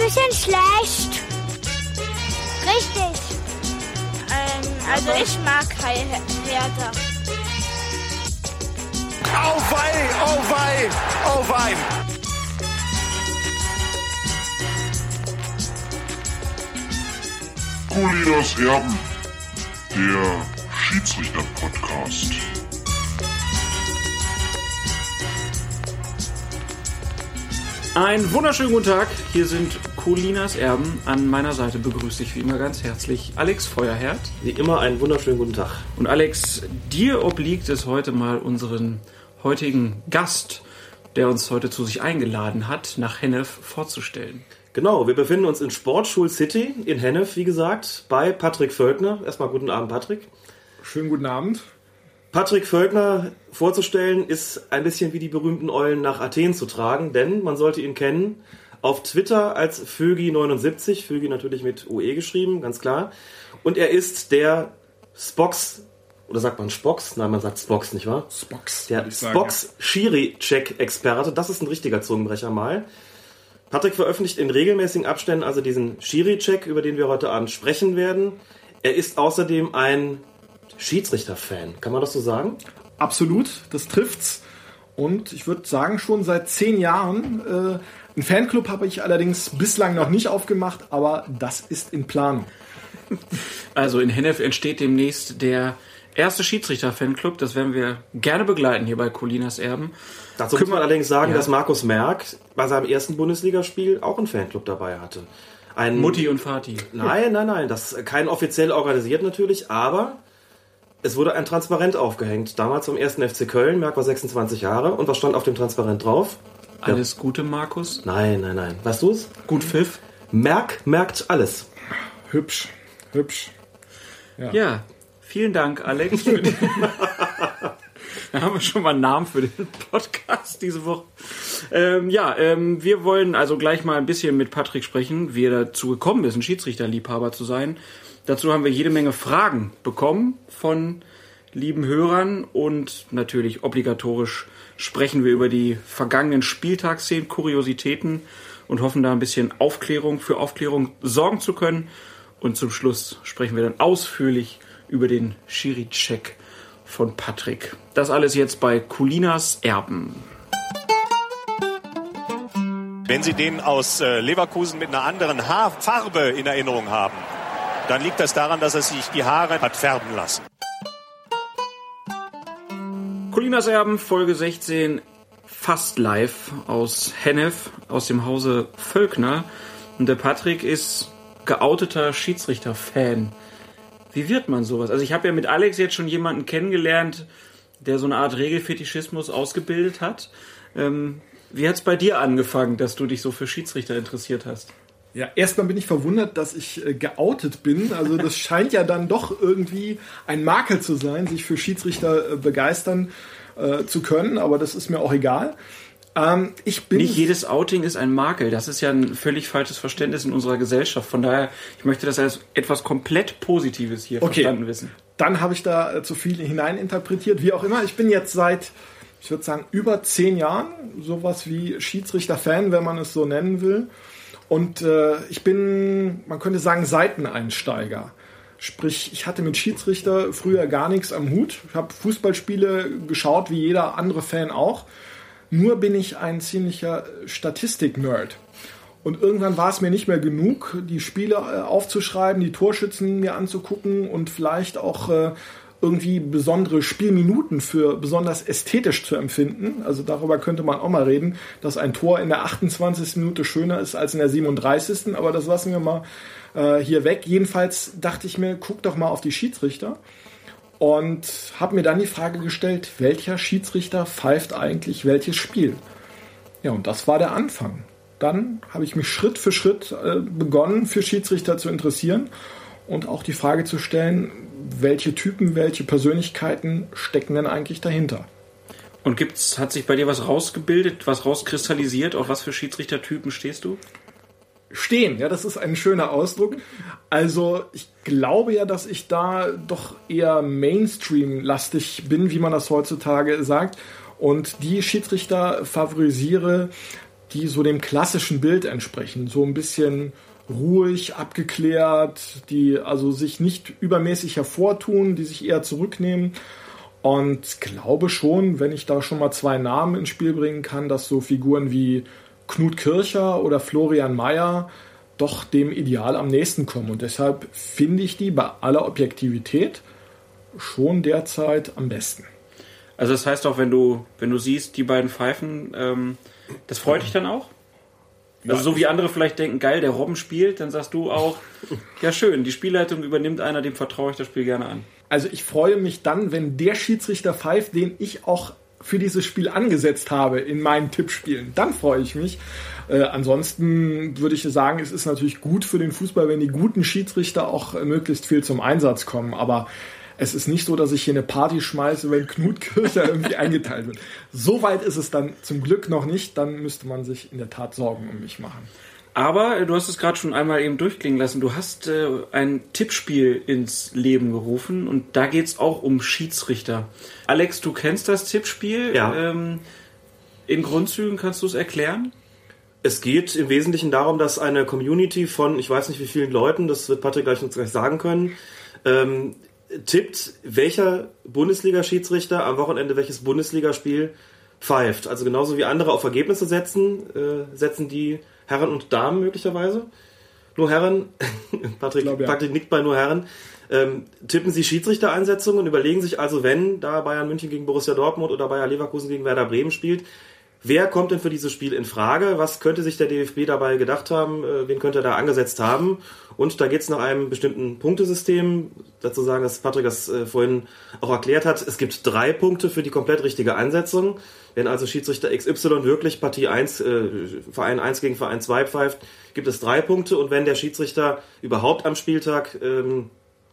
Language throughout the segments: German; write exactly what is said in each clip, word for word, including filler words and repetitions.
bisschen schlecht. Richtig. Ähm, also ich mag Hertha. Oh wei, oh wei, oh wei. Colinas Erben, der Schiedsrichter-Podcast. Einen wunderschönen guten Tag, hier sind Colinas Erben. An meiner Seite begrüße ich wie immer ganz herzlich Alex Feuerherd. Wie immer einen wunderschönen guten Tag. Und Alex, dir obliegt es heute mal unseren heutigen Gast, der uns heute zu sich eingeladen hat, nach Hennef vorzustellen. Genau, wir befinden uns in Sportschul City in Hennef, wie gesagt, bei Patrick Völkner. Erstmal guten Abend, Patrick. Schönen guten Abend. Patrick Völkner vorzustellen ist ein bisschen wie die berühmten Eulen nach Athen zu tragen, denn man sollte ihn kennen auf Twitter als Vögi neunundsiebzig, Vögi natürlich mit O E geschrieben, ganz klar. Und er ist der Spox, oder sagt man Spox? Nein, man sagt Spox, nicht wahr? Spox. Der Spox-Schiri-Check-Experte, das ist ein richtiger Zungenbrecher mal. Patrick veröffentlicht in regelmäßigen Abständen also diesen Schiri-Check, über den wir heute Abend sprechen werden. Er ist außerdem ein Schiedsrichter-Fan, kann man das so sagen? Absolut, das trifft's. Und ich würde sagen, schon seit zehn Jahren. Äh, einen Fanclub habe ich allerdings bislang noch nicht aufgemacht, aber das ist in Planung. Also in Hennef entsteht demnächst der erste Schiedsrichter-Fanclub. Das werden wir gerne begleiten hier bei Colinas Erben. Dazu muss man allerdings sagen, ja. dass Markus Merck bei seinem ersten Bundesligaspiel auch einen Fanclub dabei hatte. Ein Mutti und Vati. Nein, nein, nein, das kein offiziell organisiert natürlich, aber es wurde ein Transparent aufgehängt. Damals zum ersten F C Köln. Merck war sechsundzwanzig Jahre. Und was stand auf dem Transparent drauf? Alles ja. Gute, Markus? Nein, nein, nein. Weißt du es? Gut Pfiff? Merck merkt alles. Hübsch, hübsch. Ja, ja, vielen Dank, Alex. Für den da haben wir schon mal einen Namen für den Podcast diese Woche. Ähm, ja, ähm, wir wollen also gleich mal ein bisschen mit Patrick sprechen, wie er dazu gekommen ist, ein Schiedsrichterliebhaber zu sein. Dazu haben wir jede Menge Fragen bekommen von lieben Hörern und natürlich obligatorisch sprechen wir über die vergangenen Spieltagsszenen, Kuriositäten und hoffen da ein bisschen Aufklärung für Aufklärung sorgen zu können. Und zum Schluss sprechen wir dann ausführlich über den Schiri-Check von Patrick. Das alles jetzt bei Colinas Erben. Wenn Sie den aus äh, Leverkusen mit einer anderen Haarfarbe in Erinnerung haben, dann liegt das daran, dass er sich die Haare hat färben lassen. Colinas Erben, Folge sechzehn, fast live aus Hennef, aus dem Hause Völkner. Und der Patrick ist geouteter Schiedsrichter-Fan. Wie wird man sowas? Also ich habe ja mit Alex jetzt schon jemanden kennengelernt, der so eine Art Regelfetischismus ausgebildet hat. Ähm, wie hat es bei dir angefangen, dass du dich so für Schiedsrichter interessiert hast? Ja, erstmal bin ich verwundert, dass ich äh, geoutet bin. Also das scheint ja dann doch irgendwie ein Makel zu sein, sich für Schiedsrichter äh, begeistern äh, zu können. Aber das ist mir auch egal. Ähm, ich bin Nicht jedes Outing ist ein Makel. Das ist ja ein völlig falsches Verständnis in unserer Gesellschaft. Von daher, ich möchte das als etwas komplett Positives hier okay. verstanden wissen. Dann habe ich da äh, zu viel hineininterpretiert. Wie auch immer, ich bin jetzt seit, ich würde sagen, über zehn Jahren sowas wie Schiedsrichter-Fan, wenn man es so nennen will. Und äh, ich bin, man könnte sagen, Seiteneinsteiger. Sprich, ich hatte mit Schiedsrichter früher gar nichts am Hut. Ich habe Fußballspiele geschaut, wie jeder andere Fan auch. Nur bin ich ein ziemlicher Statistik-Nerd. Und irgendwann war es mir nicht mehr genug, die Spiele äh, aufzuschreiben, die Torschützen mir anzugucken und vielleicht auch äh, irgendwie besondere Spielminuten für besonders ästhetisch zu empfinden. Also darüber könnte man auch mal reden, dass ein Tor in der achtundzwanzigsten Minute schöner ist als in der siebenunddreißigsten Aber das lassen wir mal äh, hier weg. Jedenfalls dachte ich mir, guck doch mal auf die Schiedsrichter. Und habe mir dann die Frage gestellt, welcher Schiedsrichter pfeift eigentlich welches Spiel? Ja, und das war der Anfang. Dann habe ich mich Schritt für Schritt äh, begonnen, für Schiedsrichter zu interessieren und auch die Frage zu stellen, welche Typen, welche Persönlichkeiten stecken denn eigentlich dahinter? Und gibt's, hat sich bei dir was rausgebildet, was rauskristallisiert? Auf was für Schiedsrichtertypen stehst du? Stehen, ja, das ist ein schöner Ausdruck. Also ich glaube ja, dass ich da doch eher Mainstream-lastig bin, wie man das heutzutage sagt. Und die Schiedsrichter favorisiere, die so dem klassischen Bild entsprechen. So ein bisschen ruhig, abgeklärt, die also sich nicht übermäßig hervortun, die sich eher zurücknehmen. Und glaube schon, wenn ich da schon mal zwei Namen ins Spiel bringen kann, dass so Figuren wie Knut Kircher oder Florian Mayer doch dem Ideal am nächsten kommen. Und deshalb finde ich die bei aller Objektivität schon derzeit am besten. Also das heißt auch, wenn du, wenn du siehst, die beiden pfeifen, ähm, das freut dich dann auch? Also ja, so wie andere vielleicht denken, geil, der Robben spielt, dann sagst du auch, ja schön, die Spielleitung übernimmt einer, dem vertraue ich das Spiel gerne an. Also ich freue mich dann, wenn der Schiedsrichter pfeift, den ich auch für dieses Spiel angesetzt habe in meinen Tippspielen. Dann freue ich mich. Äh, ansonsten würde ich sagen, es ist natürlich gut für den Fußball, wenn die guten Schiedsrichter auch äh, möglichst viel zum Einsatz kommen. Aber es ist nicht so, dass ich hier eine Party schmeiße, wenn Knut Kircher irgendwie eingeteilt wird. So weit ist es dann zum Glück noch nicht. Dann müsste man sich in der Tat Sorgen um mich machen. Aber du hast es gerade schon einmal eben durchklingen lassen. Du hast äh, ein Tippspiel ins Leben gerufen und da geht es auch um Schiedsrichter. Alex, du kennst das Tippspiel. Ja. Ähm, in Grundzügen kannst du es erklären? Es geht im Wesentlichen darum, dass eine Community von, ich weiß nicht wie vielen Leuten, das wird Patrick gleich uns gleich sagen können, ähm, tippt, welcher Bundesliga-Schiedsrichter am Wochenende welches Bundesligaspiel pfeift. Also genauso wie andere auf Ergebnisse setzen, äh, setzen die Herren und Damen möglicherweise. Nur Herren, Patrick, glaub, ja. Patrick nickt bei nur Herren, ähm, tippen sie Schiedsrichtereinsetzungen und überlegen sich also, wenn da Bayern München gegen Borussia Dortmund oder Bayer Leverkusen gegen Werder Bremen spielt, wer kommt denn für dieses Spiel in Frage? Was könnte sich der D F B dabei gedacht haben? Äh, wen könnte er da angesetzt haben? Und da geht es nach einem bestimmten Punktesystem. Dazu sagen, dass Patrick das äh, vorhin auch erklärt hat. Es gibt drei Punkte für die komplett richtige Einsetzung. Wenn also Schiedsrichter X Y wirklich Partie eins, äh, Verein eins gegen Verein zwei pfeift, gibt es drei Punkte. Und wenn der Schiedsrichter überhaupt am Spieltag ähm,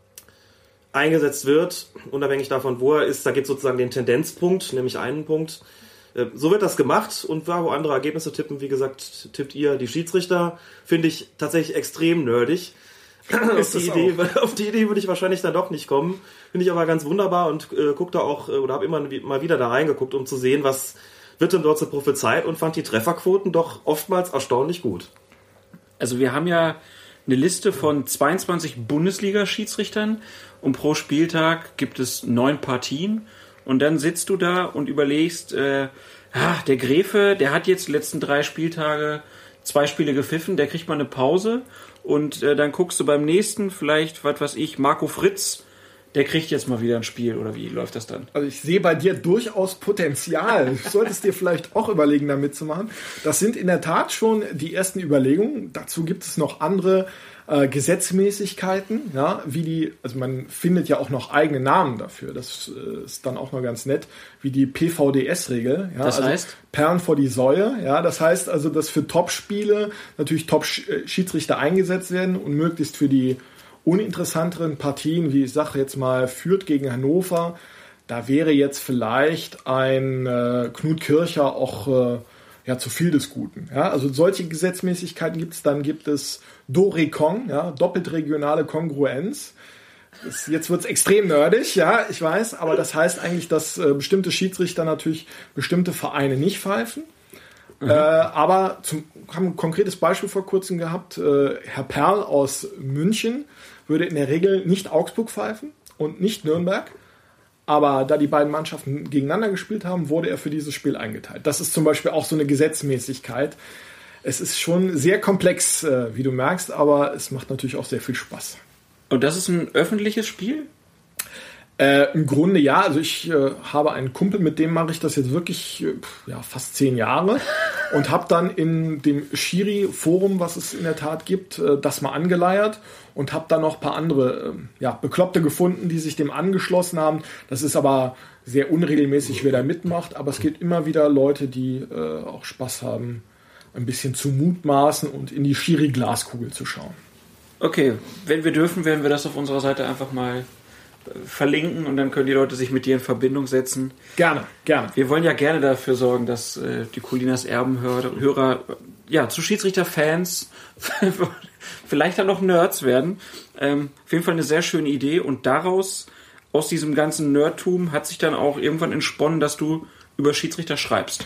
eingesetzt wird, unabhängig davon, wo er ist, da gibt es sozusagen den Tendenzpunkt, nämlich einen Punkt. So wird das gemacht und wo andere Ergebnisse tippen, wie gesagt, tippt ihr die Schiedsrichter. Finde ich tatsächlich extrem nerdig. Auf die, Idee, auf die Idee würde ich wahrscheinlich dann doch nicht kommen. Finde ich aber ganz wunderbar und äh, guck da auch, oder habe immer mal wieder da reingeguckt, um zu sehen, was wird denn dort so prophezeit und fand die Trefferquoten doch oftmals erstaunlich gut. Also wir haben ja eine Liste von zweiundzwanzig Bundesliga-Schiedsrichtern und pro Spieltag gibt es neun Partien. Und dann sitzt du da und überlegst, äh, ah, der Gräfe, der hat jetzt die letzten drei Spieltage zwei Spiele gepfiffen, der kriegt mal eine Pause und äh, dann guckst du beim nächsten vielleicht, was weiß ich, Marco Fritz, der kriegt jetzt mal wieder ein Spiel oder wie läuft das dann? Also ich sehe bei dir durchaus Potenzial. Du solltest dir vielleicht auch überlegen, da mitzumachen. Das sind in der Tat schon die ersten Überlegungen. Dazu gibt es noch andere äh, Gesetzmäßigkeiten, ja, wie die, also man findet ja auch noch eigene Namen dafür. Das äh, ist dann auch noch ganz nett, wie die P V D S-Regel. Ja, das also heißt? Perlen vor die Säue. Ja, das heißt also, dass für Top-Spiele natürlich Top-Schiedsrichter eingesetzt werden und möglichst für die uninteressanteren Partien, wie ich sage jetzt mal, Fürth gegen Hannover, da wäre jetzt vielleicht ein äh, Knut Kircher auch äh, ja, zu viel des Guten. Ja? Also solche Gesetzmäßigkeiten gibt es. Dann gibt es Doricon, ja, doppelt regionale Kongruenz. Das, jetzt wird es extrem nerdig, ja, ich weiß, aber das heißt eigentlich, dass äh, bestimmte Schiedsrichter natürlich bestimmte Vereine nicht pfeifen. Mhm. Äh, aber zum, haben ein konkretes Beispiel vor kurzem gehabt. Äh, Herr Perl aus München würde in der Regel nicht Augsburg pfeifen und nicht Nürnberg. Aber da die beiden Mannschaften gegeneinander gespielt haben, wurde er für dieses Spiel eingeteilt. Das ist zum Beispiel auch so eine Gesetzmäßigkeit. Es ist schon sehr komplex, äh, wie du merkst, aber es macht natürlich auch sehr viel Spaß. Und das ist ein öffentliches Spiel? Äh, Im Grunde ja, also ich äh, habe einen Kumpel, mit dem mache ich das jetzt wirklich äh, ja, fast zehn Jahre und habe dann in dem Schiri-Forum, was es in der Tat gibt, äh, das mal angeleiert und habe dann noch ein paar andere äh, ja, Bekloppte gefunden, die sich dem angeschlossen haben. Das ist aber sehr unregelmäßig, wer da mitmacht, aber es gibt immer wieder Leute, die äh, auch Spaß haben, ein bisschen zu mutmaßen und in die Schiri-Glaskugel zu schauen. Okay, wenn wir dürfen, werden wir das auf unserer Seite einfach mal verlinken und dann können die Leute sich mit dir in Verbindung setzen. Gerne, gerne. Wir wollen ja gerne dafür sorgen, dass äh, die Colinas Erben-Hörer Hörer, ja, zu Schiedsrichter-Fans vielleicht dann noch Nerds werden. Ähm, auf jeden Fall eine sehr schöne Idee und daraus, aus diesem ganzen Nerdtum, hat sich dann auch irgendwann entsponnen, dass du über Schiedsrichter schreibst.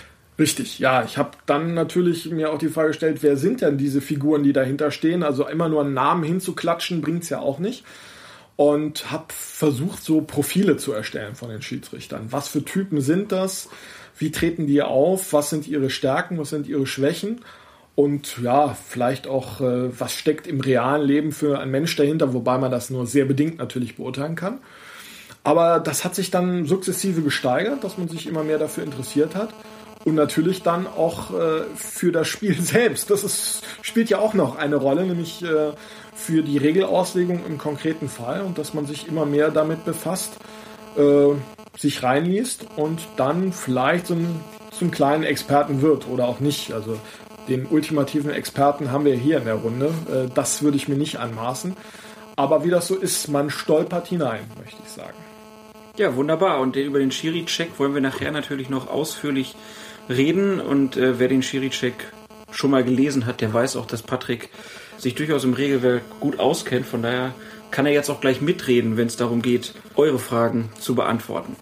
Richtig, ja. Ich habe dann natürlich mir auch die Frage gestellt, wer sind denn diese Figuren, die dahinter stehen? Also immer nur einen Namen hinzuklatschen, bringt's ja auch nicht. Und habe versucht, so Profile zu erstellen von den Schiedsrichtern. Was für Typen sind das? Wie treten die auf? Was sind ihre Stärken? Was sind ihre Schwächen? Und ja, vielleicht auch, äh, was steckt im realen Leben für ein Mensch dahinter, wobei man das nur sehr bedingt natürlich beurteilen kann. Aber das hat sich dann sukzessive gesteigert, dass man sich immer mehr dafür interessiert hat. Und natürlich dann auch äh, für das Spiel selbst. Das ist, spielt ja auch noch eine Rolle, nämlich äh, für die Regelauslegung im konkreten Fall. Und dass man sich immer mehr damit befasst, äh, sich reinliest und dann vielleicht so ein, zum kleinen Experten wird oder auch nicht. Also den ultimativen Experten haben wir hier in der Runde. Äh, das würde ich mir nicht anmaßen. Aber wie das so ist, man stolpert hinein, möchte ich sagen. Ja, wunderbar. Und über den Schiri-Check wollen wir nachher natürlich noch ausführlich reden. Und äh, wer den Schiri-Check schon mal gelesen hat, der weiß auch, dass Patrick sich durchaus im Regelwerk gut auskennt. Von daher kann er jetzt auch gleich mitreden, wenn es darum geht, eure Fragen zu beantworten.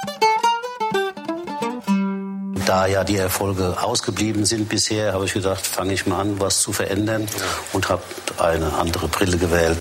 Da ja die Erfolge ausgeblieben sind bisher, habe ich gedacht, fange ich mal an, was zu verändern und habe eine andere Brille gewählt.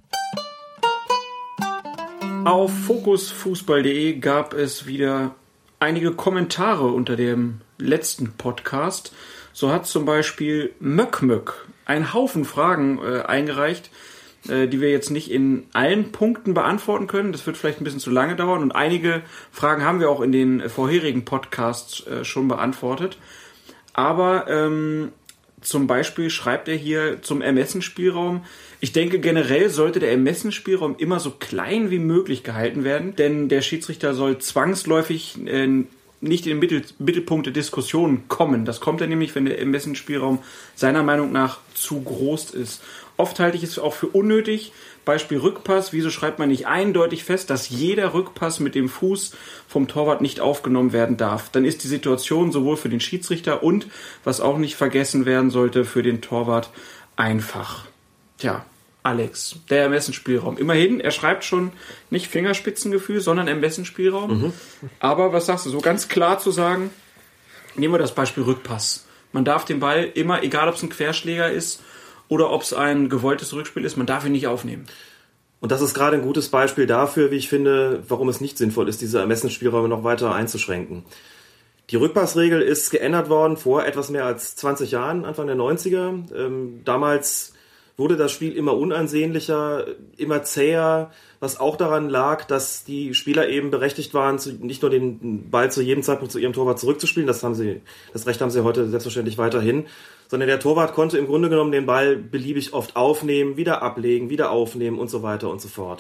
Auf fokusfußball punkt de gab es wieder einige Kommentare unter dem letzten Podcast. So hat zum Beispiel Möckmöck einen Haufen Fragen äh, eingereicht, äh, die wir jetzt nicht in allen Punkten beantworten können. Das wird vielleicht ein bisschen zu lange dauern. Und einige Fragen haben wir auch in den vorherigen Podcasts äh, schon beantwortet. Aber ähm, zum Beispiel schreibt er hier zum Ermessensspielraum: Ich denke, generell sollte der Ermessensspielraum immer so klein wie möglich gehalten werden, denn der Schiedsrichter soll zwangsläufig äh, nicht in den Mittel, Mittelpunkt der Diskussion kommen. Das kommt er nämlich, wenn der Ermessensspielraum seiner Meinung nach zu groß ist. Oft halte ich es auch für unnötig. Beispiel Rückpass. Wieso schreibt man nicht eindeutig fest, dass jeder Rückpass mit dem Fuß vom Torwart nicht aufgenommen werden darf? Dann ist die Situation sowohl für den Schiedsrichter und, was auch nicht vergessen werden sollte, für den Torwart einfach. Tja, Alex, der Ermessensspielraum. Immerhin, er schreibt schon nicht Fingerspitzengefühl, sondern Ermessensspielraum. Mhm. Aber was sagst du, so ganz klar zu sagen, nehmen wir das Beispiel Rückpass. Man darf den Ball immer, egal ob es ein Querschläger ist oder ob es ein gewolltes Rückspiel ist, man darf ihn nicht aufnehmen. Und das ist gerade ein gutes Beispiel dafür, wie ich finde, warum es nicht sinnvoll ist, diese Ermessensspielräume noch weiter einzuschränken. Die Rückpassregel ist geändert worden vor etwas mehr als zwanzig Jahren, Anfang der neunziger. Ähm, damals wurde das Spiel immer unansehnlicher, immer zäher, was auch daran lag, dass die Spieler eben berechtigt waren, zu, nicht nur den Ball zu jedem Zeitpunkt zu ihrem Torwart zurückzuspielen, das haben sie, das Recht haben sie heute selbstverständlich weiterhin, sondern der Torwart konnte im Grunde genommen den Ball beliebig oft aufnehmen, wieder ablegen, wieder aufnehmen und so weiter und so fort.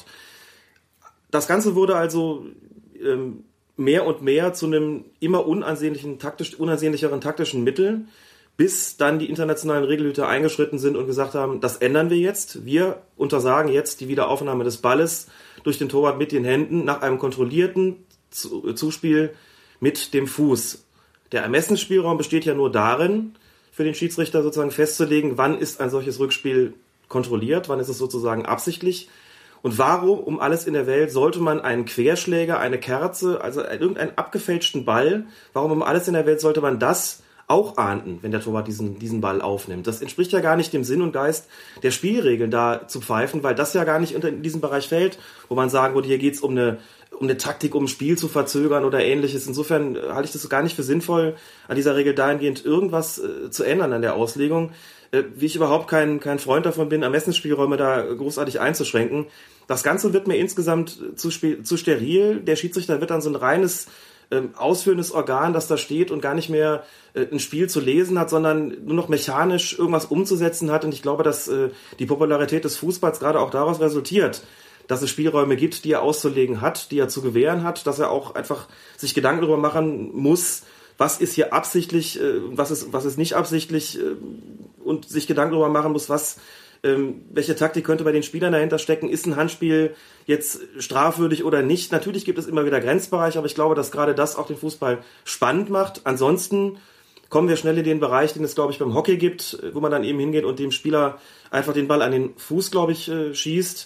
Das Ganze wurde also ähm, mehr und mehr zu einem immer unansehnlichen, taktisch, unansehnlicheren taktischen Mittel, bis dann die internationalen Regelhüter eingeschritten sind und gesagt haben, das ändern wir jetzt. Wir untersagen jetzt die Wiederaufnahme des Balles durch den Torwart mit den Händen nach einem kontrollierten Zuspiel mit dem Fuß. Der Ermessensspielraum besteht ja nur darin, für den Schiedsrichter sozusagen festzulegen, wann ist ein solches Rückspiel kontrolliert, wann ist es sozusagen absichtlich. Und warum um alles in der Welt sollte man einen Querschläger, eine Kerze, also irgendeinen abgefälschten Ball, warum um alles in der Welt sollte man das auch ahnden, wenn der Torwart diesen, diesen Ball aufnimmt? Das entspricht ja gar nicht dem Sinn und Geist der Spielregeln, da zu pfeifen, weil das ja gar nicht unter in diesem Bereich fällt, wo man sagen würde, hier geht's um eine, um eine Taktik, um ein Spiel zu verzögern oder ähnliches. Insofern halte ich das gar nicht für sinnvoll, an dieser Regel dahingehend irgendwas äh, zu ändern an der Auslegung. Äh, wie ich überhaupt kein, kein Freund davon bin, Ermessensspielräume da großartig einzuschränken. Das Ganze wird mir insgesamt zu, zu steril. Der Schiedsrichter wird dann so ein reines Ähm, ausführendes Organ, das da steht und gar nicht mehr äh, ein Spiel zu lesen hat, sondern nur noch mechanisch irgendwas umzusetzen hat. Und ich glaube, dass äh, die Popularität des Fußballs gerade auch daraus resultiert, dass es Spielräume gibt, die er auszulegen hat, die er zu gewähren hat, dass er auch einfach sich Gedanken darüber machen muss, was ist hier absichtlich, äh, was ist, was ist nicht absichtlich äh, und sich Gedanken darüber machen muss, was Ähm, welche Taktik könnte bei den Spielern dahinter stecken? Ist ein Handspiel jetzt strafwürdig oder nicht? Natürlich gibt es immer wieder Grenzbereiche, aber ich glaube, dass gerade das auch den Fußball spannend macht. Ansonsten kommen wir schnell in den Bereich, den es, glaube ich, beim Hockey gibt, wo man dann eben hingeht und dem Spieler einfach den Ball an den Fuß, glaube ich, schießt.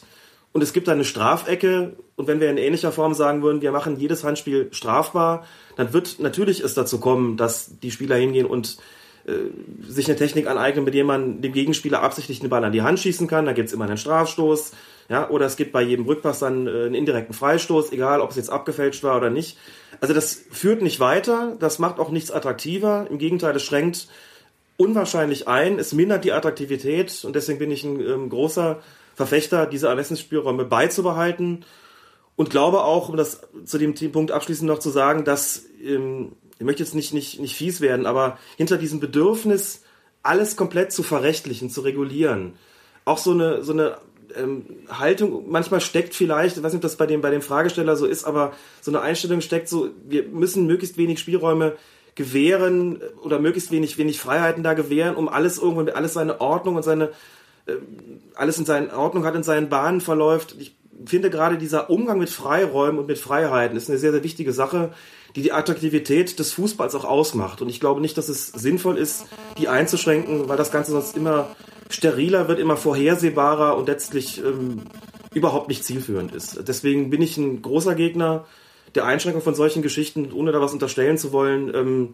und es gibt dann eine Strafecke, und wenn wir in ähnlicher Form sagen würden, wir machen jedes Handspiel strafbar, dann wird natürlich es dazu kommen, dass die Spieler hingehen und äh, sich eine Technik aneignen, mit der man dem Gegenspieler absichtlich den Ball an die Hand schießen kann. Da gibt's immer einen Strafstoß, ja, oder es gibt bei jedem Rückpass dann äh, einen indirekten Freistoß, egal ob es jetzt abgefälscht war oder nicht. Also das führt nicht weiter, das macht auch nichts attraktiver, im Gegenteil, es schränkt unwahrscheinlich ein, es mindert die Attraktivität, und deswegen bin ich ein ähm, großer Verfechter, diese Ermessensspielräume beizubehalten, und glaube auch, um das zu dem Punkt abschließend noch zu sagen, dass, ähm, ich möchte jetzt nicht, nicht, nicht fies werden, aber hinter diesem Bedürfnis, alles komplett zu verrechtlichen, zu regulieren, auch so eine, so eine ähm, Haltung manchmal steckt vielleicht, ich weiß nicht, ob das bei dem, bei dem Fragesteller so ist, aber so eine Einstellung steckt so, wir müssen möglichst wenig Spielräume gewähren oder möglichst wenig, wenig Freiheiten da gewähren, um alles irgendwo, alles seine Ordnung und seine, äh, alles in seiner Ordnung hat, in seinen Bahnen verläuft. Ich finde gerade dieser Umgang mit Freiräumen und mit Freiheiten ist eine sehr, sehr wichtige Sache, die die Attraktivität des Fußballs auch ausmacht. Und ich glaube nicht, dass es sinnvoll ist, die einzuschränken, weil das Ganze sonst immer steriler wird, immer vorhersehbarer und letztlich ähm, überhaupt nicht zielführend ist. Deswegen bin ich ein großer Gegner der Einschränkung von solchen Geschichten, ohne da was unterstellen zu wollen. Ähm,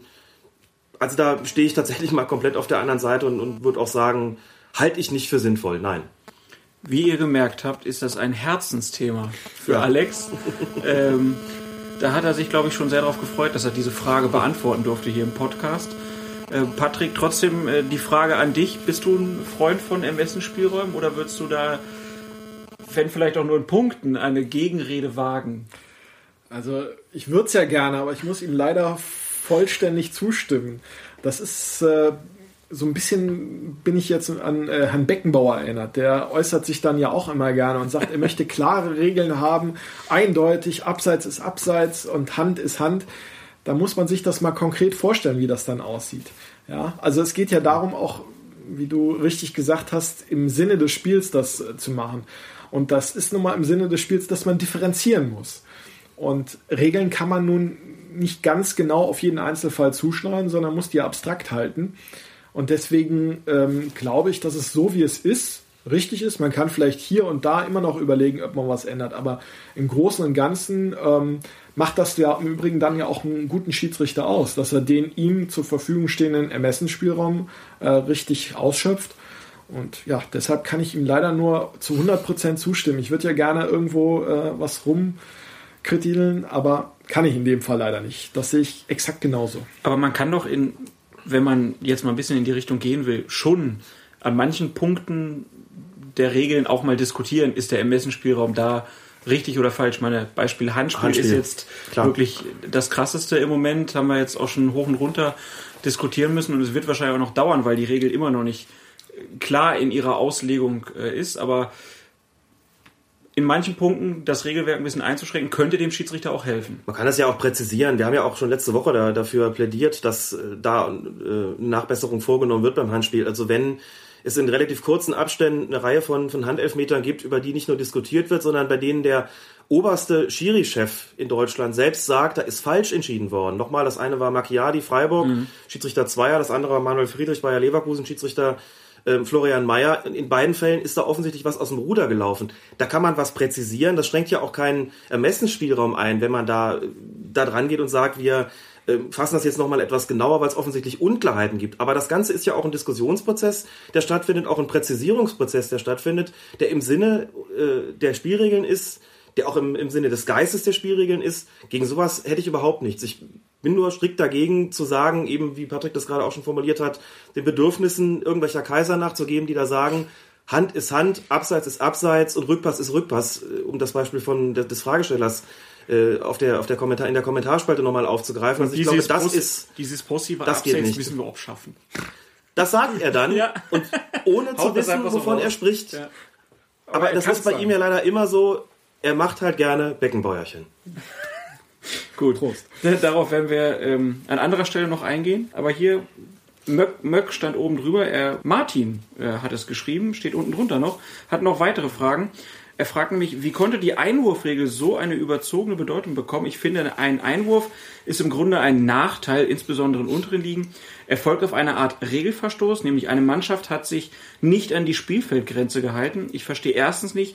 also da stehe ich tatsächlich mal komplett auf der anderen Seite und, und würde auch sagen, halte ich nicht für sinnvoll, nein. Wie ihr gemerkt habt, ist das ein Herzensthema für Ja. Alex. ähm, da hat er sich, glaube ich, schon sehr darauf gefreut, dass er diese Frage beantworten durfte hier im Podcast. Äh, Patrick, trotzdem äh, die Frage an dich. Bist du ein Freund von Ermessensspielräumen oder würdest du da, wenn vielleicht auch nur in Punkten, eine Gegenrede wagen? Also ich würde es ja gerne, aber ich muss ihm leider vollständig zustimmen. Das ist äh, so ein bisschen, bin ich jetzt an äh, Herrn Beckenbauer erinnert. Der äußert sich dann ja auch immer gerne und sagt, er möchte klare Regeln haben, eindeutig, Abseits ist Abseits und Hand ist Hand. Da muss man sich das mal konkret vorstellen, wie das dann aussieht. Ja, also es geht ja darum auch, wie du richtig gesagt hast, im Sinne des Spiels das äh, zu machen. Und das ist nun mal im Sinne des Spiels, dass man differenzieren muss. Und Regeln kann man nun nicht ganz genau auf jeden Einzelfall zuschneiden, sondern muss die abstrakt halten. Und deswegen ähm, glaube ich, dass es so, wie es ist, richtig ist. Man kann vielleicht hier und da immer noch überlegen, ob man was ändert. Aber im Großen und Ganzen ähm, macht das ja im Übrigen dann ja auch einen guten Schiedsrichter aus, dass er den ihm zur Verfügung stehenden Ermessensspielraum äh, richtig ausschöpft. Und ja, deshalb kann ich ihm leider nur zu hundert Prozent zustimmen. Ich würde ja gerne irgendwo äh, was rumkritiseln, aber kann ich in dem Fall leider nicht. Das sehe ich exakt genauso. Aber man kann doch, in, wenn man jetzt mal ein bisschen in die Richtung gehen will, schon an manchen Punkten der Regeln auch mal diskutieren. Ist der Ermessensspielraum da richtig oder falsch? Meine Beispiel Handspiel, Handspiel. ist jetzt Klar. wirklich das Krasseste im Moment. Haben wir jetzt auch schon hoch und runter diskutieren müssen. Und es wird wahrscheinlich auch noch dauern, weil die Regel immer noch nicht klar in ihrer Auslegung äh, ist. Aber in manchen Punkten das Regelwerk ein bisschen einzuschränken, könnte dem Schiedsrichter auch helfen. Man kann das ja auch präzisieren. Wir haben ja auch schon letzte Woche da, dafür plädiert, dass äh, da äh, eine Nachbesserung vorgenommen wird beim Handspiel. Also wenn es in relativ kurzen Abständen eine Reihe von, von Handelfmetern gibt, über die nicht nur diskutiert wird, sondern bei denen der oberste Schiri-Chef in Deutschland selbst sagt, da ist falsch entschieden worden. Nochmal, das eine war Macchiadi, Freiburg, mhm. Schiedsrichter Zweier, das andere war Manuel Friedrich, Bayer Leverkusen, Schiedsrichter äh, Florian Mayer. In beiden Fällen ist da offensichtlich was aus dem Ruder gelaufen. Da kann man was präzisieren. Das schränkt ja auch keinen Ermessensspielraum ein, wenn man da, da dran geht und sagt, wir fassen das jetzt nochmal etwas genauer, weil es offensichtlich Unklarheiten gibt. Aber das Ganze ist ja auch ein Diskussionsprozess, der stattfindet, auch ein Präzisierungsprozess, der stattfindet, der im Sinne äh, der Spielregeln ist, der auch im, im Sinne des Geistes der Spielregeln ist. Gegen sowas hätte ich überhaupt nichts. Ich bin nur strikt dagegen zu sagen, eben wie Patrick das gerade auch schon formuliert hat, den Bedürfnissen irgendwelcher Kaiser nachzugeben, die da sagen, Hand ist Hand, Abseits ist Abseits und Rückpass ist Rückpass, um das Beispiel von des Fragestellers auf der, auf der Kommentar, in der Kommentarspalte nochmal aufzugreifen. Also ich glaube, das Pos- ist, dieses passive das geht Abseits nicht. müssen wir abschaffen. Das sagt er dann Ja. und ohne zu wissen, so wovon raus. er spricht. Ja. Aber, Aber er das kann's ist bei sagen. ihm ja leider immer so, er macht halt gerne Beckenbäuerchen. Gut, Prost. Darauf werden wir ähm, an anderer Stelle noch eingehen. Aber hier, Möck, Möck stand oben drüber. Er, Martin äh, hat es geschrieben, steht unten drunter noch, hat noch weitere Fragen. Er fragt nämlich, wie konnte die Einwurfregel so eine überzogene Bedeutung bekommen? Ich finde, ein Einwurf ist im Grunde ein Nachteil, insbesondere in unteren Ligen. Er folgt auf eine Art Regelverstoß, nämlich eine Mannschaft hat sich nicht an die Spielfeldgrenze gehalten. Ich verstehe erstens nicht,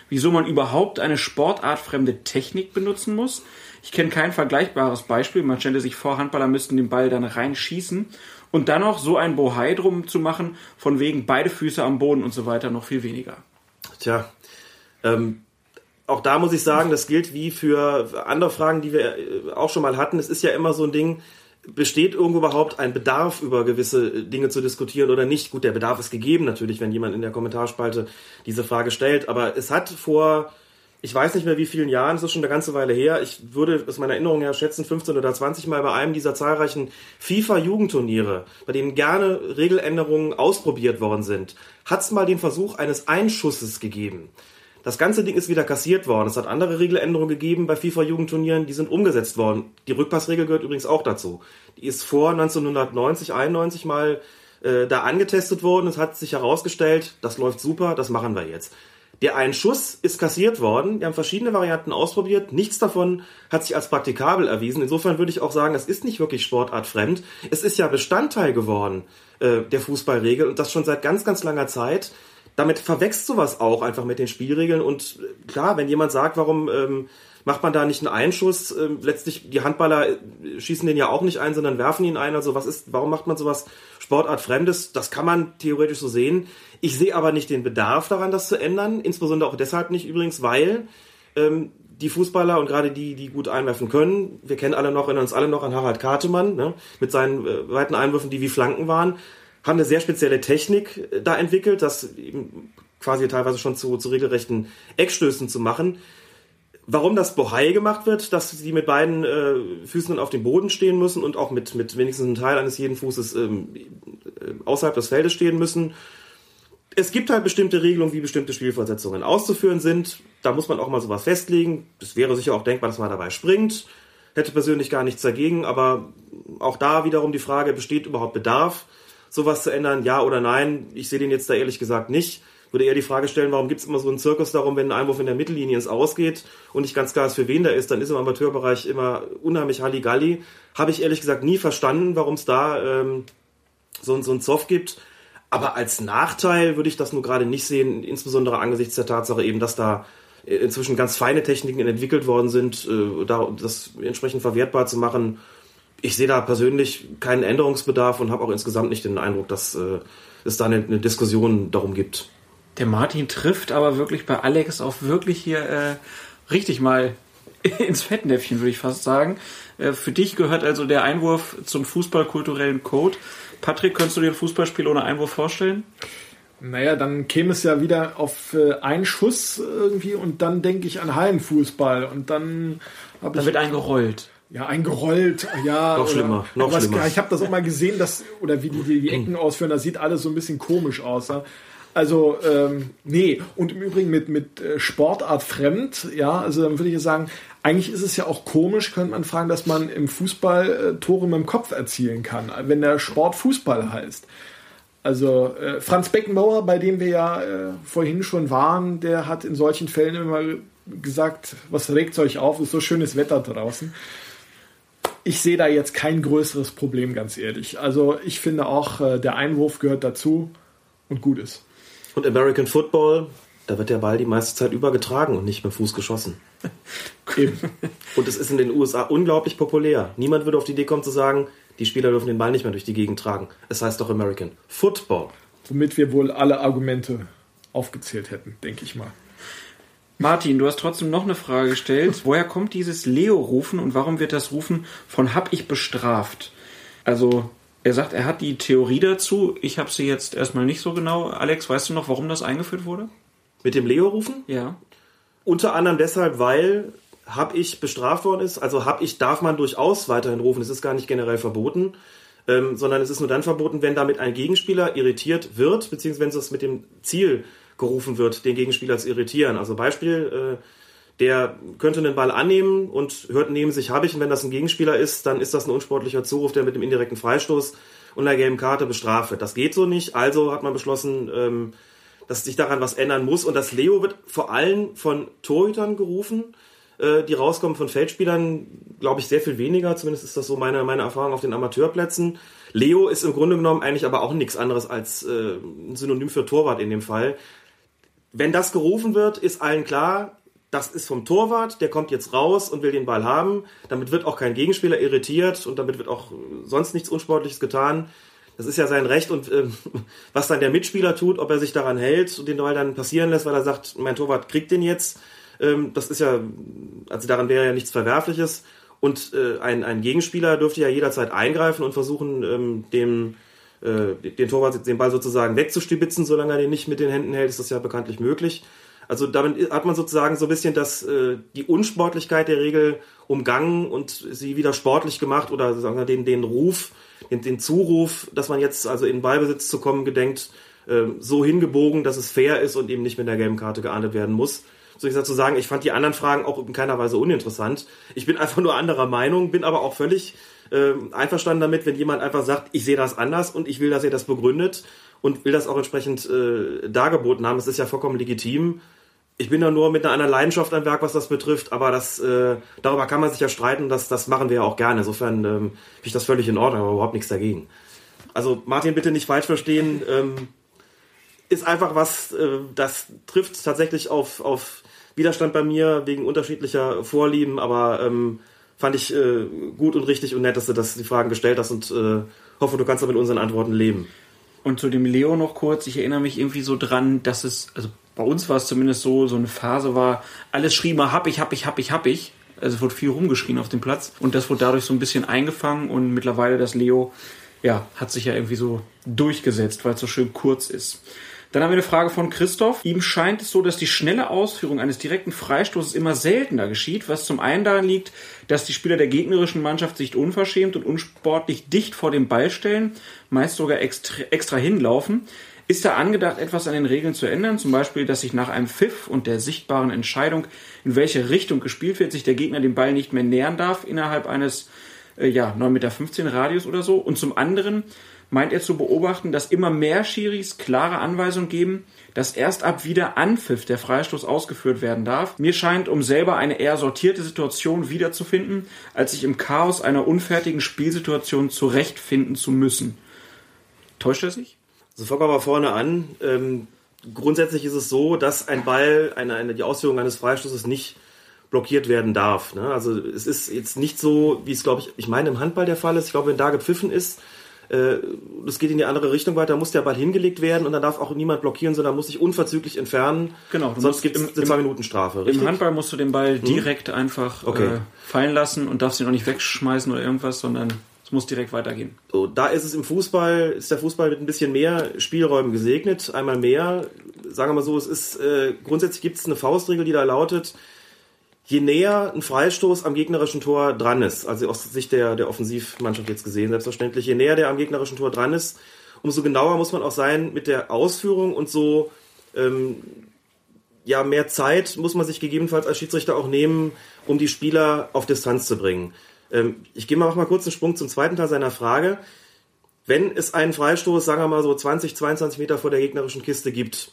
wieso man überhaupt eine sportartfremde Technik benutzen muss. Ich kenne kein vergleichbares Beispiel. Man stelle sich vor, Handballer müssten den Ball dann reinschießen und dann noch so ein Bohai drum zu machen, von wegen beide Füße am Boden und so weiter, noch viel weniger. Tja, ähm, auch da muss ich sagen, das gilt wie für andere Fragen, die wir auch schon mal hatten. Es ist ja immer so ein Ding, besteht irgendwo überhaupt ein Bedarf, über gewisse Dinge zu diskutieren oder nicht? Gut, der Bedarf ist gegeben natürlich, wenn jemand in der Kommentarspalte diese Frage stellt, aber es hat vor, ich weiß nicht mehr wie vielen Jahren, es ist schon eine ganze Weile her, ich würde aus meiner Erinnerung her schätzen, fünfzehn oder zwanzig Mal bei einem dieser zahlreichen FIFA-Jugendturniere, bei denen gerne Regeländerungen ausprobiert worden sind, hat es mal den Versuch eines Einschusses gegeben. Das ganze Ding ist wieder kassiert worden. Es hat andere Regeländerungen gegeben bei FIFA-Jugendturnieren, die sind umgesetzt worden. Die Rückpassregel gehört übrigens auch dazu. Die ist vor neunzehnhundertneunzig, einundneunzig mal äh, da angetestet worden. Es hat sich herausgestellt, das läuft super, das machen wir jetzt. Der Einschuss ist kassiert worden. Wir haben verschiedene Varianten ausprobiert. Nichts davon hat sich als praktikabel erwiesen. Insofern würde ich auch sagen, das ist nicht wirklich sportartfremd. Es ist ja Bestandteil geworden äh, der Fußballregel und das schon seit ganz, ganz langer Zeit. Damit verwechselt sowas auch einfach mit den Spielregeln und klar, wenn jemand sagt, warum ähm, macht man da nicht einen Einschuss, ähm, letztlich die Handballer schießen den ja auch nicht ein, sondern werfen ihn ein, also was ist, warum macht man sowas Sportartfremdes? Das kann man theoretisch so sehen. Ich sehe aber nicht den Bedarf daran, das zu ändern, insbesondere auch deshalb nicht übrigens, weil ähm, die Fußballer und gerade die, die gut einwerfen können, wir kennen alle noch, erinnern uns alle noch an Harald Kartemann, ne, mit seinen äh, weiten Einwürfen, die wie Flanken waren, haben eine sehr spezielle Technik da entwickelt, das eben quasi teilweise schon zu, zu regelrechten Eckstößen zu machen. Warum das Bohai gemacht wird, dass sie mit beiden äh, Füßen auf dem Boden stehen müssen und auch mit, mit wenigstens einem Teil eines jeden Fußes ähm, außerhalb des Feldes stehen müssen. Es gibt halt bestimmte Regelungen, wie bestimmte Spielfortsetzungen auszuführen sind. Da muss man auch mal sowas festlegen. Es wäre sicher auch denkbar, dass man dabei springt. Hätte persönlich gar nichts dagegen, aber auch da wiederum die Frage, besteht überhaupt Bedarf, sowas zu ändern, ja oder nein? Ich sehe den jetzt da ehrlich gesagt nicht. Würde eher die Frage stellen, warum gibt es immer so einen Zirkus darum, wenn ein Einwurf in der Mittellinie ins Ausgeht und nicht ganz klar ist, für wen der ist, dann ist im Amateurbereich immer unheimlich Halligalli. Habe ich ehrlich gesagt nie verstanden, warum es da ähm, so, so einen Zoff gibt. Aber als Nachteil würde ich das nur gerade nicht sehen, insbesondere angesichts der Tatsache eben, dass da inzwischen ganz feine Techniken entwickelt worden sind, äh, da, das entsprechend verwertbar zu machen. Ich sehe da persönlich keinen Änderungsbedarf und habe auch insgesamt nicht den Eindruck, dass äh, es da eine, eine Diskussion darum gibt. Der Martin trifft aber wirklich bei Alex auch wirklich hier äh, richtig mal ins Fettnäpfchen, würde ich fast sagen. Äh, für dich gehört also der Einwurf zum fußballkulturellen Code. Patrick, könntest du dir ein Fußballspiel ohne Einwurf vorstellen? Naja, dann käme es ja wieder auf äh, einen Schuss irgendwie und dann denke ich an Hallenfußball und dann habe ich... Da wird eingerollt. Ja, eingerollt, ja. Noch oder, schlimmer, noch was, schlimmer. Ich habe das auch mal gesehen, dass, oder wie die die, die Ecken ausführen, das sieht alles so ein bisschen komisch aus. Ja? Also, ähm, nee. Und im Übrigen mit, mit Sportart fremd, ja, also dann würde ich sagen, eigentlich ist es ja auch komisch, könnte man fragen, dass man im Fußball äh, Tore mit dem Kopf erzielen kann, wenn der Sport Fußball heißt. Also äh, Franz Beckenbauer, bei dem wir ja äh, vorhin schon waren, der hat in solchen Fällen immer gesagt, was regt euch auf, ist so schönes Wetter draußen. Ich sehe da jetzt kein größeres Problem, ganz ehrlich. Also ich finde auch, äh, der Einwurf gehört dazu und gut ist. Und American Football, da wird der Ball die meiste Zeit übergetragen und nicht mit dem Fuß geschossen. Eben. Und es ist in den U S A unglaublich populär. Niemand würde auf die Idee kommen zu sagen, die Spieler dürfen den Ball nicht mehr durch die Gegend tragen. Es heißt doch American Football. Womit wir wohl alle Argumente aufgezählt hätten, denke ich mal. Martin, du hast trotzdem noch eine Frage gestellt. Woher kommt dieses Leo-Rufen und warum wird das Rufen von hab ich bestraft? Also, er sagt, er hat die Theorie dazu. Ich habe sie jetzt erstmal nicht so genau. Alex, weißt du noch, warum das eingeführt wurde? Mit dem Leo-Rufen? Ja. Unter anderem deshalb, weil hab ich bestraft worden ist. Also hab ich darf man durchaus weiterhin rufen. Es ist gar nicht generell verboten, ähm, sondern es ist nur dann verboten, wenn damit ein Gegenspieler irritiert wird, beziehungsweise wenn es mit dem Ziel gerufen wird, den Gegenspieler zu irritieren. Also Beispiel, äh, der könnte einen Ball annehmen und hört neben sich hab ich, und wenn das ein Gegenspieler ist, dann ist das ein unsportlicher Zuruf, der mit dem indirekten Freistoß und einer gelben Karte bestraft wird. Das geht so nicht, also hat man beschlossen, ähm, dass sich daran was ändern muss, und das Leo wird vor allem von Torhütern gerufen, äh, die rauskommen, von Feldspielern, glaube ich, sehr viel weniger, zumindest ist das so meine, meine Erfahrung auf den Amateurplätzen. Leo ist im Grunde genommen eigentlich aber auch nichts anderes als äh, ein Synonym für Torwart in dem Fall. wenn das gerufen wird, ist allen klar, das ist vom Torwart, der kommt jetzt raus und will den Ball haben. Damit wird auch kein Gegenspieler irritiert und damit wird auch sonst nichts Unsportliches getan. Das ist ja sein Recht und äh, was dann der Mitspieler tut, ob er sich daran hält und den Ball dann passieren lässt, weil er sagt, mein Torwart kriegt den jetzt, ähm, das ist ja, also daran wäre ja nichts Verwerfliches. Und äh, ein, ein Gegenspieler dürfte ja jederzeit eingreifen und versuchen, ähm, dem äh, den Torwart den Ball sozusagen wegzustibitzen, solange er den nicht mit den Händen hält, ist das ja bekanntlich möglich. Also damit hat man sozusagen so ein bisschen das, äh, die Unsportlichkeit der Regel umgangen und sie wieder sportlich gemacht oder sagen wir den, den Ruf, den, den Zuruf, dass man jetzt also in Ballbesitz zu kommen gedenkt, äh, so hingebogen, dass es fair ist und eben nicht mit der gelben Karte geahndet werden muss. So ich dazu sagen, ich fand die anderen Fragen auch in keiner Weise uninteressant. Ich bin einfach nur anderer Meinung, bin aber auch völlig äh, einverstanden damit, wenn jemand einfach sagt, ich sehe das anders und ich will, dass ihr das begründet und will das auch entsprechend äh, dargeboten haben. Es ist ja vollkommen legitim. Ich bin da nur mit einer anderen Leidenschaft am Werk, was das betrifft, aber das, äh, darüber kann man sich ja streiten, das, das machen wir ja auch gerne. Insofern ähm, finde ich das völlig in Ordnung, aber überhaupt nichts dagegen. Also Martin, bitte nicht falsch verstehen, ähm, ist einfach was, äh, das trifft tatsächlich auf, auf Widerstand bei mir wegen unterschiedlicher Vorlieben, aber ähm, fand ich äh, gut und richtig und nett, dass du das, die Fragen gestellt hast und äh, hoffe, du kannst da mit unseren Antworten leben. Und zu dem Leo noch kurz, ich erinnere mich irgendwie so dran, dass es, also bei uns war es zumindest so, so eine Phase war, alles schrie mal, hab ich, hab ich, hab ich, hab ich. Also es wurde viel rumgeschrien auf dem Platz und das wurde dadurch so ein bisschen eingefangen und mittlerweile das Leo, ja, hat sich ja irgendwie so durchgesetzt, weil es so schön kurz ist. Dann haben wir eine Frage von Christoph. Ihm scheint es so, dass die schnelle Ausführung eines direkten Freistoßes immer seltener geschieht, was zum einen daran liegt, dass die Spieler der gegnerischen Mannschaft sich unverschämt und unsportlich dicht vor dem Ball stellen, meist sogar extra, extra hinlaufen. Ist da angedacht, etwas an den Regeln zu ändern? Zum Beispiel, dass sich nach einem Pfiff und der sichtbaren Entscheidung, in welche Richtung gespielt wird, sich der Gegner dem Ball nicht mehr nähern darf innerhalb eines äh, ja, neun Komma fünfzehn Meter Radius oder so. Und zum anderen meint er zu beobachten, dass immer mehr Schiris klare Anweisungen geben, dass erst ab wieder Anpfiff der Freistoß ausgeführt werden darf. Mir scheint, um selber eine eher sortierte Situation wiederzufinden, als sich im Chaos einer unfertigen Spielsituation zurechtfinden zu müssen. Täuscht er sich? Also fangen wir mal vorne an. Ähm, grundsätzlich ist es so, dass ein Ball, eine, eine, die Ausführung eines Freistoßes nicht blockiert werden darf. Ne? Also es ist jetzt nicht so, wie es, glaube ich, ich meine im Handball der Fall ist. Ich glaube, wenn da gepfiffen ist, es geht in die andere Richtung weiter, muss der Ball hingelegt werden und dann darf auch niemand blockieren, sondern muss sich unverzüglich entfernen. Genau. Sonst gibt es eine zwei-Minuten-Strafe, richtig? Im Handball musst du den Ball direkt hm? einfach okay. äh, fallen lassen und darfst ihn auch nicht wegschmeißen oder irgendwas, sondern es muss direkt weitergehen. So, da ist es im Fußball, ist der Fußball mit ein bisschen mehr Spielräumen gesegnet, einmal mehr. Sagen wir mal so, es ist äh, grundsätzlich gibt es eine Faustregel, die da lautet, je näher ein Freistoß am gegnerischen Tor dran ist, also aus Sicht der, der Offensivmannschaft jetzt gesehen, selbstverständlich, je näher der am gegnerischen Tor dran ist, umso genauer muss man auch sein mit der Ausführung und so ähm, ja, mehr Zeit muss man sich gegebenenfalls als Schiedsrichter auch nehmen, um die Spieler auf Distanz zu bringen. Ähm, ich gehe mal, mal kurz einen Sprung zum zweiten Teil seiner Frage. Wenn es einen Freistoß, sagen wir mal so zwanzig, zweiundzwanzig Meter vor der gegnerischen Kiste gibt,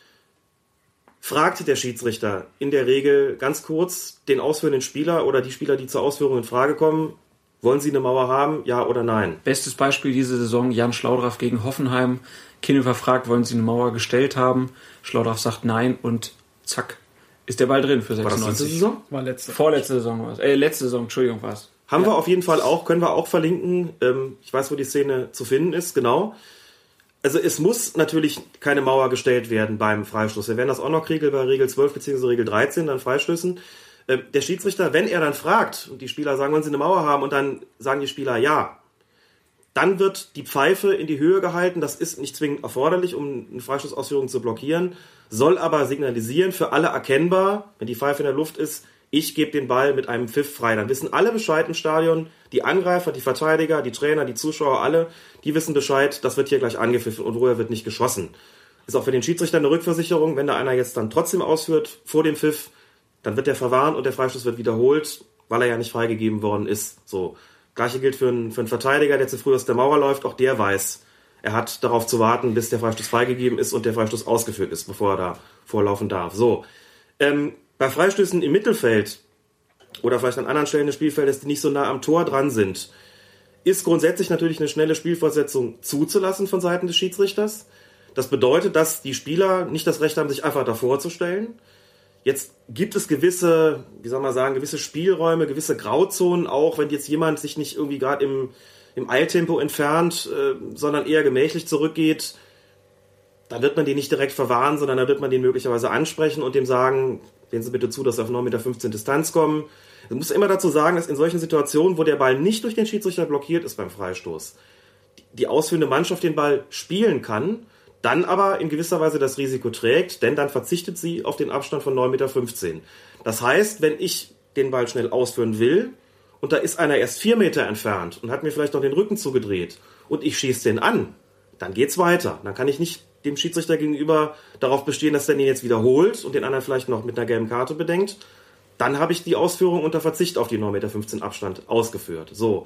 fragt der Schiedsrichter in der Regel ganz kurz den ausführenden Spieler oder die Spieler, die zur Ausführung in Frage kommen, wollen sie eine Mauer haben, ja oder nein? Bestes Beispiel diese Saison, Jan Schlaudraff gegen Hoffenheim. Kienhofer fragt, wollen sie eine Mauer gestellt haben? Schlaudraff sagt nein und zack, ist der Ball drin für sechsundneunzig. War das letzte Saison? War letzte. Vorletzte Saison war es. Äh, letzte Saison, Entschuldigung, war es. Haben ja. wir auf jeden Fall auch, können wir auch verlinken. Ähm, ich weiß, wo die Szene zu finden ist, genau. Also es muss natürlich keine Mauer gestellt werden beim Freistoß. Wir werden das auch noch regeln bei Regel zwölf bzw. Regel dreizehn, dann Freistößen. Äh, der Schiedsrichter, wenn er dann fragt und die Spieler sagen, wollen sie eine Mauer haben und dann sagen die Spieler ja, dann wird die Pfeife in die Höhe gehalten. Das ist nicht zwingend erforderlich, um eine Freistoßausführung zu blockieren, soll aber signalisieren, für alle erkennbar, wenn die Pfeife in der Luft ist, ich gebe den Ball mit einem Pfiff frei. Dann wissen alle Bescheid im Stadion, die Angreifer, die Verteidiger, die Trainer, die Zuschauer, alle, die wissen Bescheid, das wird hier gleich angepfiffen und vorher wird nicht geschossen. Ist auch für den Schiedsrichter eine Rückversicherung, wenn da einer jetzt dann trotzdem ausführt vor dem Pfiff, dann wird der verwarnt und der Freistoß wird wiederholt, weil er ja nicht freigegeben worden ist. So. Gleiche gilt für einen, für einen Verteidiger, der zu früh aus der Mauer läuft, auch der weiß, er hat darauf zu warten, bis der Freistoß freigegeben ist und der Freistoß ausgeführt ist, bevor er da vorlaufen darf. So. Ähm, Bei Freistößen im Mittelfeld oder vielleicht an anderen Stellen des Spielfeldes, die nicht so nah am Tor dran sind, ist grundsätzlich natürlich eine schnelle Spielfortsetzung zuzulassen von Seiten des Schiedsrichters. Das bedeutet, dass die Spieler nicht das Recht haben, sich einfach davor zu stellen. Jetzt gibt es gewisse, wie soll man sagen, gewisse Spielräume, gewisse Grauzonen auch, wenn jetzt jemand sich nicht irgendwie gerade im, im Eiltempo entfernt, äh, sondern eher gemächlich zurückgeht, da wird man den nicht direkt verwahren, sondern da wird man den möglicherweise ansprechen und dem sagen, sehen Sie bitte zu, dass Sie auf neun Meter fünfzehn Distanz kommen. Man muss immer dazu sagen, dass in solchen Situationen, wo der Ball nicht durch den Schiedsrichter blockiert ist beim Freistoß, die ausführende Mannschaft den Ball spielen kann, dann aber in gewisser Weise das Risiko trägt, denn dann verzichtet sie auf den Abstand von neun Meter fünfzehn. Das heißt, wenn ich den Ball schnell ausführen will und da ist einer erst vier Meter entfernt und hat mir vielleicht noch den Rücken zugedreht und ich schieße den an, dann geht's weiter. Dann kann ich nicht dem Schiedsrichter gegenüber darauf bestehen, dass er den jetzt wiederholt und den anderen vielleicht noch mit einer gelben Karte bedenkt. Dann habe ich die Ausführung unter Verzicht auf die neun Meter fünfzehn Abstand ausgeführt. So.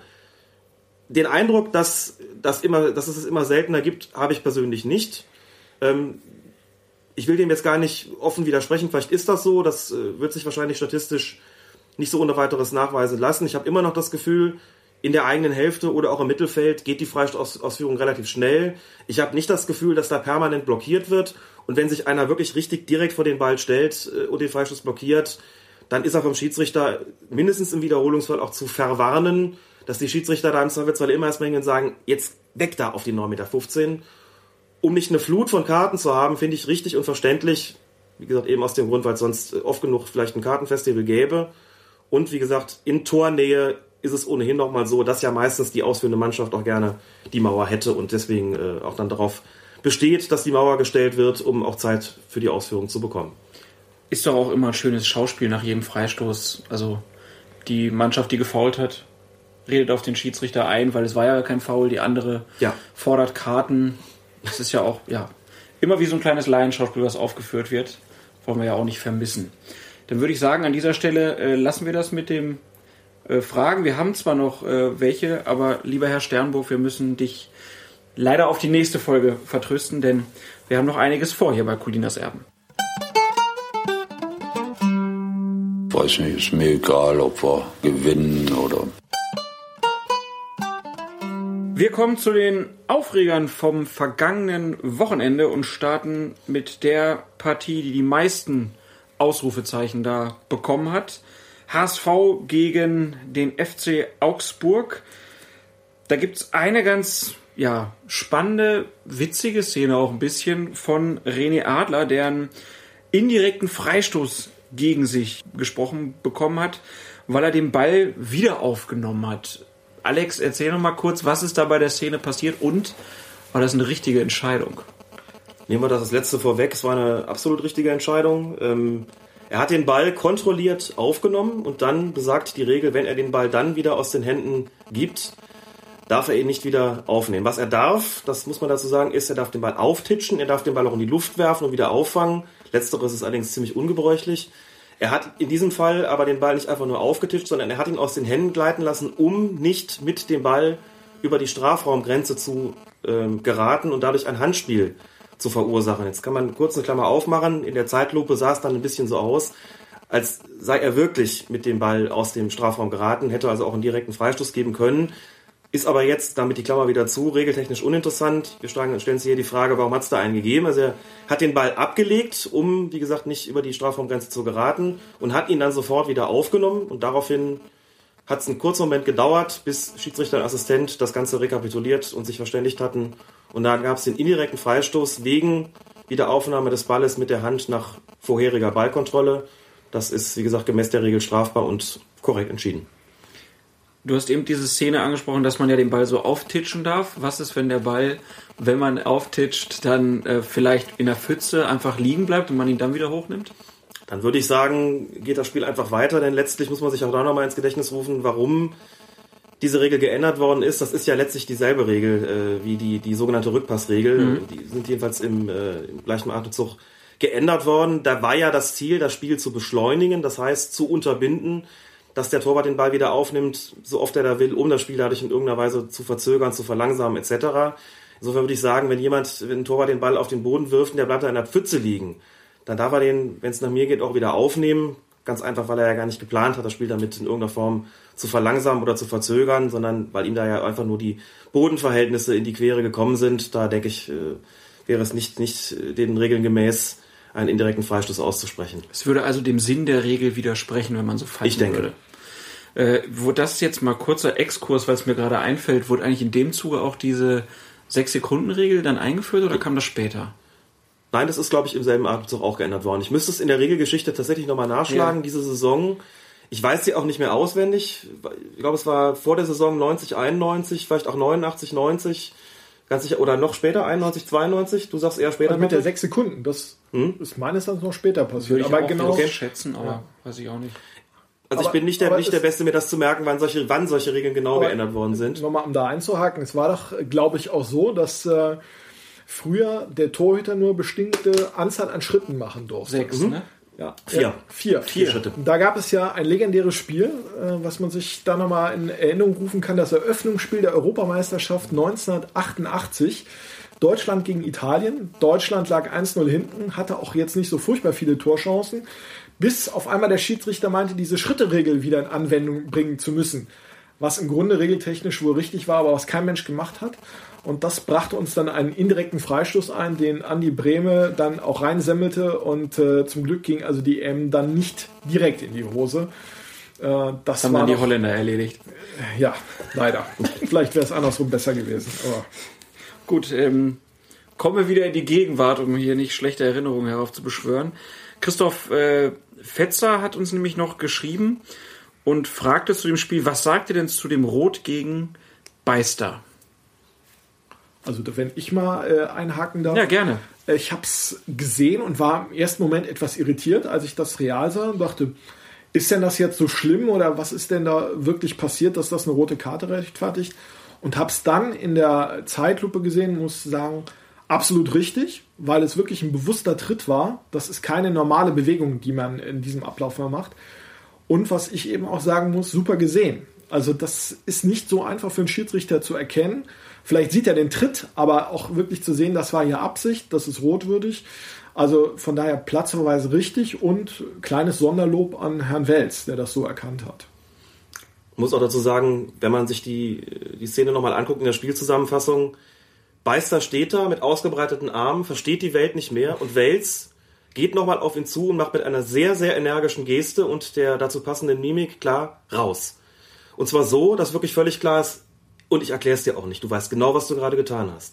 Den Eindruck, dass, dass, immer, dass es es immer seltener gibt, habe ich persönlich nicht. Ähm, ich will dem jetzt gar nicht offen widersprechen. Vielleicht ist das so. Das äh, wird sich wahrscheinlich statistisch nicht so ohne weiteres nachweisen lassen. Ich habe immer noch das Gefühl, in der eigenen Hälfte oder auch im Mittelfeld geht die Freistoßausführung relativ schnell. Ich habe nicht das Gefühl, dass da permanent blockiert wird. Und wenn sich einer wirklich richtig direkt vor den Ball stellt äh, und den Freistoß blockiert, dann ist er vom Schiedsrichter mindestens im Wiederholungsfall auch zu verwarnen, dass die Schiedsrichter da im Zweifelsfall immer erst mal sagen, jetzt weg da auf die neun Meter fünfzehn. Um nicht eine Flut von Karten zu haben, finde ich richtig und verständlich. Wie gesagt, eben aus dem Grund, weil es sonst oft genug vielleicht ein Kartenfestival gäbe. Und wie gesagt, in Tornähe ist es ohnehin nochmal so, dass ja meistens die ausführende Mannschaft auch gerne die Mauer hätte und deswegen äh, auch dann darauf besteht, dass die Mauer gestellt wird, um auch Zeit für die Ausführung zu bekommen. Ist doch auch immer ein schönes Schauspiel nach jedem Freistoß. Also die Mannschaft, die gefoult hat, redet auf den Schiedsrichter ein, weil es war ja kein Foul. Die andere ja. fordert Karten. Das ist ja auch ja immer wie so ein kleines Laienschauspiel, was aufgeführt wird. Wollen wir ja auch nicht vermissen. Dann würde ich sagen, an dieser Stelle äh, lassen wir das mit dem äh, Fragen. Wir haben zwar noch äh, welche, aber lieber Herr Sternburg, wir müssen dich leider auf die nächste Folge vertrösten, denn wir haben noch einiges vor hier bei Colinas Erben. Weiß nicht, ist mir egal, ob wir gewinnen oder... Wir kommen zu den Aufregern vom vergangenen Wochenende und starten mit der Partie, die die meisten Ausrufezeichen da bekommen hat. H S V gegen den F C Augsburg. Da gibt es eine ganz ja, spannende, witzige Szene auch ein bisschen von René Adler, der einen indirekten Freistoß gegen sich gesprochen bekommen hat, weil er den Ball wieder aufgenommen hat. Alex, erzähl noch mal kurz, was ist da bei der Szene passiert und war das eine richtige Entscheidung? Nehmen wir das, das letzte vorweg, es war eine absolut richtige Entscheidung. Ähm, er hat den Ball kontrolliert aufgenommen und dann besagt die Regel, wenn er den Ball dann wieder aus den Händen gibt, darf er ihn nicht wieder aufnehmen. Was er darf, das muss man dazu sagen, ist, er darf den Ball auftitschen, er darf den Ball auch in die Luft werfen und wieder auffangen. Letzteres ist allerdings ziemlich ungebräuchlich. Er hat in diesem Fall aber den Ball nicht einfach nur aufgetischt, sondern er hat ihn aus den Händen gleiten lassen, um nicht mit dem Ball über die Strafraumgrenze zu ähm, geraten und dadurch ein Handspiel zu verursachen. Jetzt kann man kurz eine Klammer aufmachen. In der Zeitlupe sah es dann ein bisschen so aus, als sei er wirklich mit dem Ball aus dem Strafraum geraten, hätte also auch einen direkten Freistoß geben können. Ist aber jetzt, damit die Klammer wieder zu, regeltechnisch uninteressant. Wir stellen uns hier die Frage, warum hat es da einen gegeben? Also er hat den Ball abgelegt, um, wie gesagt, nicht über die Strafraumgrenze zu geraten und hat ihn dann sofort wieder aufgenommen und daraufhin hat es einen kurzen Moment gedauert, bis Schiedsrichter und Assistent das Ganze rekapituliert und sich verständigt hatten. Und da gab es den indirekten Freistoß wegen Wiederaufnahme des Balles mit der Hand nach vorheriger Ballkontrolle. Das ist, wie gesagt, gemäß der Regel strafbar und korrekt entschieden. Du hast eben diese Szene angesprochen, dass man ja den Ball so auftitschen darf. Was ist, wenn der Ball, wenn man auftitscht, dann äh, vielleicht in der Pfütze einfach liegen bleibt und man ihn dann wieder hochnimmt? Dann würde ich sagen, geht das Spiel einfach weiter, denn letztlich muss man sich auch da nochmal ins Gedächtnis rufen, warum diese Regel geändert worden ist. Das ist ja letztlich dieselbe Regel äh, wie die, die sogenannte Rückpassregel. Mhm. Die sind jedenfalls im, äh, im gleichen Atemzug geändert worden. Da war ja das Ziel, das Spiel zu beschleunigen, das heißt zu unterbinden, dass der Torwart den Ball wieder aufnimmt, so oft er da will, um das Spiel dadurch in irgendeiner Weise zu verzögern, zu verlangsamen et cetera. Insofern würde ich sagen, wenn jemand, wenn ein Torwart den Ball auf den Boden wirft und der bleibt da in der Pfütze liegen, dann darf er den, wenn es nach mir geht, auch wieder aufnehmen. Ganz einfach, weil er ja gar nicht geplant hat, das Spiel damit in irgendeiner Form zu verlangsamen oder zu verzögern, sondern weil ihm da ja einfach nur die Bodenverhältnisse in die Quere gekommen sind. Da denke ich, wäre es nicht, nicht den Regeln gemäß, einen indirekten Freistoß auszusprechen. Es würde also dem Sinn der Regel widersprechen, wenn man so pfeifen ich denke. würde. Äh, wo das jetzt mal kurzer Exkurs, weil es mir gerade einfällt, wurde eigentlich in dem Zuge auch diese sechs-Sekunden-Regel dann eingeführt oder kam das später? Nein, das ist, glaube ich, im selben Atemzug auch geändert worden. Ich müsste es in der Regelgeschichte tatsächlich nochmal nachschlagen, ja. Diese Saison. Ich weiß sie auch nicht mehr auswendig. Ich glaube, es war vor der Saison neunzig, einundneunzig, vielleicht auch neunundachtzig, neunzig, ganz sicher, oder noch später, einundneunzig, zweiundneunzig. Du sagst eher später. Also mit der sechs Sekunden, das hm? ist meines Erachtens noch später passiert. Würde ich aber auch genau okay. schätzen, aber ja. weiß ich auch nicht. Also aber, ich bin nicht der, nicht der Beste, mir das zu merken, wann solche, wann solche Regeln genau geändert worden sind. Nochmal, um da einzuhaken, es war doch, glaube ich, auch so, dass äh, früher der Torhüter nur bestimmte Anzahl an Schritten machen durfte. Sechs, mhm. ne? Ja, vier. Ja, vier. Vier Schritte. Da gab es ja ein legendäres Spiel, äh, was man sich da nochmal in Erinnerung rufen kann, das Eröffnungsspiel der Europameisterschaft neunzehnhundertachtundachtzig. Deutschland gegen Italien. Deutschland lag eins null hinten, hatte auch jetzt nicht so furchtbar viele Torchancen, bis auf einmal der Schiedsrichter meinte, diese Schritteregel wieder in Anwendung bringen zu müssen. Was im Grunde regeltechnisch wohl richtig war, aber was kein Mensch gemacht hat. Und das brachte uns dann einen indirekten Freistoß ein, den Andi Brehme dann auch reinsemmelte. Und äh, zum Glück ging also die E M dann nicht direkt in die Hose. Äh, das das haben dann die Holländer erledigt. Äh, ja, leider. Vielleicht wäre es andersrum besser gewesen. Aber gut, ähm, kommen wir wieder in die Gegenwart, um hier nicht schlechte Erinnerungen heraufzubeschwören. Christoph äh, Fetzer hat uns nämlich noch geschrieben und fragte zu dem Spiel, was sagt ihr denn zu dem Rot gegen Beister? Also wenn ich mal äh, einhaken darf. Ja, gerne. Ich habe es gesehen und war im ersten Moment etwas irritiert, als ich das real sah und dachte, ist denn das jetzt so schlimm oder was ist denn da wirklich passiert, dass das eine rote Karte rechtfertigt? Und habe es dann in der Zeitlupe gesehen, muss sagen, absolut richtig, weil es wirklich ein bewusster Tritt war. Das ist keine normale Bewegung, die man in diesem Ablauf mehr macht. Und was ich eben auch sagen muss, super gesehen. Also das ist nicht so einfach für einen Schiedsrichter zu erkennen. Vielleicht sieht er den Tritt, aber auch wirklich zu sehen, das war hier Absicht, das ist rotwürdig. Also von daher platzverweise richtig und kleines Sonderlob an Herrn Welz, der das so erkannt hat. Ich muss auch dazu sagen, wenn man sich die, die Szene nochmal anguckt in der Spielzusammenfassung, Beister steht da mit ausgebreiteten Armen, versteht die Welt nicht mehr und Welz geht nochmal auf ihn zu und macht mit einer sehr, sehr energischen Geste und der dazu passenden Mimik klar raus. Und zwar so, dass wirklich völlig klar ist, und ich erkläre es dir auch nicht, du weißt genau, was du gerade getan hast.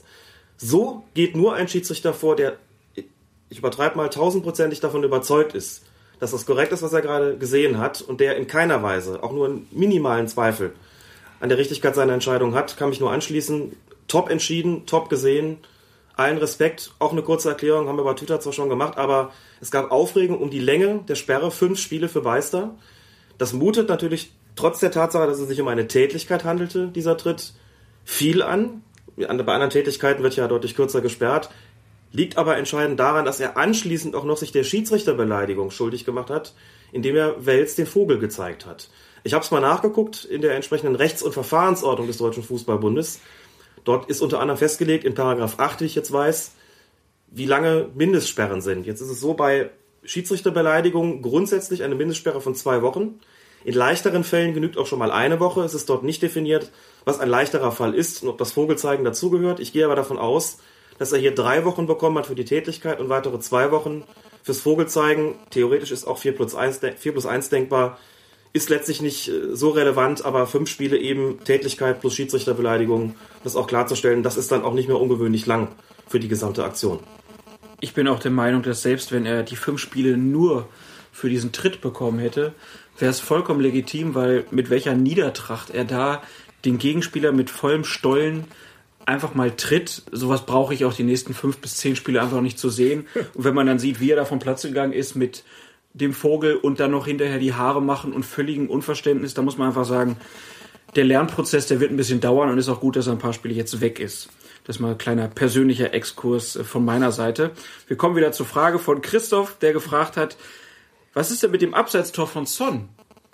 So geht nur ein Schiedsrichter vor, der, ich übertreibe mal, tausendprozentig davon überzeugt ist, dass das korrekt ist, was er gerade gesehen hat und der in keiner Weise, auch nur einen minimalen Zweifel an der Richtigkeit seiner Entscheidung hat, kann mich nur anschließen. Top entschieden, top gesehen, allen Respekt. Auch eine kurze Erklärung haben wir bei Twitter zwar schon gemacht, aber es gab Aufregung um die Länge der Sperre, fünf Spiele für Beister. Das mutet natürlich trotz der Tatsache, dass es sich um eine Tätlichkeit handelte, dieser Tritt, viel an. Bei anderen Tätigkeiten wird ja deutlich kürzer gesperrt. Liegt aber entscheidend daran, dass er anschließend auch noch sich der Schiedsrichterbeleidigung schuldig gemacht hat, indem er Welz den Vogel gezeigt hat. Ich habe es mal nachgeguckt in der entsprechenden Rechts- und Verfahrensordnung des Deutschen Fußballbundes. Dort ist unter anderem festgelegt, in Paragraph acht, wie ich jetzt weiß, wie lange Mindestsperren sind. Jetzt ist es so, bei Schiedsrichterbeleidigung grundsätzlich eine Mindestsperre von zwei Wochen. In leichteren Fällen genügt auch schon mal eine Woche. Es ist dort nicht definiert, was ein leichterer Fall ist und ob das Vogelzeigen dazugehört. Ich gehe aber davon aus, dass er hier drei Wochen bekommen hat für die Tätlichkeit und weitere zwei Wochen fürs Vogelzeigen. Theoretisch ist auch vier plus eins denkbar. Ist letztlich nicht so relevant, aber fünf Spiele eben Tätlichkeit plus Schiedsrichterbeleidigung, das auch klarzustellen, das ist dann auch nicht mehr ungewöhnlich lang für die gesamte Aktion. Ich bin auch der Meinung, dass selbst wenn er die fünf Spiele nur für diesen Tritt bekommen hätte, wäre es vollkommen legitim, weil mit welcher Niedertracht er da den Gegenspieler mit vollem Stollen einfach mal tritt. Sowas brauche ich auch die nächsten fünf bis zehn Spiele einfach nicht zu sehen. Und wenn man dann sieht, wie er da vom Platz gegangen ist mit dem Vogel und dann noch hinterher die Haare machen und völligen Unverständnis, da muss man einfach sagen, der Lernprozess, der wird ein bisschen dauern und ist auch gut, dass er ein paar Spiele jetzt weg ist. Das ist mal ein kleiner persönlicher Exkurs von meiner Seite. Wir kommen wieder zur Frage von Christoph, der gefragt hat, was ist denn mit dem Abseitstor von Son?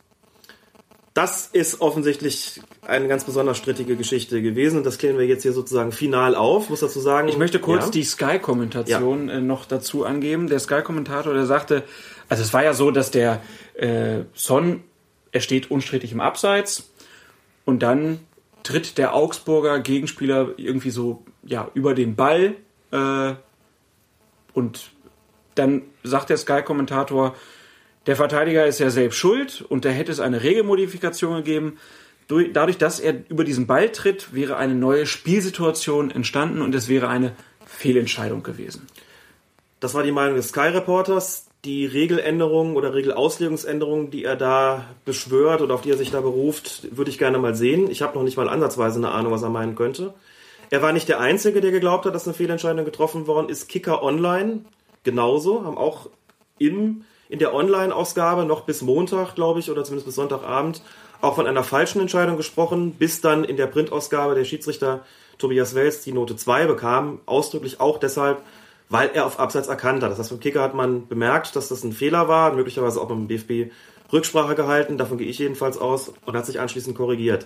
Das ist offensichtlich eine ganz besonders strittige Geschichte gewesen und das klären wir jetzt hier sozusagen final auf, muss dazu sagen. Ich möchte kurz ja. die Sky-Kommentation ja. noch dazu angeben. Der Sky-Kommentator, der sagte, also es war ja so, dass der äh, Son, er steht unstrittig im Abseits und dann tritt der Augsburger Gegenspieler irgendwie so ja über den Ball äh, Und dann sagt der Sky-Kommentator, der Verteidiger ist ja selbst schuld und da hätte es eine Regelmodifikation gegeben. Dadurch, dass er über diesen Ball tritt, wäre eine neue Spielsituation entstanden und es wäre eine Fehlentscheidung gewesen. Das war die Meinung des Sky-Reporters. Die Regeländerungen oder Regelauslegungsänderungen, die er da beschwört oder auf die er sich da beruft, würde ich gerne mal sehen. Ich habe noch nicht mal ansatzweise eine Ahnung, was er meinen könnte. Er war nicht der Einzige, der geglaubt hat, dass eine Fehlentscheidung getroffen worden ist. Kicker Online genauso, haben auch im, in der Online-Ausgabe noch bis Montag, glaube ich, oder zumindest bis Sonntagabend auch von einer falschen Entscheidung gesprochen, bis dann in der Printausgabe der Schiedsrichter Tobias Welz die Note zwei bekam, ausdrücklich auch deshalb, weil er auf Abseits erkannt hat. Das heißt, beim Kicker hat man bemerkt, dass das ein Fehler war, möglicherweise auch beim D F B Rücksprache gehalten, davon gehe ich jedenfalls aus, und hat sich anschließend korrigiert.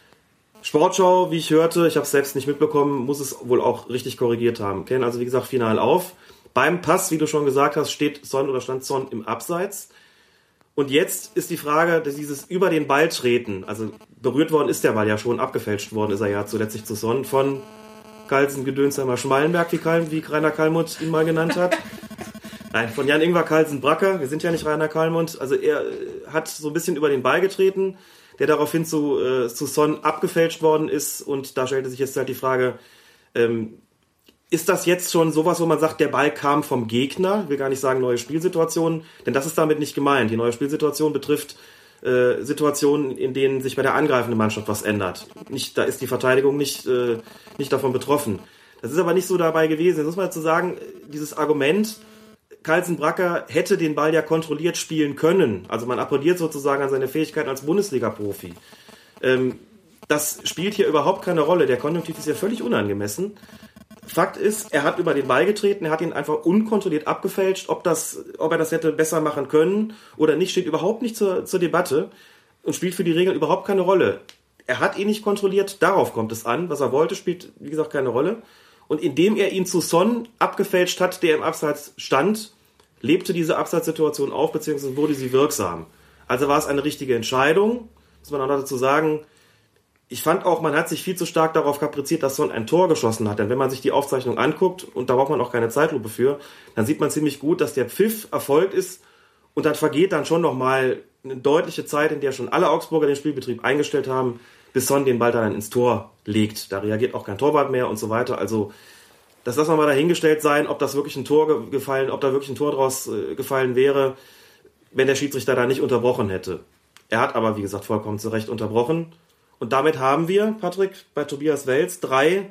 Sportschau, wie ich hörte, ich habe es selbst nicht mitbekommen, muss es wohl auch richtig korrigiert haben. Kennen also, wie gesagt, final auf. Beim Pass, wie du schon gesagt hast, steht Son oder stand Son im Abseits. Und jetzt ist die Frage, dass dieses über den Ball treten, also berührt worden ist der Ball ja schon, abgefälscht worden ist er ja zuletzt zu Son von Carlsen Gedönsheimer Schmallenberg, wie, Karl, wie Rainer Kallmund ihn mal genannt hat. Nein, von Jan-Ingwer Carlsen Bracker, wir sind ja nicht Rainer Kallmund, also er hat so ein bisschen über den Ball getreten, der daraufhin zu, äh, zu Son abgefälscht worden ist, und da stellte sich jetzt halt die Frage, ähm, ist das jetzt schon sowas, wo man sagt, der Ball kam vom Gegner? Ich will gar nicht sagen neue Spielsituationen, denn das ist damit nicht gemeint. Die neue Spielsituation betrifft äh, Situationen, in denen sich bei der angreifenden Mannschaft was ändert. Nicht, da ist die Verteidigung nicht, äh, nicht davon betroffen. Das ist aber nicht so dabei gewesen. Jetzt muss man dazu sagen, dieses Argument, Carlsen Bracker hätte den Ball ja kontrolliert spielen können. Also man appelliert sozusagen an seine Fähigkeiten als Bundesliga-Profi. Ähm, das spielt hier überhaupt keine Rolle. Der Konjunktiv ist ja völlig unangemessen. Fakt ist, er hat über den Ball getreten, er hat ihn einfach unkontrolliert abgefälscht. Ob, das, ob er das hätte besser machen können oder nicht, steht überhaupt nicht zur, zur Debatte und spielt für die Regeln überhaupt keine Rolle. Er hat ihn nicht kontrolliert, darauf kommt es an. Was er wollte, spielt, wie gesagt, keine Rolle. Und indem er ihn zu Son abgefälscht hat, der im Abseits stand, lebte diese Abseitssituation auf, beziehungsweise wurde sie wirksam. Also war es eine richtige Entscheidung, muss man auch noch dazu sagen. Ich fand auch, man hat sich viel zu stark darauf kapriziert, dass Son ein Tor geschossen hat. Denn wenn man sich die Aufzeichnung anguckt, und da braucht man auch keine Zeitlupe für, dann sieht man ziemlich gut, dass der Pfiff erfolgt ist. Und dann vergeht dann schon nochmal eine deutliche Zeit, in der schon alle Augsburger den Spielbetrieb eingestellt haben, bis Son den Ball dann ins Tor legt. Da reagiert auch kein Torwart mehr und so weiter. Also das lassen wir mal dahingestellt sein, ob das wirklich ein Tor ge- gefallen, ob da wirklich ein Tor draus äh, gefallen wäre, wenn der Schiedsrichter da nicht unterbrochen hätte. Er hat aber, wie gesagt, vollkommen zu Recht unterbrochen. Und damit haben wir, Patrick, bei Tobias Welz drei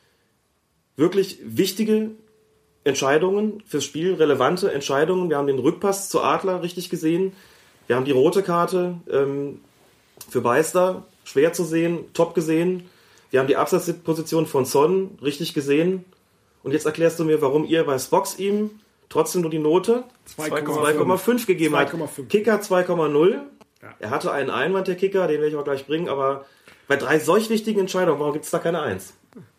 wirklich wichtige Entscheidungen fürs Spiel, relevante Entscheidungen. Wir haben den Rückpass zu Adler richtig gesehen. Wir haben die rote Karte ähm, für Beister, schwer zu sehen, top gesehen. Wir haben die Absatzposition von Son richtig gesehen. Und jetzt erklärst du mir, warum ihr bei Spox ihm trotzdem nur die Note zwei Komma fünf gegeben habt. Kicker zwei Komma null. Ja. Er hatte einen Einwand, der Kicker, den werde ich auch gleich bringen, aber bei drei solch wichtigen Entscheidungen, warum gibt es da keine Eins?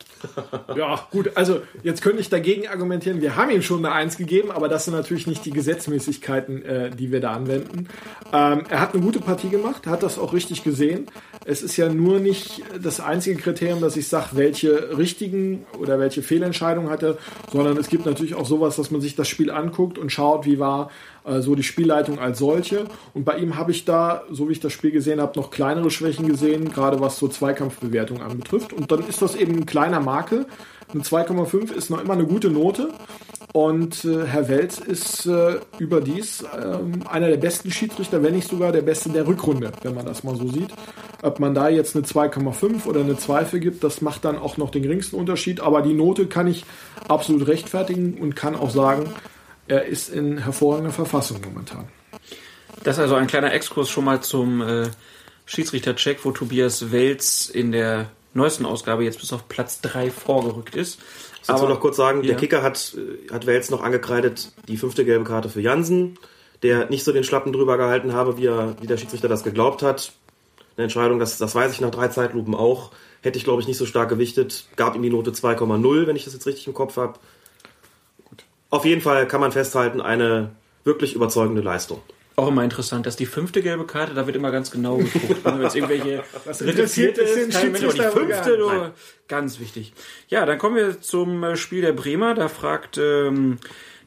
Ja, gut, also jetzt könnte ich dagegen argumentieren, wir haben ihm schon eine Eins gegeben, aber das sind natürlich nicht die Gesetzmäßigkeiten, äh, die wir da anwenden. Ähm, er hat eine gute Partie gemacht, hat das auch richtig gesehen. Es ist ja nur nicht das einzige Kriterium, dass ich sage, welche richtigen oder welche Fehlentscheidungen hatte, sondern es gibt natürlich auch sowas, dass man sich das Spiel anguckt und schaut, wie war äh, so die Spielleitung als solche. Und bei ihm habe ich da, so wie ich das Spiel gesehen habe, noch kleinere Schwächen gesehen, gerade was so Zweikampfbewertung anbetrifft. Und dann ist das eben ein kleiner Marke. Eine zwei Komma fünf ist noch immer eine gute Note. Und äh, Herr Welz ist äh, überdies äh, einer der besten Schiedsrichter, wenn nicht sogar der beste der Rückrunde, wenn man das mal so sieht. Ob man da jetzt eine zwei Komma fünf oder eine zwei für gibt, das macht dann auch noch den geringsten Unterschied. Aber die Note kann ich absolut rechtfertigen und kann auch sagen, er ist in hervorragender Verfassung momentan. Das ist also ein kleiner Exkurs schon mal zum äh, Schiedsrichter-Check, wo Tobias Welz in der neuesten Ausgabe jetzt bis auf Platz drei vorgerückt ist. Ich soll noch kurz sagen, ja. Der Kicker hat, hat Welz noch angekreidet, die fünfte gelbe Karte für Jansen, der nicht so den Schlappen drüber gehalten habe, wie, er, wie der Schiedsrichter das geglaubt hat. Eine Entscheidung, das, das weiß ich nach drei Zeitlupen auch, hätte ich, glaube ich, nicht so stark gewichtet. Gab ihm die Note zwei Komma null, wenn ich das jetzt richtig im Kopf habe. Gut. Auf jeden Fall kann man festhalten, eine wirklich überzeugende Leistung. Auch immer interessant, dass die fünfte gelbe Karte, da wird immer ganz genau geguckt. Wenn jetzt irgendwelche was interessiert ist, ist kein Mensch, die fünfte, oder? Ganz wichtig. Ja, dann kommen wir zum Spiel der Bremer. Da fragt ähm,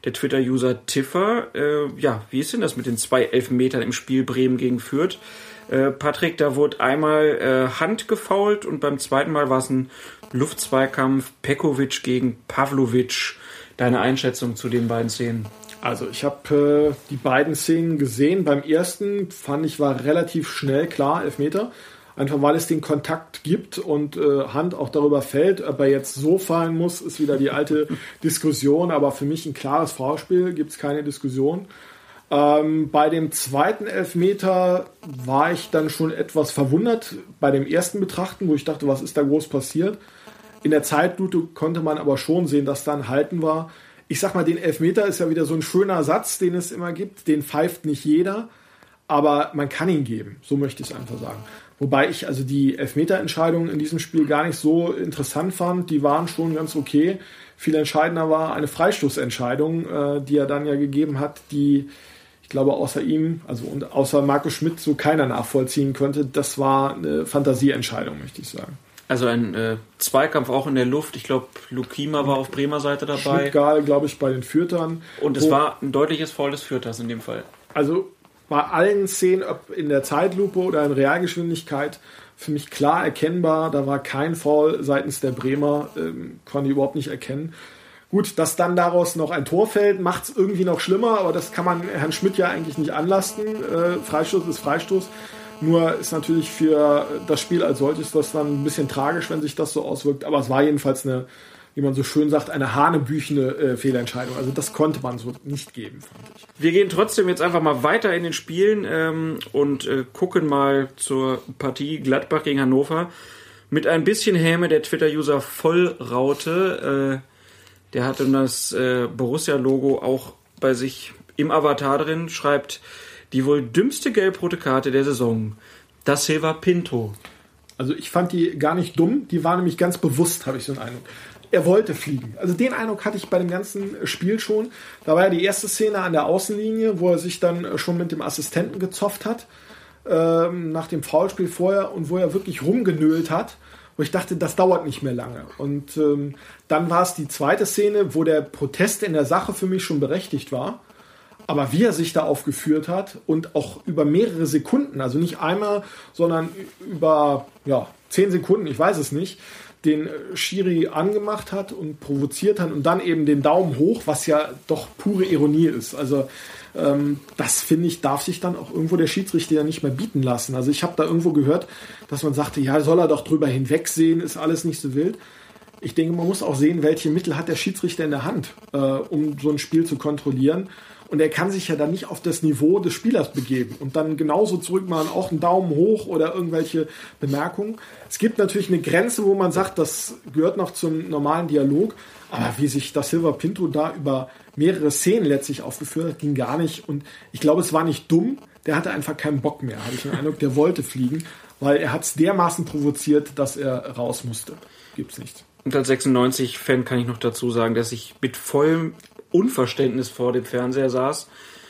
der Twitter-User Tiffer. Äh, ja, wie ist denn das mit den zwei Elfmetern im Spiel Bremen gegen Fürth? Äh, Patrick, da wurde einmal äh, Hand gefoult und beim zweiten Mal war es ein Luftzweikampf. Pekovic gegen Pavlovic. Deine Einschätzung zu den beiden Szenen? Also ich habe äh, die beiden Szenen gesehen. Beim ersten fand ich, war relativ schnell klar, Elfmeter. Einfach weil es den Kontakt gibt und äh, Hand auch darüber fällt. Ob er jetzt so fallen muss, ist wieder die alte Diskussion. Aber für mich ein klares Foulspiel, gibt es keine Diskussion. Ähm, bei dem zweiten Elfmeter war ich dann schon etwas verwundert bei dem ersten Betrachten, wo ich dachte, was ist da groß passiert. In der Zeitlupe konnte man aber schon sehen, dass da ein Halten war. Ich sag mal, den Elfmeter ist ja wieder so ein schöner Satz, den es immer gibt. Den pfeift nicht jeder, aber man kann ihn geben. So möchte ich es einfach sagen. Wobei ich also die Elfmeterentscheidungen in diesem Spiel gar nicht so interessant fand. Die waren schon ganz okay. Viel entscheidender war eine Freistoßentscheidung, äh, die er dann ja gegeben hat, die, ich glaube, außer ihm, also und außer Markus Schmidt so keiner nachvollziehen konnte. Das war eine Fantasieentscheidung, möchte ich sagen. Also ein äh, Zweikampf auch in der Luft. Ich glaube, Lukima war auf Bremer Seite dabei. Schmidt-Gahl, glaube ich, bei den Fürthern. Und es war ein deutliches Foul des Fürthers in dem Fall. Also bei allen Szenen, ob in der Zeitlupe oder in Realgeschwindigkeit, für mich klar erkennbar. Da war kein Foul seitens der Bremer, ähm, konnte ich überhaupt nicht erkennen. Gut, dass dann daraus noch ein Tor fällt, macht es irgendwie noch schlimmer, aber das kann man Herrn Schmidt ja eigentlich nicht anlasten. Äh, Freistoß ist Freistoß. Nur ist natürlich für das Spiel als solches das dann ein bisschen tragisch, wenn sich das so auswirkt. Aber es war jedenfalls eine, wie man so schön sagt, eine hanebüchene äh, Fehlentscheidung. Also das konnte man so nicht geben, fand ich. Wir gehen trotzdem jetzt einfach mal weiter in den Spielen ähm, und äh, gucken mal zur Partie Gladbach gegen Hannover. Mit ein bisschen Häme der Twitter-User Vollraute. Äh, der hat dann das äh, Borussia-Logo auch bei sich im Avatar drin, schreibt: Die wohl dümmste gelb-rote Karte der Saison. Da Silva Pinto. Also ich fand die gar nicht dumm. Die war nämlich ganz bewusst, habe ich so einen Eindruck. Er wollte fliegen. Also den Eindruck hatte ich bei dem ganzen Spiel schon. Da war ja die erste Szene an der Außenlinie, wo er sich dann schon mit dem Assistenten gezofft hat. Ähm, nach dem Foulspiel vorher und wo er wirklich rumgenölt hat. Wo ich dachte, das dauert nicht mehr lange. Und ähm, dann war es die zweite Szene, wo der Protest in der Sache für mich schon berechtigt war. Aber wie er sich da aufgeführt hat und auch über mehrere Sekunden, also nicht einmal, sondern über ja, zehn Sekunden, ich weiß es nicht, den Schiri angemacht hat und provoziert hat und dann eben den Daumen hoch, was ja doch pure Ironie ist. Also ähm, das, finde ich, darf sich dann auch irgendwo der Schiedsrichter ja nicht mehr bieten lassen. Also ich habe da irgendwo gehört, dass man sagte, ja, soll er doch drüber hinwegsehen, ist alles nicht so wild. Ich denke, man muss auch sehen, welche Mittel hat der Schiedsrichter in der Hand, äh, um so ein Spiel zu kontrollieren. Und er kann sich ja dann nicht auf das Niveau des Spielers begeben und dann genauso zurückmachen, auch einen Daumen hoch oder irgendwelche Bemerkungen. Es gibt natürlich eine Grenze, wo man sagt, das gehört noch zum normalen Dialog. Aber wie sich da Silva Pinto da über mehrere Szenen letztlich aufgeführt hat, ging gar nicht. Und ich glaube, es war nicht dumm. Der hatte einfach keinen Bock mehr, habe ich den Eindruck. Der wollte fliegen, weil er hat es dermaßen provoziert, dass er raus musste. Gibt's nicht. Und als sechsundneunzig-Fan kann ich noch dazu sagen, dass ich mit vollem Unverständnis vor dem Fernseher saß,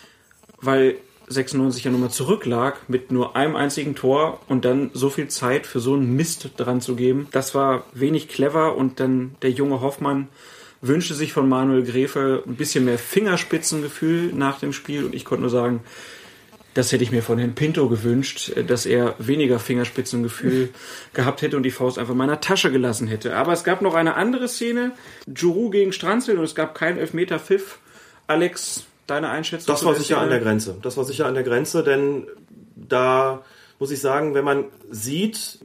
weil sechsundneunzig ja nochmal zurücklag mit nur einem einzigen Tor und dann so viel Zeit für so einen Mist dran zu geben. Das war wenig clever und dann der junge Hoffmann wünschte sich von Manuel Gräfe ein bisschen mehr Fingerspitzengefühl nach dem Spiel und ich konnte nur sagen, das hätte ich mir von Herrn Pinto gewünscht, dass er weniger Fingerspitzengefühl gehabt hätte und die Faust einfach in meiner Tasche gelassen hätte. Aber es gab noch eine andere Szene, Djourou gegen Stranzel und es gab keinen Elfmeter-Pfiff. Alex, deine Einschätzung? Das war sicher an der Grenze. Das war sicher an der Grenze, denn da muss ich sagen, wenn man sieht,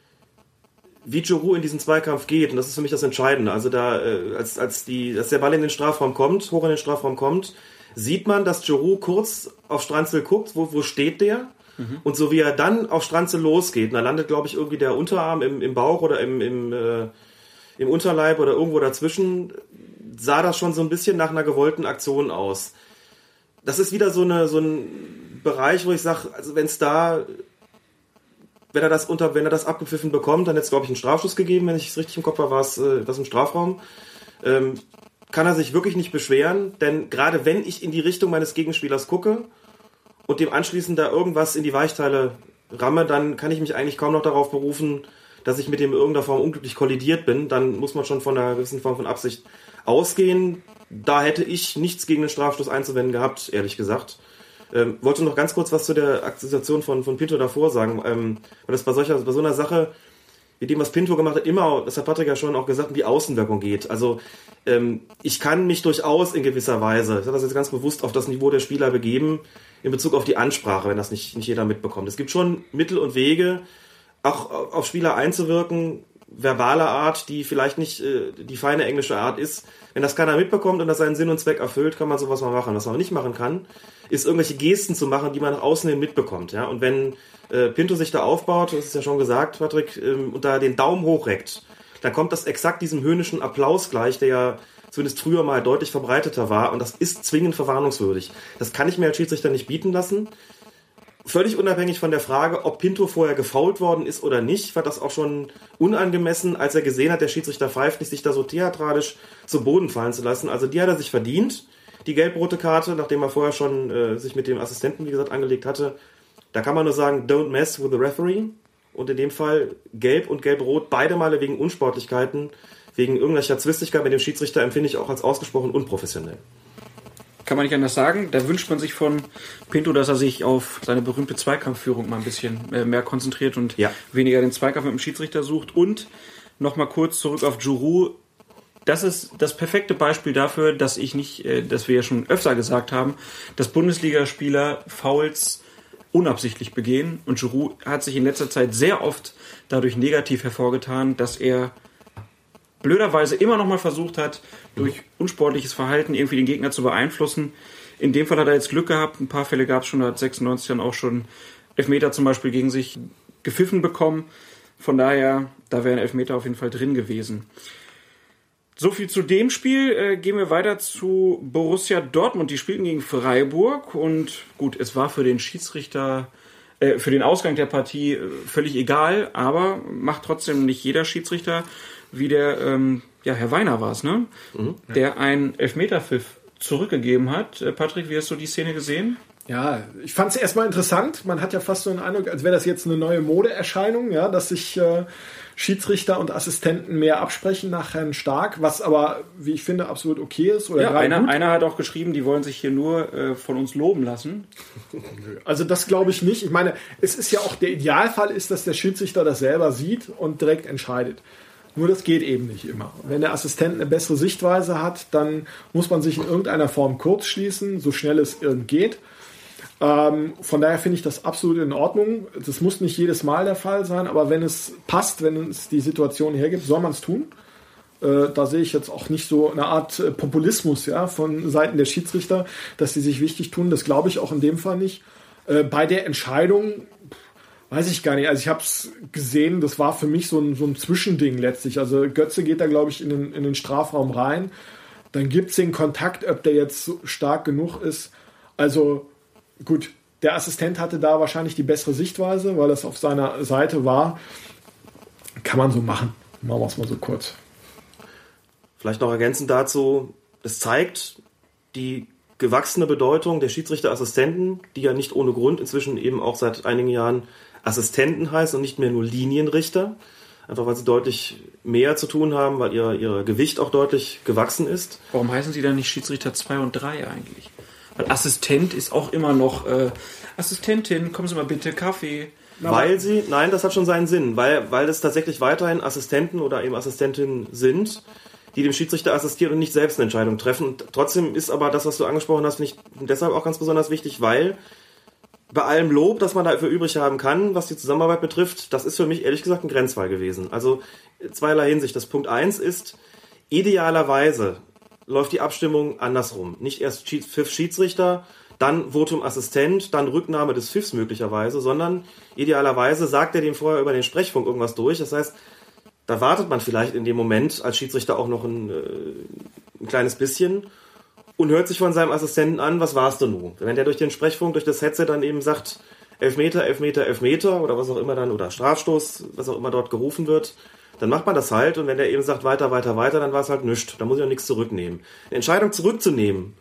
wie Djourou in diesen Zweikampf geht, und das ist für mich das Entscheidende, also da, als, als, die, als der Ball in den Strafraum kommt, hoch in den Strafraum kommt, sieht man, dass Djourou kurz auf Stranzel guckt, wo, wo steht der? Mhm. Und so wie er dann auf Stranzel losgeht, und da landet, glaube ich, irgendwie der Unterarm im, im Bauch oder im, im, äh, im Unterleib oder irgendwo dazwischen, sah das schon so ein bisschen nach einer gewollten Aktion aus. Das ist wieder so, eine, so ein Bereich, wo ich sage, also wenn es da, wenn er das unter, wenn er das abgepfiffen bekommt, dann hätte es, glaube ich, einen Strafschuss gegeben, wenn ich es richtig im Kopf habe, war es äh, das im Strafraum. Ähm, kann er sich wirklich nicht beschweren, denn gerade wenn ich in die Richtung meines Gegenspielers gucke und dem anschließend da irgendwas in die Weichteile ramme, dann kann ich mich eigentlich kaum noch darauf berufen, dass ich mit dem in irgendeiner Form unglücklich kollidiert bin, dann muss man schon von einer gewissen Form von Absicht ausgehen. Da hätte ich nichts gegen den Strafstoß einzuwenden gehabt, ehrlich gesagt. Ähm, wollte noch ganz kurz was zu der Aktion von, von Pinto davor sagen, ähm, weil das bei, solcher, bei so einer Sache, wie dem, was Pinto gemacht hat, immer, das hat Patrick ja schon auch gesagt, um die Außenwirkung geht. Also ähm, ich kann mich durchaus in gewisser Weise, ich habe das jetzt ganz bewusst auf das Niveau der Spieler begeben, in Bezug auf die Ansprache, wenn das nicht, nicht jeder mitbekommt. Es gibt schon Mittel und Wege, auch auf Spieler einzuwirken, verbaler Art, die vielleicht nicht äh, die feine englische Art ist. Wenn das keiner mitbekommt und das seinen Sinn und Zweck erfüllt, kann man sowas mal machen. Was man nicht machen kann, ist irgendwelche Gesten zu machen, die man nach außen hin mitbekommt. Ja? Und wenn äh, Pinto sich da aufbaut, das ist ja schon gesagt, Patrick, ähm, und da den Daumen hochreckt, dann kommt das exakt diesem höhnischen Applaus gleich, der ja zumindest früher mal deutlich verbreiteter war. Und das ist zwingend verwarnungswürdig. Das kann ich mir als Schiedsrichter nicht bieten lassen. Völlig unabhängig von der Frage, ob Pinto vorher gefoult worden ist oder nicht, war das auch schon unangemessen, als er gesehen hat, der Schiedsrichter pfeift nicht, sich da so theatralisch zu Boden fallen zu lassen. Also die hat er sich verdient, die gelb-rote Karte, nachdem er vorher schon äh, sich mit dem Assistenten, wie gesagt, angelegt hatte. Da kann man nur sagen, don't mess with the referee. Und in dem Fall gelb und gelb-rot, beide Male wegen Unsportlichkeiten, wegen irgendwelcher Zwistigkeit mit dem Schiedsrichter, empfinde ich auch als ausgesprochen unprofessionell. Kann man nicht anders sagen. Da wünscht man sich von Pinto, dass er sich auf seine berühmte Zweikampfführung mal ein bisschen mehr konzentriert und ja. weniger den Zweikampf mit dem Schiedsrichter sucht. Und nochmal kurz zurück auf Giroud. Das ist das perfekte Beispiel dafür, dass ich nicht, dass wir ja schon öfter gesagt haben, dass Bundesligaspieler Fouls unabsichtlich begehen. Und Giroud hat sich in letzter Zeit sehr oft dadurch negativ hervorgetan, dass er blöderweise immer noch mal versucht hat, durch unsportliches Verhalten irgendwie den Gegner zu beeinflussen. In dem Fall hat er jetzt Glück gehabt. Ein paar Fälle gab es schon, da hat sechsundneunzig dann auch schon Elfmeter zum Beispiel gegen sich gepfiffen bekommen. Von daher, da wäre ein Elfmeter auf jeden Fall drin gewesen. So viel zu dem Spiel. Äh, gehen wir weiter zu Borussia Dortmund. Die spielten gegen Freiburg und gut, es war für den Schiedsrichter, äh, für den Ausgang der Partie äh, völlig egal, aber macht trotzdem nicht jeder Schiedsrichter, wie der, ähm, ja, Herr Weiner war es, ne? Mhm, ja. Der einen Elfmeterpfiff zurückgegeben hat. Äh, Patrick, wie hast du die Szene gesehen? Ja, ich fand es erstmal interessant. Man hat ja fast so einen Eindruck, als wäre das jetzt eine neue Modeerscheinung, ja, dass sich äh, Schiedsrichter und Assistenten mehr absprechen nach Herrn Stark, was aber, wie ich finde, absolut okay ist. Oder ja, einer, einer hat auch geschrieben, die wollen sich hier nur äh, von uns loben lassen. Also das glaube ich nicht. Ich meine, es ist ja auch, der Idealfall ist, dass der Schiedsrichter das selber sieht und direkt entscheidet. Nur das geht eben nicht immer. Wenn der Assistent eine bessere Sichtweise hat, dann muss man sich in irgendeiner Form kurzschließen, so schnell es irgend geht. Ähm, von daher finde ich das absolut in Ordnung. Das muss nicht jedes Mal der Fall sein, aber wenn es passt, wenn es die Situation hergibt, soll man es tun. Äh, da sehe ich jetzt auch nicht so eine Art äh, Populismus, ja, von Seiten der Schiedsrichter, dass sie sich wichtig tun. Das glaube ich auch in dem Fall nicht. Äh, bei der Entscheidung weiß ich gar nicht. Also ich habe es gesehen, das war für mich so ein, so ein Zwischending letztlich. Also Götze geht da, glaube ich, in den, in den Strafraum rein. Dann gibt es den Kontakt, ob der jetzt so stark genug ist. Also gut, der Assistent hatte da wahrscheinlich die bessere Sichtweise, weil das auf seiner Seite war. Kann man so machen. Machen wir es mal so kurz. Vielleicht noch ergänzend dazu, es zeigt die gewachsene Bedeutung der Schiedsrichterassistenten, die ja nicht ohne Grund inzwischen eben auch seit einigen Jahren Assistenten heißen und nicht mehr nur Linienrichter. Einfach weil sie deutlich mehr zu tun haben, weil ihr, ihr Gewicht auch deutlich gewachsen ist. Warum heißen sie dann nicht Schiedsrichter zwei und drei eigentlich? Weil Assistent ist auch immer noch äh, Assistentin, kommen Sie mal bitte, Kaffee. Weil sie, nein, das hat schon seinen Sinn, weil, weil es tatsächlich weiterhin Assistenten oder eben Assistentinnen sind, die dem Schiedsrichter assistieren und nicht selbst eine Entscheidung treffen. Und trotzdem ist aber das, was du angesprochen hast, finde ich deshalb auch ganz besonders wichtig, weil bei allem Lob, das man dafür übrig haben kann, was die Zusammenarbeit betrifft, das ist für mich ehrlich gesagt ein Grenzfall gewesen. Also zweierlei Hinsicht. Das Punkt eins ist, idealerweise läuft die Abstimmung andersrum. Nicht erst Pfiff Schiedsrichter, dann Votum Assistent, dann Rücknahme des Pfiffs möglicherweise, sondern idealerweise sagt er dem vorher über den Sprechfunk irgendwas durch. Das heißt, da wartet man vielleicht in dem Moment als Schiedsrichter auch noch ein, ein kleines bisschen und hört sich von seinem Assistenten an, was war's denn nun? Wenn der durch den Sprechfunk, durch das Headset dann eben sagt, Elfmeter, Elfmeter, Elfmeter oder was auch immer dann, oder Strafstoß, was auch immer dort gerufen wird, dann macht man das halt und wenn der eben sagt, weiter, weiter, weiter, dann war es halt nichts. Da muss ich auch nichts zurücknehmen. Eine Entscheidung zurückzunehmen,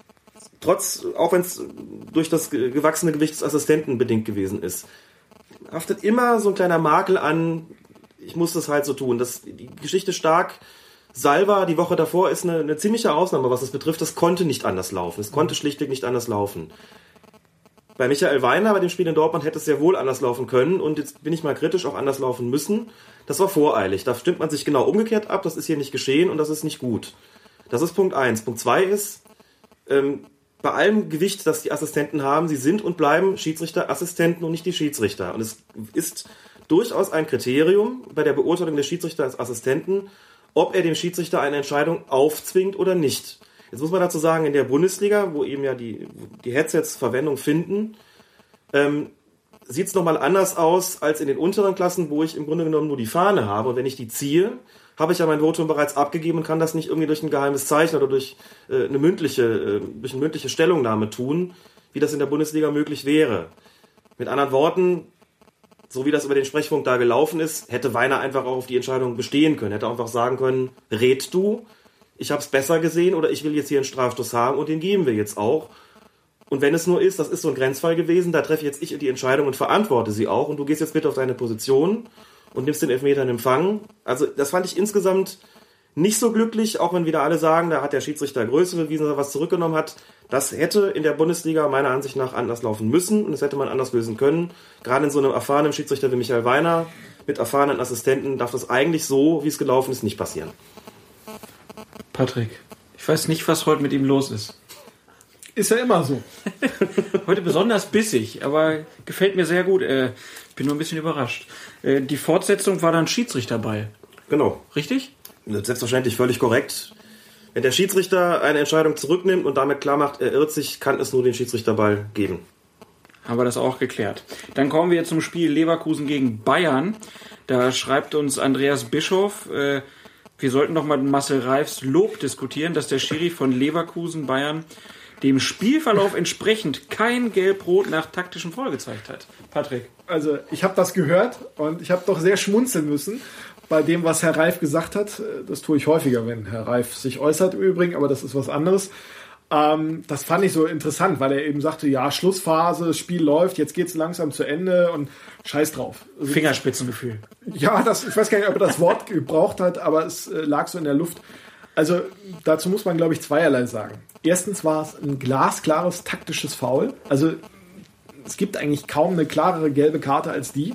trotz, auch wenn es durch das gewachsene Gewicht des Assistenten bedingt gewesen ist, haftet immer so ein kleiner Makel an, ich muss das halt so tun. Das, die Geschichte stark. Salva, die Woche davor, ist eine, eine ziemliche Ausnahme, was das betrifft. Das konnte nicht anders laufen. Es konnte schlichtweg nicht anders laufen. Bei Michael Weiner, bei dem Spiel in Dortmund, hätte es sehr wohl anders laufen können. Und jetzt bin ich mal kritisch, auch anders laufen müssen. Das war voreilig. Da stimmt man sich genau umgekehrt ab. Das ist hier nicht geschehen und das ist nicht gut. Das ist Punkt eins. Punkt zwei ist, ähm, bei allem Gewicht, das die Assistenten haben, sie sind und bleiben Schiedsrichterassistenten und nicht die Schiedsrichter. Und es ist durchaus ein Kriterium bei der Beurteilung der Schiedsrichter als Assistenten, ob er dem Schiedsrichter eine Entscheidung aufzwingt oder nicht. Jetzt muss man dazu sagen, in der Bundesliga, wo eben ja die, die Headsets Verwendung finden, ähm, sieht es nochmal anders aus als in den unteren Klassen, wo ich im Grunde genommen nur die Fahne habe. Und wenn ich die ziehe, habe ich ja mein Votum bereits abgegeben und kann das nicht irgendwie durch ein geheimes Zeichen oder durch, äh, eine, mündliche, äh, durch eine mündliche Stellungnahme tun, wie das in der Bundesliga möglich wäre. Mit anderen Worten, so wie das über den Sprechfunk da gelaufen ist, hätte Weiner einfach auch auf die Entscheidung bestehen können. Hätte einfach sagen können, red du, ich habe es besser gesehen oder ich will jetzt hier einen Strafstoß haben und den geben wir jetzt auch. Und wenn es nur ist, das ist so ein Grenzfall gewesen, da treffe jetzt ich die Entscheidung und verantworte sie auch und du gehst jetzt bitte auf deine Position und nimmst den Elfmeter in Empfang. Also das fand ich insgesamt nicht so glücklich, auch wenn wieder alle sagen, da hat der Schiedsrichter Größe bewiesen, dass er was zurückgenommen hat. Das hätte in der Bundesliga meiner Ansicht nach anders laufen müssen und das hätte man anders lösen können. Gerade in so einem erfahrenen Schiedsrichter wie Michael Weiner mit erfahrenen Assistenten darf das eigentlich so, wie es gelaufen ist, nicht passieren. Patrick, ich weiß nicht, was heute mit ihm los ist. Ist ja immer so. Heute besonders bissig, aber gefällt mir sehr gut. Äh, bin nur ein bisschen überrascht. Äh, die Fortsetzung war dann Schiedsrichterball. Genau. Richtig? Selbstverständlich völlig korrekt. Wenn der Schiedsrichter eine Entscheidung zurücknimmt und damit klar macht, er irrt sich, kann es nur den Schiedsrichterball geben. Haben wir das auch geklärt. Dann kommen wir zum Spiel Leverkusen gegen Bayern. Da schreibt uns Andreas Bischof, äh, wir sollten noch mal Marcel Reifs Lob diskutieren, dass der Schiri von Leverkusen Bayern dem Spielverlauf entsprechend kein Gelb-Rot nach taktischem Foul gezeigt hat. Patrick. Also ich habe das gehört und ich habe doch sehr schmunzeln müssen bei dem, was Herr Reif gesagt hat. Das tue ich häufiger, wenn Herr Reif sich äußert im Übrigen, aber das ist was anderes. Ähm, das fand ich so interessant, weil er eben sagte, ja, Schlussphase, das Spiel läuft, jetzt geht's langsam zu Ende und scheiß drauf. Also, Fingerspitzengefühl. Ja, das, ich weiß gar nicht, ob er das Wort gebraucht hat, aber es äh, lag so in der Luft. Also dazu muss man, glaube ich, zweierlei sagen. Erstens war es ein glasklares taktisches Foul. Also es gibt eigentlich kaum eine klarere gelbe Karte als die.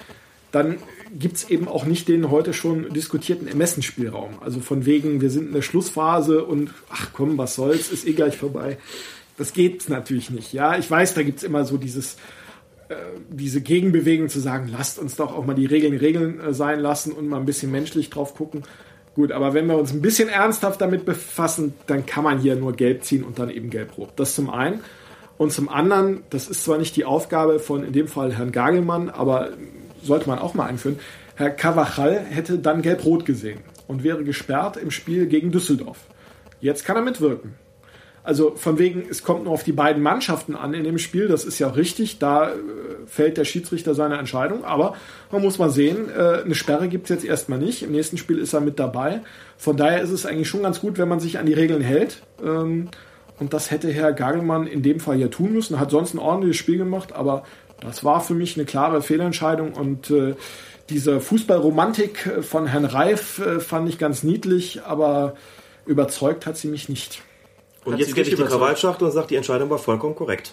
Dann gibt es eben auch nicht den heute schon diskutierten Ermessensspielraum. Also von wegen, wir sind in der Schlussphase und ach komm, was soll's, ist eh gleich vorbei. Das geht natürlich nicht. Ja, ich weiß, da gibt es immer so dieses, äh, diese Gegenbewegung zu sagen, lasst uns doch auch mal die Regeln Regeln äh, sein lassen und mal ein bisschen menschlich drauf gucken. Gut, aber wenn wir uns ein bisschen ernsthaft damit befassen, dann kann man hier nur gelb ziehen und dann eben gelb-rot. Das zum einen. Und zum anderen, das ist zwar nicht die Aufgabe von in dem Fall Herrn Gagelmann, aber sollte man auch mal einführen, Herr Carvajal hätte dann gelb-rot gesehen und wäre gesperrt im Spiel gegen Düsseldorf. Jetzt kann er mitwirken. Also von wegen, es kommt nur auf die beiden Mannschaften an in dem Spiel, das ist ja auch richtig, da äh, fällt der Schiedsrichter seine Entscheidung, aber man muss mal sehen, äh, eine Sperre gibt es jetzt erstmal nicht, im nächsten Spiel ist er mit dabei, von daher ist es eigentlich schon ganz gut, wenn man sich an die Regeln hält, ähm, und das hätte Herr Gagelmann in dem Fall ja tun müssen, hat sonst ein ordentliches Spiel gemacht, aber das war für mich eine klare Fehlentscheidung und äh, diese Fußballromantik von Herrn Reif äh, fand ich ganz niedlich, aber überzeugt hat sie mich nicht. Und jetzt geht ich die Krawallschachtel und sagt, die Entscheidung war vollkommen korrekt.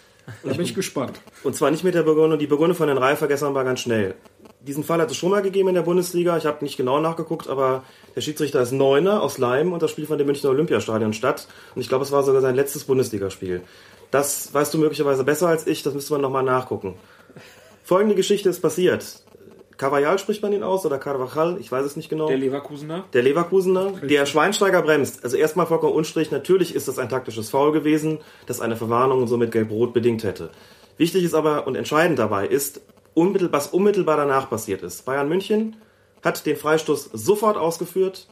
Da bin ich gespannt. Und zwar nicht mit der Begründung, die Begründung von Herrn Reifer gestern war ganz schnell. Diesen Fall hat es schon mal gegeben in der Bundesliga. Ich habe nicht genau nachgeguckt, aber der Schiedsrichter ist Neuner aus Leim und das Spiel fand im Münchner Olympiastadion statt. Und ich glaube, es war sogar sein letztes Bundesligaspiel. Das weißt du möglicherweise besser als ich, das müsste man nochmal nachgucken. Folgende Geschichte ist passiert. Carvajal spricht man ihn aus oder Carvajal, ich weiß es nicht genau. Der Leverkusener. Der Leverkusener, der Schweinsteiger bremst. Also erstmal vollkommen unstrich, natürlich ist das ein taktisches Foul gewesen, das eine Verwarnung und somit gelb-rot bedingt hätte. Wichtig ist aber und entscheidend dabei ist, unmittelbar, was unmittelbar danach passiert ist. Bayern München hat den Freistoß sofort ausgeführt,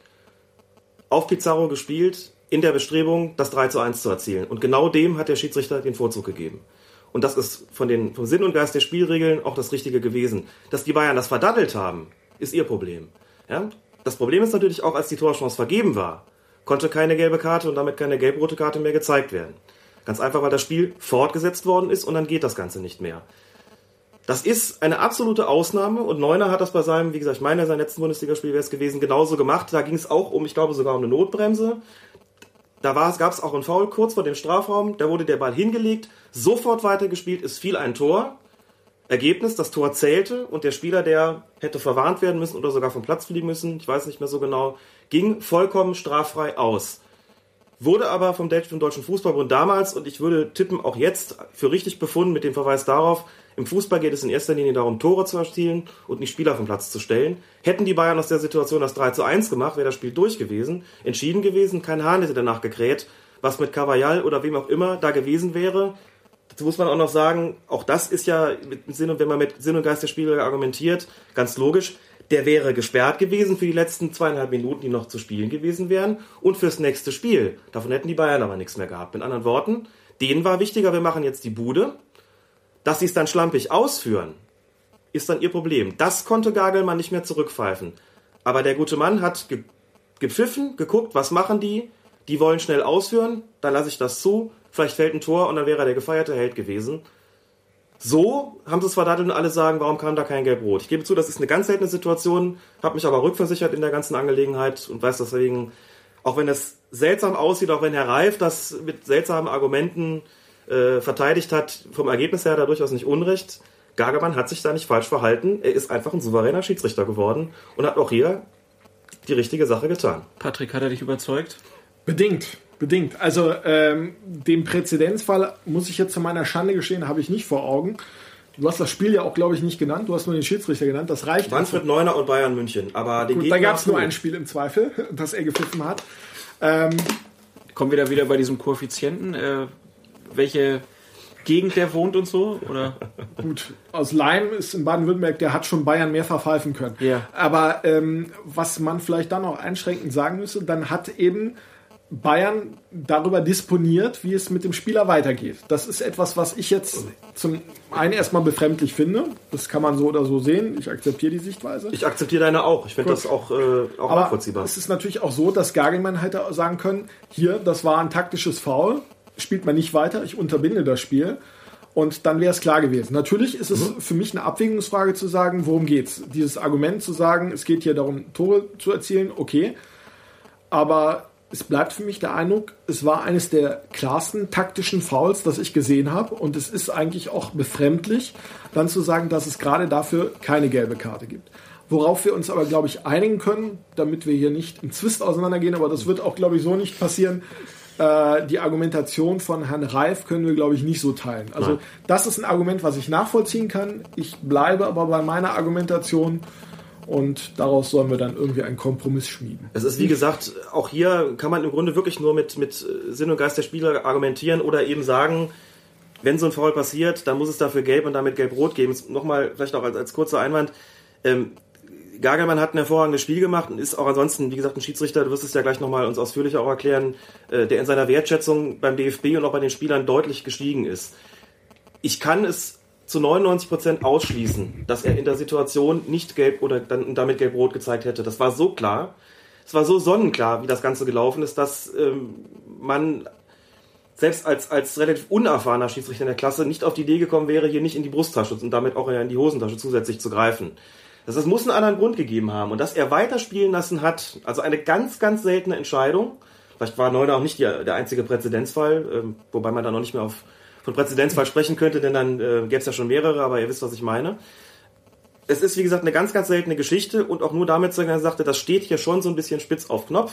auf Pizarro gespielt, in der Bestrebung, das drei zu eins zu erzielen. Und genau dem hat der Schiedsrichter den Vorzug gegeben. Und das ist von den, vom Sinn und Geist der Spielregeln auch das Richtige gewesen. Dass die Bayern das verdattelt haben, ist ihr Problem. Ja? Das Problem ist natürlich auch, als die Torchance vergeben war, konnte keine gelbe Karte und damit keine gelb-rote Karte mehr gezeigt werden. Ganz einfach, weil das Spiel fortgesetzt worden ist und dann geht das Ganze nicht mehr. Das ist eine absolute Ausnahme und Neuner hat das bei seinem, wie gesagt, ich meine, sein letzten Bundesligaspiel wäre es gewesen, genauso gemacht. Da ging es auch um, ich glaube sogar um eine Notbremse. Da gab es auch einen Foul kurz vor dem Strafraum, da wurde der Ball hingelegt, sofort weitergespielt, es fiel ein Tor. Ergebnis, das Tor zählte und der Spieler, der hätte verwarnt werden müssen oder sogar vom Platz fliegen müssen, ich weiß nicht mehr so genau, ging vollkommen straffrei aus. Wurde aber vom Deutschen Fußballbund damals, und ich würde tippen auch jetzt, für richtig befunden mit dem Verweis darauf, im Fußball geht es in erster Linie darum, Tore zu erzielen und nicht Spieler vom Platz zu stellen. Hätten die Bayern aus der Situation das drei zu eins gemacht, wäre das Spiel durch gewesen, entschieden gewesen, kein Hahn hätte danach gekräht, was mit Carvajal oder wem auch immer da gewesen wäre. Dazu muss man auch noch sagen, auch das ist ja, mit Sinn und, wenn man mit Sinn und Geist der Spieler argumentiert, ganz logisch, der wäre gesperrt gewesen für die letzten zweieinhalb Minuten, die noch zu spielen gewesen wären und fürs nächste Spiel. Davon hätten die Bayern aber nichts mehr gehabt. Mit anderen Worten, denen war wichtiger, wir machen jetzt die Bude. Dass sie es dann schlampig ausführen, ist dann ihr Problem. Das konnte Gagelmann nicht mehr zurückpfeifen. Aber der gute Mann hat ge- gepfiffen, geguckt, was machen die? Die wollen schnell ausführen, dann lasse ich das zu, vielleicht fällt ein Tor und dann wäre er der gefeierte Held gewesen. So haben sie es verdattelt und alle sagen, warum kam da kein Gelb-Rot? Ich gebe zu, das ist eine ganz seltene Situation, habe mich aber rückversichert in der ganzen Angelegenheit und weiß deswegen, auch wenn es seltsam aussieht, auch wenn Herr Reif das mit seltsamen Argumenten äh, verteidigt hat, vom Ergebnis her hat er durchaus nicht Unrecht. Gagelmann hat sich da nicht falsch verhalten. Er ist einfach ein souveräner Schiedsrichter geworden und hat auch hier die richtige Sache getan. Patrick, hat er dich überzeugt? Bedingt. Bedingt. Also ähm, den Präzedenzfall, muss ich jetzt zu meiner Schande gestehen, habe ich nicht vor Augen. Du hast das Spiel ja auch, glaube ich, nicht genannt. Du hast nur den Schiedsrichter genannt. Das reicht. Manfred Neuner und Bayern München. Aber den Gut, da gab es nur ein Spiel im Zweifel, das er gepfiffen hat. Ähm, Kommen wir da wieder bei diesem Koeffizienten, äh, welche Gegend der wohnt und so? Oder? Gut, aus Leim ist in Baden-Württemberg, der hat schon Bayern mehrfach pfeifen können. Ja. Aber ähm, was man vielleicht dann auch einschränkend sagen müsste, dann hat eben Bayern darüber disponiert, wie es mit dem Spieler weitergeht. Das ist etwas, was ich jetzt zum einen erstmal befremdlich finde. Das kann man so oder so sehen. Ich akzeptiere die Sichtweise. Ich akzeptiere deine auch. Ich finde das auch, äh, auch Aber nachvollziehbar. Es ist natürlich auch so, dass Gagelmann hätte sagen können, hier, das war ein taktisches Foul, spielt man nicht weiter, ich unterbinde das Spiel. Und dann wäre es klar gewesen. Natürlich ist es mhm. für mich eine Abwägungsfrage zu sagen, worum geht's? Dieses Argument zu sagen, es geht hier darum, Tore zu erzielen, okay. Aber es bleibt für mich der Eindruck, es war eines der klarsten taktischen Fouls, das ich gesehen habe. Und es ist eigentlich auch befremdlich, dann zu sagen, dass es gerade dafür keine gelbe Karte gibt. Worauf wir uns aber, glaube ich, einigen können, damit wir hier nicht im Zwist auseinandergehen, aber das wird auch, glaube ich, so nicht passieren. Äh, die Argumentation von Herrn Reif können wir, glaube ich, nicht so teilen. Also Nein. Das ist ein Argument, was ich nachvollziehen kann. Ich bleibe aber bei meiner Argumentation. Und daraus sollen wir dann irgendwie einen Kompromiss schmieden. Es ist, wie gesagt, auch hier kann man im Grunde wirklich nur mit, mit Sinn und Geist der Spieler argumentieren oder eben sagen, wenn so ein Foul passiert, dann muss es dafür gelb und damit gelb-rot geben. Nochmal, vielleicht auch als, als kurzer Einwand, ähm, Gagelmann hat ein hervorragendes Spiel gemacht und ist auch ansonsten, wie gesagt, ein Schiedsrichter, du wirst es ja gleich nochmal uns ausführlicher auch erklären, äh, der in seiner Wertschätzung beim D F B und auch bei den Spielern deutlich gestiegen ist. Ich kann es zu neunundneunzig Prozent ausschließen, dass er in der Situation nicht gelb oder dann damit gelb-rot gezeigt hätte. Das war so klar, es war so sonnenklar, wie das Ganze gelaufen ist, dass ähm, man selbst als, als relativ unerfahrener Schiedsrichter in der Klasse nicht auf die Idee gekommen wäre, hier nicht in die Brusttasche und damit auch in die Hosentasche zusätzlich zu greifen. Das, das muss einen anderen Grund gegeben haben. Und dass er weiterspielen lassen hat, also eine ganz, ganz seltene Entscheidung. Vielleicht war Neuner auch nicht die, der einzige Präzedenzfall, ähm, wobei man da noch nicht mehr auf von Präzedenzfall sprechen könnte, denn dann äh, gäbe es ja schon mehrere, aber ihr wisst, was ich meine. Es ist, wie gesagt, eine ganz, ganz seltene Geschichte und auch nur damit, dass er sagte, das steht hier schon so ein bisschen spitz auf Knopf.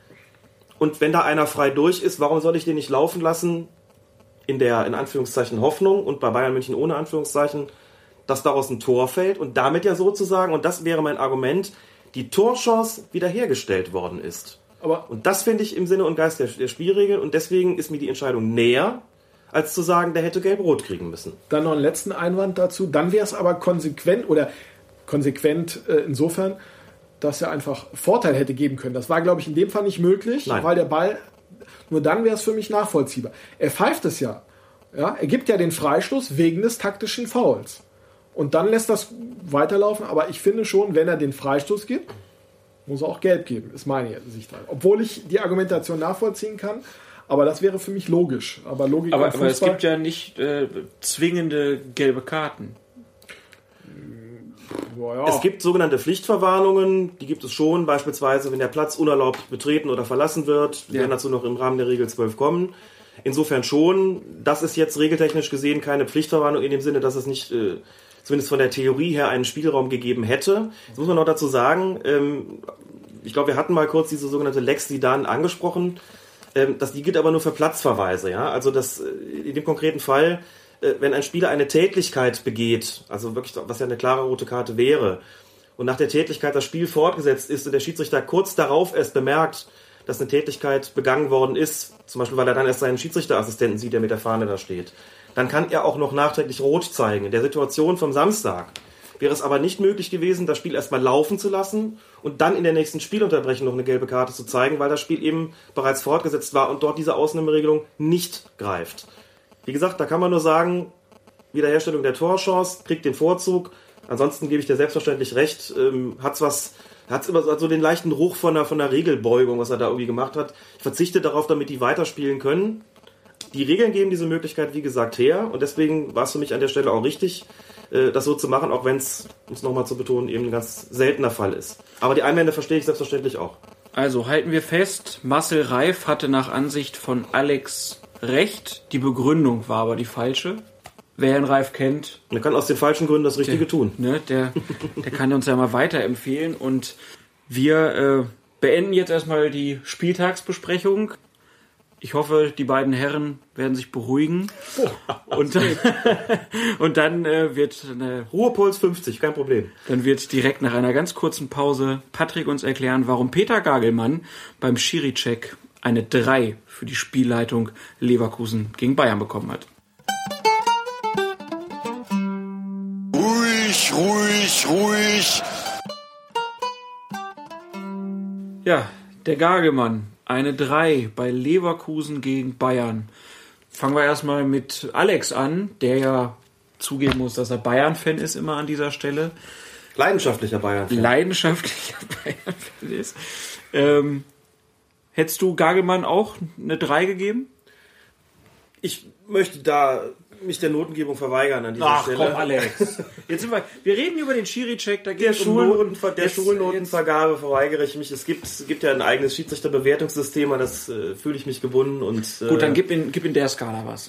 Und wenn da einer frei durch ist, warum soll ich den nicht laufen lassen in der, in Anführungszeichen, Hoffnung und bei Bayern München ohne Anführungszeichen, dass daraus ein Tor fällt und damit ja sozusagen, und das wäre mein Argument, die Torchance wiederhergestellt worden ist. Aber und das finde ich im Sinne und Geist der, der Spielregeln und deswegen ist mir die Entscheidung näher, als zu sagen, der hätte gelb-rot kriegen müssen. Dann noch einen letzten Einwand dazu. Dann wäre es aber konsequent oder konsequent äh, insofern, dass er einfach Vorteil hätte geben können. Das war, glaube ich, in dem Fall nicht möglich, Nein. weil der Ball, nur dann wäre es für mich nachvollziehbar. Er pfeift es ja. ja. Er gibt ja den Freistoß wegen des taktischen Fouls. Und dann lässt das weiterlaufen. Aber ich finde schon, wenn er den Freistoß gibt, muss er auch gelb geben, ist meine Sichtweise. Obwohl ich die Argumentation nachvollziehen kann, aber das wäre für mich logisch. Aber, Logik aber, aber es gibt ja nicht äh, zwingende gelbe Karten. Ja, ja. Es gibt sogenannte Pflichtverwarnungen, die gibt es schon, beispielsweise wenn der Platz unerlaubt betreten oder verlassen wird. Wir Ja. werden dazu noch im Rahmen der Regel zwölf kommen. Insofern schon, das ist jetzt regeltechnisch gesehen keine Pflichtverwarnung in dem Sinne, dass es nicht, äh, zumindest von der Theorie her, einen Spielraum gegeben hätte. Jetzt muss man noch dazu sagen, ähm, ich glaube, wir hatten mal kurz diese sogenannte Lex Zidane angesprochen. Ähm, das, die gilt aber nur für Platzverweise. Ja? Also das, in dem konkreten Fall, äh, wenn ein Spieler eine Tätlichkeit begeht, also wirklich, was ja eine klare rote Karte wäre, und nach der Tätlichkeit das Spiel fortgesetzt ist und der Schiedsrichter kurz darauf erst bemerkt, dass eine Tätlichkeit begangen worden ist, zum Beispiel, weil er dann erst seinen Schiedsrichterassistenten sieht, der mit der Fahne da steht, dann kann er auch noch nachträglich rot zeigen. In der Situation vom Samstag wäre es aber nicht möglich gewesen, das Spiel erstmal laufen zu lassen und dann in der nächsten Spielunterbrechung noch eine gelbe Karte zu zeigen, weil das Spiel eben bereits fortgesetzt war und dort diese Ausnahmeregelung nicht greift. Wie gesagt, da kann man nur sagen, Wiederherstellung der Torchance, kriegt den Vorzug. Ansonsten gebe ich dir selbstverständlich recht, ähm, hat's was... Hat immer so den leichten Ruch von der, von der Regelbeugung, was er da irgendwie gemacht hat. Ich verzichte darauf, damit die weiterspielen können. Die Regeln geben diese Möglichkeit, wie gesagt, her. Und deswegen war es für mich an der Stelle auch richtig, das so zu machen, auch wenn es, um es nochmal zu betonen, eben ein ganz seltener Fall ist. Aber die Einwände verstehe ich selbstverständlich auch. Also halten wir fest, Marcel Reif hatte nach Ansicht von Alex recht. Die Begründung war aber die falsche. Wer Herrn Reif kennt... Man kann aus den falschen Gründen das Richtige der, tun. Ne, der, der kann uns ja mal weiterempfehlen. Und wir äh, beenden jetzt erstmal die Spieltagsbesprechung. Ich hoffe, die beiden Herren werden sich beruhigen. Oh, und, dann, und dann äh, wird... Eine, Ruhepuls fünfzig, kein Problem. Dann wird direkt nach einer ganz kurzen Pause Patrick uns erklären, warum Peter Gagelmann beim Schiri-Check eine drei für die Spielleitung Leverkusen gegen Bayern bekommen hat. Ruhig, ruhig, ruhig. Ja, der Gagelmann, eine drei bei Leverkusen gegen Bayern. Fangen wir erstmal mit Alex an, der ja zugeben muss, dass er Bayern-Fan ist immer an dieser Stelle. Leidenschaftlicher Bayern-Fan. Leidenschaftlicher Bayern-Fan ist. Ähm, hättest du Gagelmann auch eine drei gegeben? Ich möchte da mich der Notengebung verweigern an dieser Ach, Stelle. Komm, Alex. Jetzt sind wir, wir reden über den Schiri-Check. Da der geht um Noten. Der Schulnotenvergabe verweigere ich mich. Es gibt, es gibt ja ein eigenes Schiedsrichterbewertungssystem, an das äh, fühle ich mich gebunden. Und, äh, Gut, dann gib in, gib in der Skala was.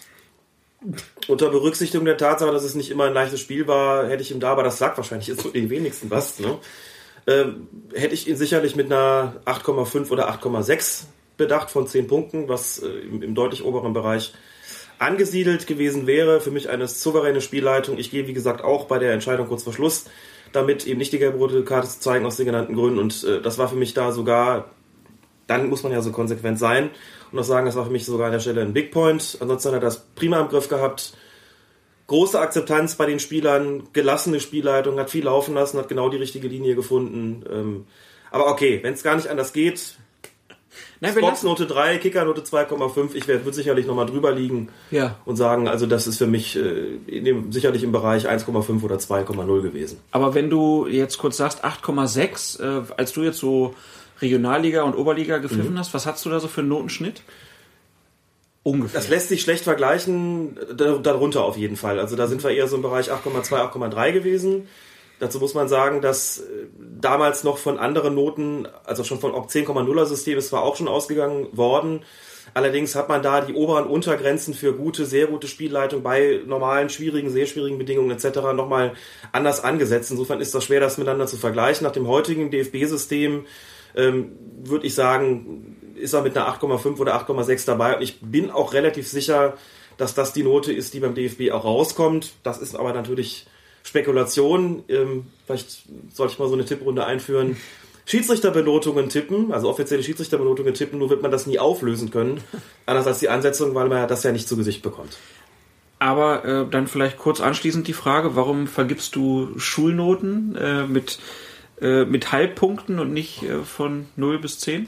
Unter Berücksichtigung der Tatsache, dass es nicht immer ein leichtes Spiel war, hätte ich ihm da, aber das sagt wahrscheinlich jetzt so den wenigsten was, ne? ähm, hätte ich ihn sicherlich mit einer acht Komma fünf oder acht Komma sechs bedacht von zehn Punkten, was äh, im, im deutlich oberen Bereich angesiedelt gewesen wäre. Für mich eine souveräne Spielleitung. Ich gehe, wie gesagt, auch bei der Entscheidung kurz vor Schluss damit, eben nicht die gelb-rote Karte zu zeigen aus den genannten Gründen. Und äh, das war für mich da sogar, dann muss man ja so konsequent sein und auch sagen, das war für mich sogar an der Stelle ein Big Point. Ansonsten hat er das prima im Griff gehabt. Große Akzeptanz bei den Spielern, gelassene Spielleitung, hat viel laufen lassen, hat genau die richtige Linie gefunden. Ähm, aber okay, wenn es gar nicht anders geht... Spox-Note drei, Kicker-Note zwei Komma fünf. Ich würde sicherlich nochmal drüber liegen ja. und sagen, also das ist für mich äh, in dem, sicherlich im Bereich eins Komma fünf oder zwei Komma null gewesen. Aber wenn du jetzt kurz sagst acht Komma sechs, äh, als du jetzt so Regionalliga und Oberliga gepfiffen mhm. hast, was hast du da so für einen Notenschnitt? Ungefähr. Das lässt sich schlecht vergleichen, darunter auf jeden Fall. Also da sind wir eher so im Bereich acht Komma zwei, acht Komma drei gewesen. Dazu muss man sagen, dass damals noch von anderen Noten, also schon von zehn Komma nuller System, ist zwar auch schon ausgegangen worden. Allerdings hat man da die oberen Untergrenzen für gute, sehr gute Spielleitung bei normalen, schwierigen, sehr schwierigen Bedingungen et cetera nochmal anders angesetzt. Insofern ist das schwer, das miteinander zu vergleichen. Nach dem heutigen D F B-System ähm, würde ich sagen, ist er mit einer acht Komma fünf oder acht Komma sechs dabei. Und ich bin auch relativ sicher, dass das die Note ist, die beim D F B auch rauskommt. Das ist aber natürlich Spekulation. Ähm, vielleicht sollte ich mal so eine Tipprunde einführen. Schiedsrichterbenotungen tippen, also offizielle Schiedsrichterbenotungen tippen, nur wird man das nie auflösen können. Anders als die Ansetzung, weil man das ja nicht zu Gesicht bekommt. Aber äh, dann vielleicht kurz anschließend die Frage, warum vergibst du Schulnoten äh, mit, äh, mit Halbpunkten und nicht äh, von null bis zehn?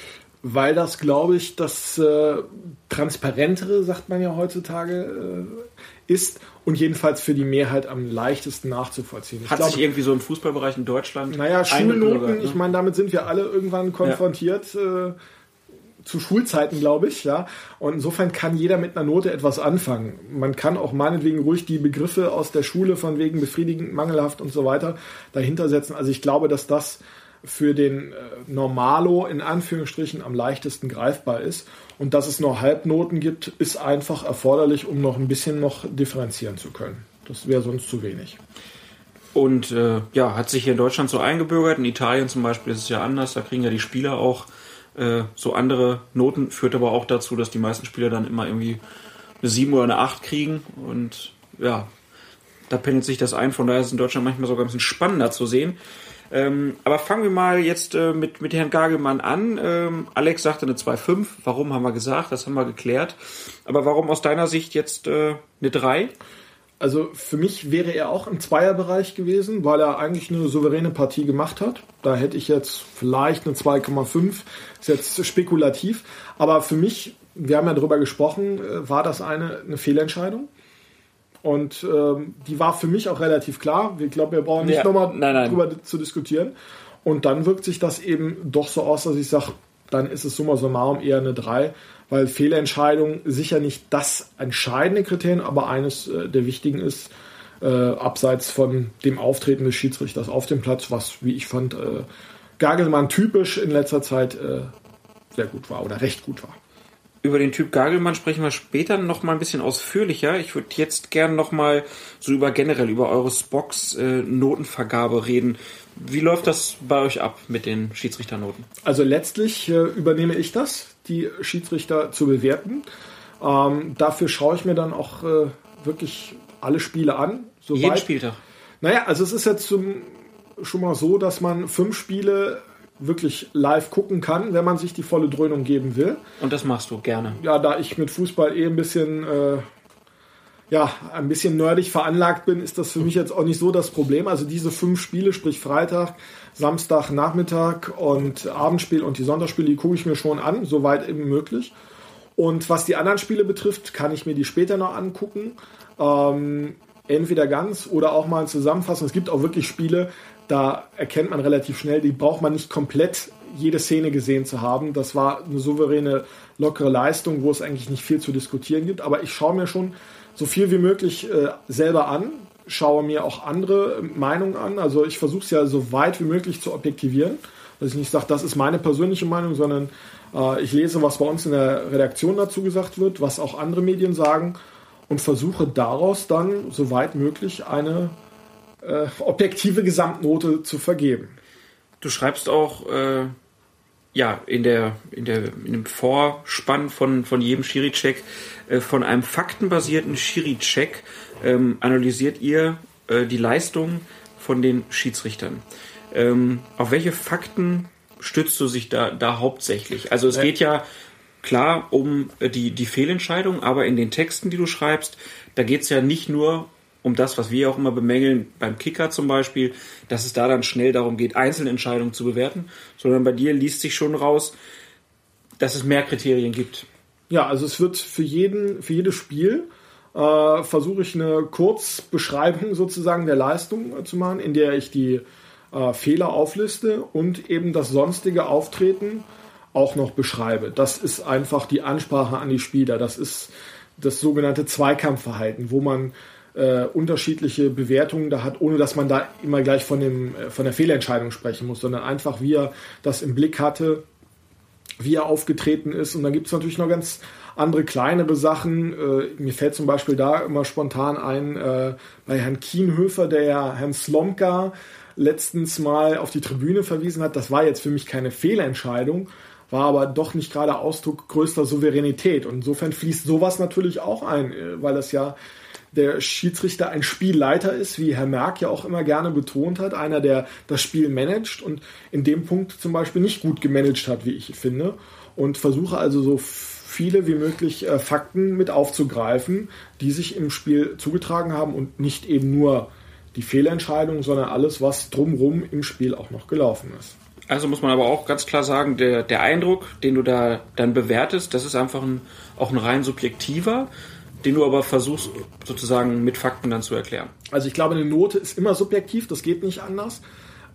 Weil das, glaube ich, das äh, Transparentere, sagt man ja heutzutage, äh, ist und jedenfalls für die Mehrheit am leichtesten nachzuvollziehen. Ich Hat glaube, sich irgendwie so im Fußballbereich in Deutschland... Naja, Schulnoten, ne? ich meine, damit sind wir alle irgendwann konfrontiert. Ja. Äh, zu Schulzeiten, glaube ich, ja. Und insofern kann jeder mit einer Note etwas anfangen. Man kann auch meinetwegen ruhig die Begriffe aus der Schule von wegen befriedigend, mangelhaft und so weiter dahinter setzen. Also ich glaube, dass das für den äh, Normalo in Anführungsstrichen am leichtesten greifbar ist. Und dass es nur Halbnoten gibt, ist einfach erforderlich, um noch ein bisschen noch differenzieren zu können. Das wäre sonst zu wenig. Und äh, ja, hat sich hier in Deutschland so eingebürgert. In Italien zum Beispiel ist es ja anders. Da kriegen ja die Spieler auch äh, so andere Noten. Führt aber auch dazu, dass die meisten Spieler dann immer irgendwie eine sieben oder eine acht kriegen. Und ja, da pendelt sich das ein. Von daher ist es in Deutschland manchmal sogar ein bisschen spannender zu sehen. Ähm, aber fangen wir mal jetzt äh, mit, mit Herrn Gagelmann an. Ähm, Alex sagte eine zwei Komma fünf. Warum, haben wir gesagt. Das haben wir geklärt. Aber warum aus deiner Sicht jetzt äh, eine drei? Also für mich wäre er auch im Zweierbereich gewesen, weil er eigentlich eine souveräne Partie gemacht hat. Da hätte ich jetzt vielleicht eine zwei Komma fünf, ist jetzt spekulativ. Aber für mich, wir haben ja darüber gesprochen, war das eine, eine Fehlentscheidung. Und ähm, die war für mich auch relativ klar. Ich glaube, wir brauchen nicht ja, nochmal drüber zu diskutieren. Und dann wirkt sich das eben doch so aus, dass ich sage, dann ist es summa summarum eher eine drei, weil Fehlentscheidung sicher nicht das entscheidende Kriterium, aber eines äh, der wichtigen ist, äh, abseits von dem Auftreten des Schiedsrichters auf dem Platz, was, wie ich fand, äh, Gagelmann typisch in letzter Zeit äh, sehr gut war oder recht gut war. Über den Typ Gagelmann sprechen wir später noch mal ein bisschen ausführlicher. Ich würde jetzt gerne noch mal so über generell über eure Spox äh, Notenvergabe reden. Wie läuft das bei euch ab mit den Schiedsrichternoten? Also letztlich äh, übernehme ich das, die Schiedsrichter zu bewerten. Ähm, dafür schaue ich mir dann auch äh, wirklich alle Spiele an. Soweit. Jeden Spieltag? Naja, also es ist jetzt zum, schon mal so, dass man fünf Spiele wirklich live gucken kann, wenn man sich die volle Dröhnung geben will. Und das machst du gerne? Ja, da ich mit Fußball eh ein bisschen... Äh, ja, ein bisschen nerdig veranlagt bin, ist das für mich jetzt auch nicht so das Problem. Also diese fünf Spiele, sprich Freitag, Samstag, Nachmittag und Abendspiel und die Sonntagsspiele, die gucke ich mir schon an, soweit eben möglich. Und was die anderen Spiele betrifft, kann ich mir die später noch angucken. Ähm, entweder ganz oder auch mal zusammenfassen. Es gibt auch wirklich Spiele, da erkennt man relativ schnell, die braucht man nicht komplett jede Szene gesehen zu haben. Das war eine souveräne, lockere Leistung, wo es eigentlich nicht viel zu diskutieren gibt. Aber ich schaue mir schon so viel wie möglich äh, selber an, schaue mir auch andere Meinungen an. Also ich versuche es ja so weit wie möglich zu objektivieren. Dass ich nicht sage, das ist meine persönliche Meinung, sondern äh, ich lese, was bei uns in der Redaktion dazu gesagt wird, was auch andere Medien sagen und versuche daraus dann so weit möglich eine äh, objektive Gesamtnote zu vergeben. Du schreibst auch äh, ja in der in der in dem Vorspann von von jedem Schiri-Check äh, von einem faktenbasierten Schiri-Check ähm, analysiert ihr äh, die Leistung von den Schiedsrichtern. Ähm, auf welche Fakten stützt du sich da da hauptsächlich? Also es ja. geht ja klar um die die Fehlentscheidung, aber in den Texten, die du schreibst, da geht es ja nicht nur um das, was wir auch immer bemängeln, beim Kicker zum Beispiel, dass es da dann schnell darum geht, Einzelentscheidungen zu bewerten, sondern bei dir liest sich schon raus, dass es mehr Kriterien gibt. Ja, also es wird für jeden, für jedes Spiel äh, versuche ich eine Kurzbeschreibung sozusagen der Leistung äh, zu machen, in der ich die äh, Fehler aufliste und eben das sonstige Auftreten auch noch beschreibe. Das ist einfach die Ansprache an die Spieler. Das ist das sogenannte Zweikampfverhalten, wo man Äh, unterschiedliche Bewertungen da hat, ohne dass man da immer gleich von, dem, äh, von der Fehlentscheidung sprechen muss, sondern einfach, wie er das im Blick hatte, wie er aufgetreten ist. Und dann gibt es natürlich noch ganz andere kleinere Sachen. Äh, mir fällt zum Beispiel da immer spontan ein, äh, bei Herrn Kienhöfer, der ja Herrn Slomka letztens mal auf die Tribüne verwiesen hat. Das war jetzt für mich keine Fehlentscheidung, war aber doch nicht gerade Ausdruck größter Souveränität. Und insofern fließt sowas natürlich auch ein, äh, weil das ja der Schiedsrichter ein Spielleiter ist, wie Herr Merck ja auch immer gerne betont hat, einer, der das Spiel managt und in dem Punkt zum Beispiel nicht gut gemanagt hat, wie ich finde, und versuche also so viele wie möglich äh, Fakten mit aufzugreifen, die sich im Spiel zugetragen haben und nicht eben nur die Fehlentscheidung, sondern alles, was drumherum im Spiel auch noch gelaufen ist. Also muss man aber auch ganz klar sagen, der, der Eindruck, den du da dann bewertest, das ist einfach ein, auch ein rein subjektiver, den du aber versuchst sozusagen mit Fakten dann zu erklären. Also ich glaube, eine Note ist immer subjektiv, das geht nicht anders.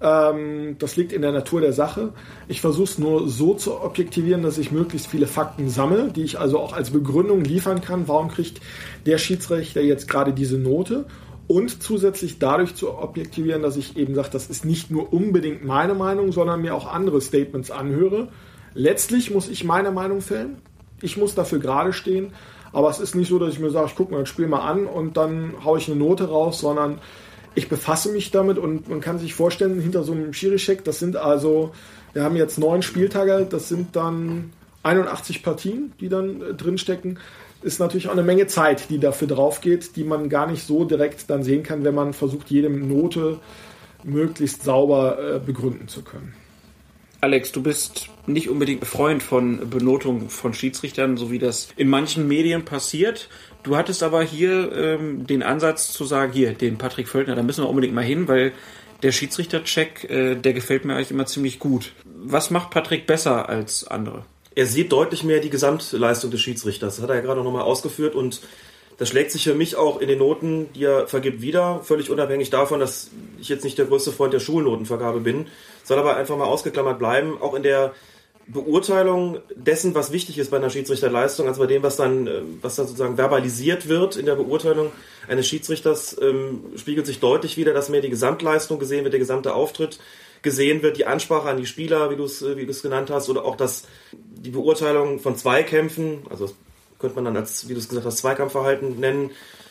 Ähm, das liegt in der Natur der Sache. Ich versuche es nur so zu objektivieren, dass ich möglichst viele Fakten sammle, die ich also auch als Begründung liefern kann. Warum kriegt der Schiedsrichter jetzt gerade diese Note? Und zusätzlich dadurch zu objektivieren, dass ich eben sage, das ist nicht nur unbedingt meine Meinung, sondern mir auch andere Statements anhöre. Letztlich muss ich meine Meinung fällen. Ich muss dafür gerade stehen. Aber es ist nicht so, dass ich mir sage, ich gucke mir das Spiel mal an und dann haue ich eine Note raus, sondern ich befasse mich damit und man kann sich vorstellen, hinter so einem Schiri-Check, das sind also, wir haben jetzt neun Spieltage, das sind dann einundachtzig Partien, die dann äh, drinstecken. Ist natürlich auch eine Menge Zeit, die dafür drauf geht, die man gar nicht so direkt dann sehen kann, wenn man versucht, jede Note möglichst sauber äh, begründen zu können. Alex, du bist nicht unbedingt Freund von Benotung von Schiedsrichtern, so wie das in manchen Medien passiert. Du hattest aber hier ähm, den Ansatz zu sagen, hier, den Patrick Völkner, da müssen wir unbedingt mal hin, weil der Schiedsrichtercheck, äh, der gefällt mir eigentlich immer ziemlich gut. Was macht Patrick besser als andere? Er sieht deutlich mehr die Gesamtleistung des Schiedsrichters. Das hat er ja gerade noch mal ausgeführt und das schlägt sich für mich auch in den Noten, die er vergibt, wieder. Völlig unabhängig davon, dass ich jetzt nicht der größte Freund der Schulnotenvergabe bin, soll aber einfach mal ausgeklammert bleiben. Auch in der Beurteilung dessen, was wichtig ist bei einer Schiedsrichterleistung, also bei dem, was dann, was dann sozusagen verbalisiert wird in der Beurteilung eines Schiedsrichters, ähm, spiegelt sich deutlich wieder, dass mehr die Gesamtleistung gesehen wird, der gesamte Auftritt gesehen wird, die Ansprache an die Spieler, wie du es wie du es genannt hast, oder auch das, die Beurteilung von Zweikämpfen, also das könnte man dann als, wie du es gesagt hast, Zweikampfverhalten nennen.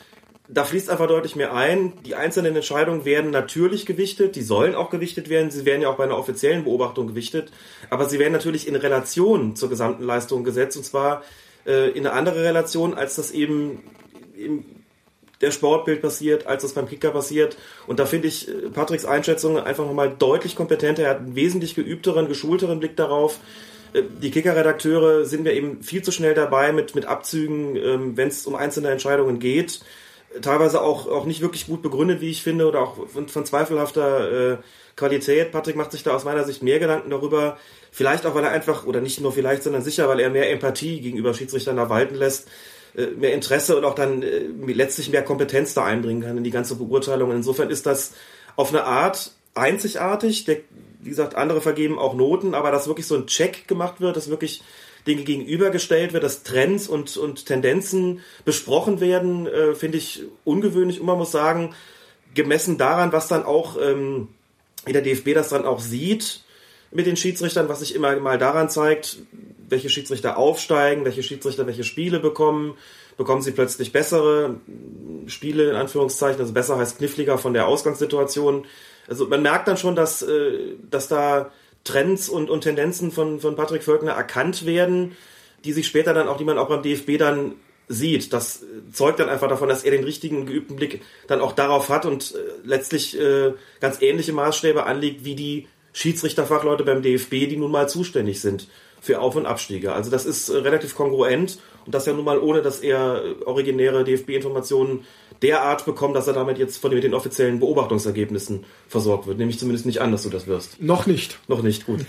Da fließt einfach deutlich mehr ein. Die einzelnen Entscheidungen werden natürlich gewichtet, die sollen auch gewichtet werden, sie werden ja auch bei einer offiziellen Beobachtung gewichtet, aber sie werden natürlich in Relation zur gesamten Leistung gesetzt, und zwar äh, in eine andere Relation, als das eben im der Sportbild passiert, als das beim Kicker passiert. Und da finde ich Patricks Einschätzung einfach nochmal deutlich kompetenter. Er hat einen wesentlich geübteren, geschulteren Blick darauf. Die Kicker-Redakteure sind mir eben viel zu schnell dabei mit, mit Abzügen, wenn es um einzelne Entscheidungen geht. Teilweise auch, auch nicht wirklich gut begründet, wie ich finde, oder auch von, von zweifelhafter äh, Qualität. Patrick macht sich da aus meiner Sicht mehr Gedanken darüber. Vielleicht auch, weil er einfach, oder nicht nur vielleicht, sondern sicher, weil er mehr Empathie gegenüber Schiedsrichtern da walten lässt, mehr Interesse und auch dann äh, letztlich mehr Kompetenz da einbringen kann in die ganze Beurteilung. Und insofern ist das auf eine Art einzigartig. Der, wie gesagt, andere vergeben auch Noten, aber dass wirklich so ein Check gemacht wird, dass wirklich Dinge gegenübergestellt wird, dass Trends und, und Tendenzen besprochen werden, äh, finde ich ungewöhnlich. Und man muss sagen, gemessen daran, was dann auch ähm, wie der D F B das dann auch sieht mit den Schiedsrichtern, was sich immer mal daran zeigt, welche Schiedsrichter aufsteigen, welche Schiedsrichter welche Spiele bekommen, bekommen sie plötzlich bessere Spiele, in Anführungszeichen, also besser heißt kniffliger von der Ausgangssituation. Also man merkt dann schon, dass, dass da Trends und, und Tendenzen von, von Patrick Völkner erkannt werden, die sich später dann auch, die man auch beim D F B dann sieht. Das zeugt dann einfach davon, dass er den richtigen, geübten Blick dann auch darauf hat und letztlich ganz ähnliche Maßstäbe anlegt wie die Schiedsrichterfachleute beim D F B, die nun mal zuständig sind für Auf- und Abstiege. Also das ist relativ kongruent und das ja nun mal ohne, dass er originäre D F B-Informationen derart bekommt, dass er damit jetzt von den offiziellen Beobachtungsergebnissen versorgt wird. Nehme ich zumindest nicht an, dass du das wirst. Noch nicht. Noch nicht, gut.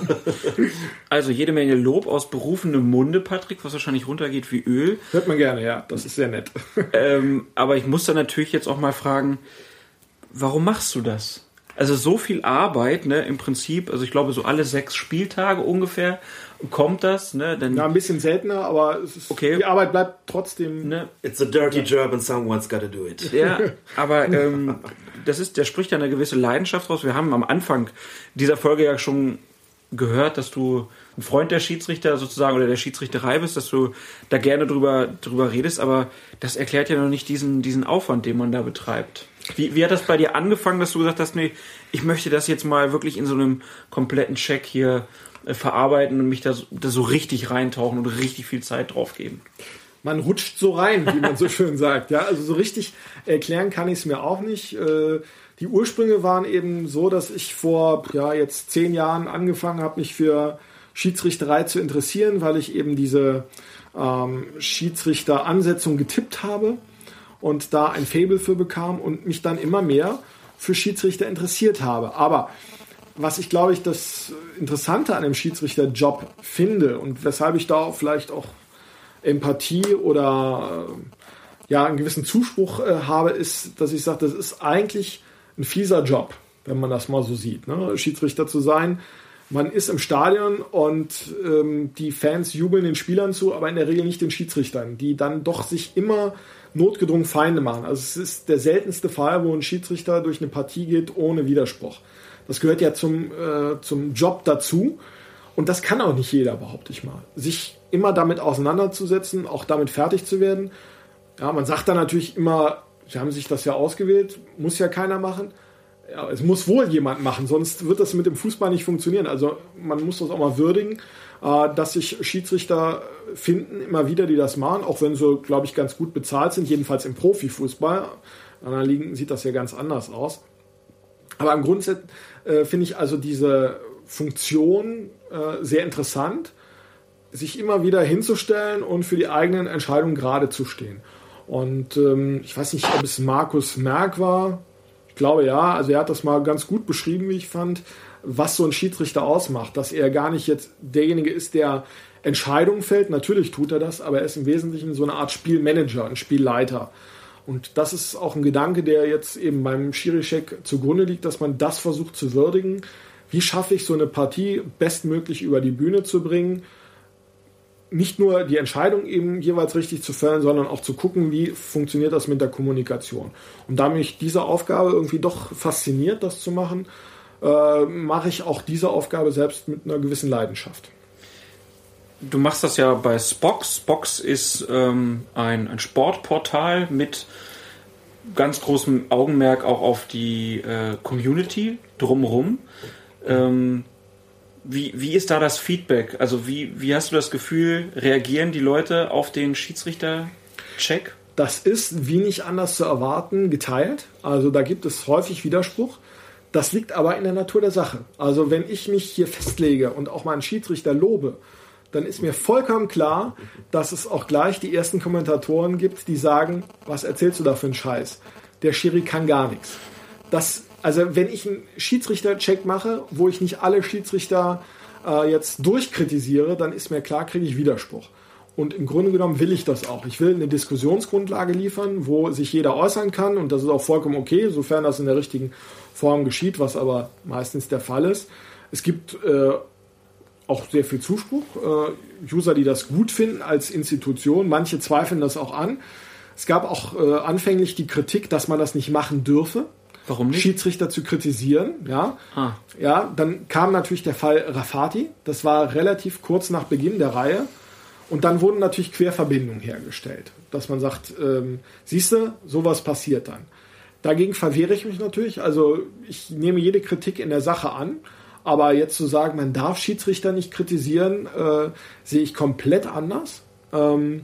Also jede Menge Lob aus berufenem Munde, Patrick, was wahrscheinlich runtergeht wie Öl. Hört man gerne, ja. Das ist sehr nett. ähm, aber ich muss dann natürlich jetzt auch mal fragen, warum machst du das? Also so viel Arbeit, ne, im Prinzip, also ich glaube so alle sechs Spieltage ungefähr kommt das, ne? Dann, ja, ein bisschen seltener, aber es ist, okay. Die Arbeit bleibt trotzdem... Ne? It's a dirty job and someone's gotta do it. Ja, aber ähm, das ist, der spricht ja eine gewisse Leidenschaft raus. Wir haben am Anfang dieser Folge ja schon gehört, dass du ein Freund der Schiedsrichter sozusagen oder der Schiedsrichterei bist, dass du da gerne drüber, drüber redest, aber das erklärt ja noch nicht diesen, diesen Aufwand, den man da betreibt. Wie, wie hat das bei dir angefangen, dass du gesagt hast, nee, ich möchte das jetzt mal wirklich in so einem kompletten Check hier äh, verarbeiten und mich da, da so richtig reintauchen und richtig viel Zeit drauf geben? Man rutscht so rein, wie man so schön sagt. Ja, also so richtig erklären kann ich es mir auch nicht. Äh, die Ursprünge waren eben so, dass ich vor ja, jetzt zehn Jahren angefangen habe, mich für Schiedsrichterei zu interessieren, weil ich eben diese ähm, Schiedsrichteransetzung getippt habe und da ein Faible für bekam und mich dann immer mehr für Schiedsrichter interessiert habe. Aber was ich, glaube ich, das Interessante an dem Schiedsrichterjob finde und weshalb ich da vielleicht auch Empathie oder äh, ja einen gewissen Zuspruch äh, habe, ist, dass ich sage, das ist eigentlich ein fieser Job. wenn man das mal so sieht, ne? Schiedsrichter zu sein. Man ist im Stadion und ähm, die Fans jubeln den Spielern zu, aber in der Regel nicht den Schiedsrichtern, die dann doch sich immer notgedrungen Feinde machen. Also es ist der seltenste Fall, wo ein Schiedsrichter durch eine Partie geht ohne Widerspruch. Das gehört ja zum, äh, zum Job dazu und das kann auch nicht jeder, behaupte ich mal. Sich immer damit auseinanderzusetzen, auch damit fertig zu werden. Ja, man sagt dann natürlich immer, sie haben sich das ja ausgewählt, muss ja keiner machen. Ja, es muss wohl jemand machen, sonst wird das mit dem Fußball nicht funktionieren. Also man muss das auch mal würdigen, äh, dass sich Schiedsrichter finden, immer wieder, die das machen, auch wenn sie, glaube ich, ganz gut bezahlt sind, jedenfalls im Profifußball. An anderen Ligen sieht das ja ganz anders aus. Aber im Grundsatz äh, finde ich also diese Funktion äh, sehr interessant, sich immer wieder hinzustellen und für die eigenen Entscheidungen gerade zu stehen. Und ähm, ich weiß nicht, ob es Markus Merck war. Ich glaube ja, also er hat das mal ganz gut beschrieben, wie ich fand, was so ein Schiedsrichter ausmacht, dass er gar nicht jetzt derjenige ist, der Entscheidungen fällt, natürlich tut er das, aber er ist im Wesentlichen so eine Art Spielmanager, ein Spielleiter. Und das ist auch ein Gedanke, der jetzt eben beim Schiri-Check zugrunde liegt, dass man das versucht zu würdigen. Wie schaffe ich so eine Partie bestmöglich über die Bühne zu bringen? Nicht nur die Entscheidung eben jeweils richtig zu fällen, sondern auch zu gucken, wie funktioniert das mit der Kommunikation. Und da mich diese Aufgabe irgendwie doch fasziniert, das zu machen, äh, mache ich auch diese Aufgabe selbst mit einer gewissen Leidenschaft. Du machst das ja bei Spox. Spox ist ähm, ein, ein Sportportal mit ganz großem Augenmerk auch auf die äh, Community drumherum. Ähm, Wie, wie ist da das Feedback? Also wie, wie hast du das Gefühl, reagieren die Leute auf den Schiedsrichter-Check? Das ist, wie nicht anders zu erwarten, geteilt. Also da gibt es häufig Widerspruch. Das liegt aber in der Natur der Sache. Also wenn ich mich hier festlege und auch mal einen Schiedsrichter lobe, dann ist mir vollkommen klar, dass es auch gleich die ersten Kommentatoren gibt, die sagen, was erzählst du da für einen Scheiß? Der Schiri kann gar nichts. Das Also wenn ich einen Schiedsrichter-Check mache, wo ich nicht alle Schiedsrichter äh, jetzt durchkritisiere, dann ist mir klar, kriege ich Widerspruch. Und im Grunde genommen will ich das auch. Ich will eine Diskussionsgrundlage liefern, wo sich jeder äußern kann und das ist auch vollkommen okay, sofern das in der richtigen Form geschieht, was aber meistens der Fall ist. Es gibt äh, auch sehr viel Zuspruch, äh, User, die das gut finden als Institution. Manche zweifeln das auch an. Es gab auch äh, anfänglich die Kritik, dass man das nicht machen dürfe. Warum nicht? Schiedsrichter zu kritisieren, ja. Ah. Ja, dann kam natürlich der Fall Rafati. Das war relativ kurz nach Beginn der Reihe. Und dann wurden natürlich Querverbindungen hergestellt. Dass man sagt, ähm, siehst du, sowas passiert dann. Dagegen verwehre ich mich natürlich. Also ich nehme jede Kritik in der Sache an. Aber jetzt zu sagen, man darf Schiedsrichter nicht kritisieren, äh, sehe ich komplett anders. Ähm,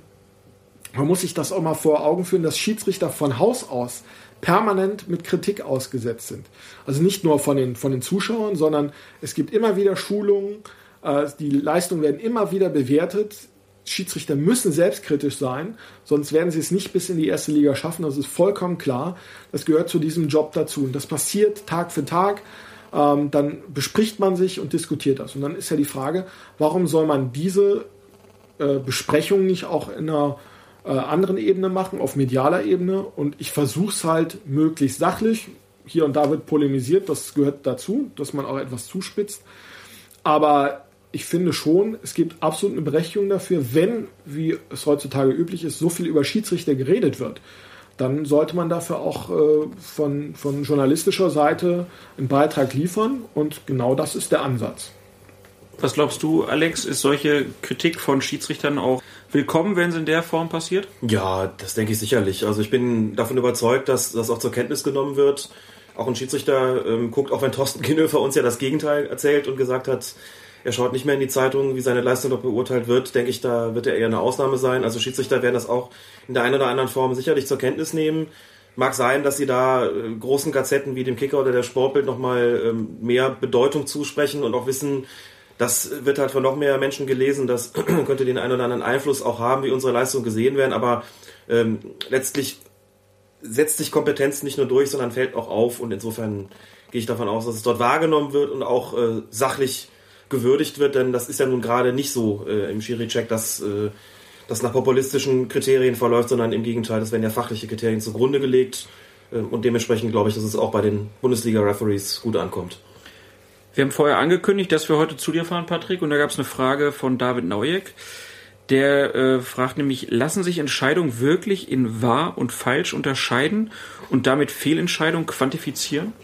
man muss sich das auch mal vor Augen führen, dass Schiedsrichter von Haus aus permanent mit Kritik ausgesetzt sind. Also nicht nur von den, von den Zuschauern, sondern es gibt immer wieder Schulungen, äh, die Leistungen werden immer wieder bewertet. Schiedsrichter müssen selbstkritisch sein, sonst werden sie es nicht bis in die erste Liga schaffen. Das ist vollkommen klar. Das gehört zu diesem Job dazu. Und das passiert Tag für Tag. Ähm, dann bespricht man sich und diskutiert das. Und dann ist ja die Frage, warum soll man diese äh, Besprechung nicht auch in einer äh, anderen Ebene machen, auf medialer Ebene? Und ich versuche es halt möglichst sachlich. Hier und da wird polemisiert, das gehört dazu, dass man auch etwas zuspitzt. Aber ich finde schon, es gibt absolut eine Berechtigung dafür, wenn, wie es heutzutage üblich ist, so viel über Schiedsrichter geredet wird, dann sollte man dafür auch äh, von, von journalistischer Seite einen Beitrag liefern und genau das ist der Ansatz. Was glaubst du, Alex, ist solche Kritik von Schiedsrichtern auch willkommen, wenn sie in der Form passiert? Ja, das denke ich sicherlich. Also ich bin davon überzeugt, dass das auch zur Kenntnis genommen wird. Auch ein Schiedsrichter ähm, guckt, auch wenn Thorsten Kinhöfer uns ja das Gegenteil erzählt und gesagt hat, er schaut nicht mehr in die Zeitung, wie seine Leistung dort beurteilt wird, denke ich, da wird er eher eine Ausnahme sein. Also Schiedsrichter werden das auch in der einen oder anderen Form sicherlich zur Kenntnis nehmen. Mag sein, dass sie da äh, großen Gazetten wie dem Kicker oder der Sportbild nochmal ähm, mehr Bedeutung zusprechen und auch wissen, das wird halt von noch mehr Menschen gelesen, das könnte den einen oder anderen Einfluss auch haben, wie unsere Leistungen gesehen werden, aber ähm, letztlich setzt sich Kompetenz nicht nur durch, sondern fällt auch auf und insofern gehe ich davon aus, dass es dort wahrgenommen wird und auch äh, sachlich gewürdigt wird, denn das ist ja nun gerade nicht so äh, im Schiri-Check, dass äh, das nach populistischen Kriterien verläuft, sondern im Gegenteil, das werden ja fachliche Kriterien zugrunde gelegt. Und dementsprechend glaube ich, dass es auch bei den Bundesliga-Referees gut ankommt. Wir haben vorher angekündigt, dass wir heute zu dir fahren, Patrick, und da gab es eine Frage von David Naujek. Der äh, fragt nämlich, lassen sich Entscheidungen wirklich in wahr und falsch unterscheiden und damit Fehlentscheidungen quantifizieren?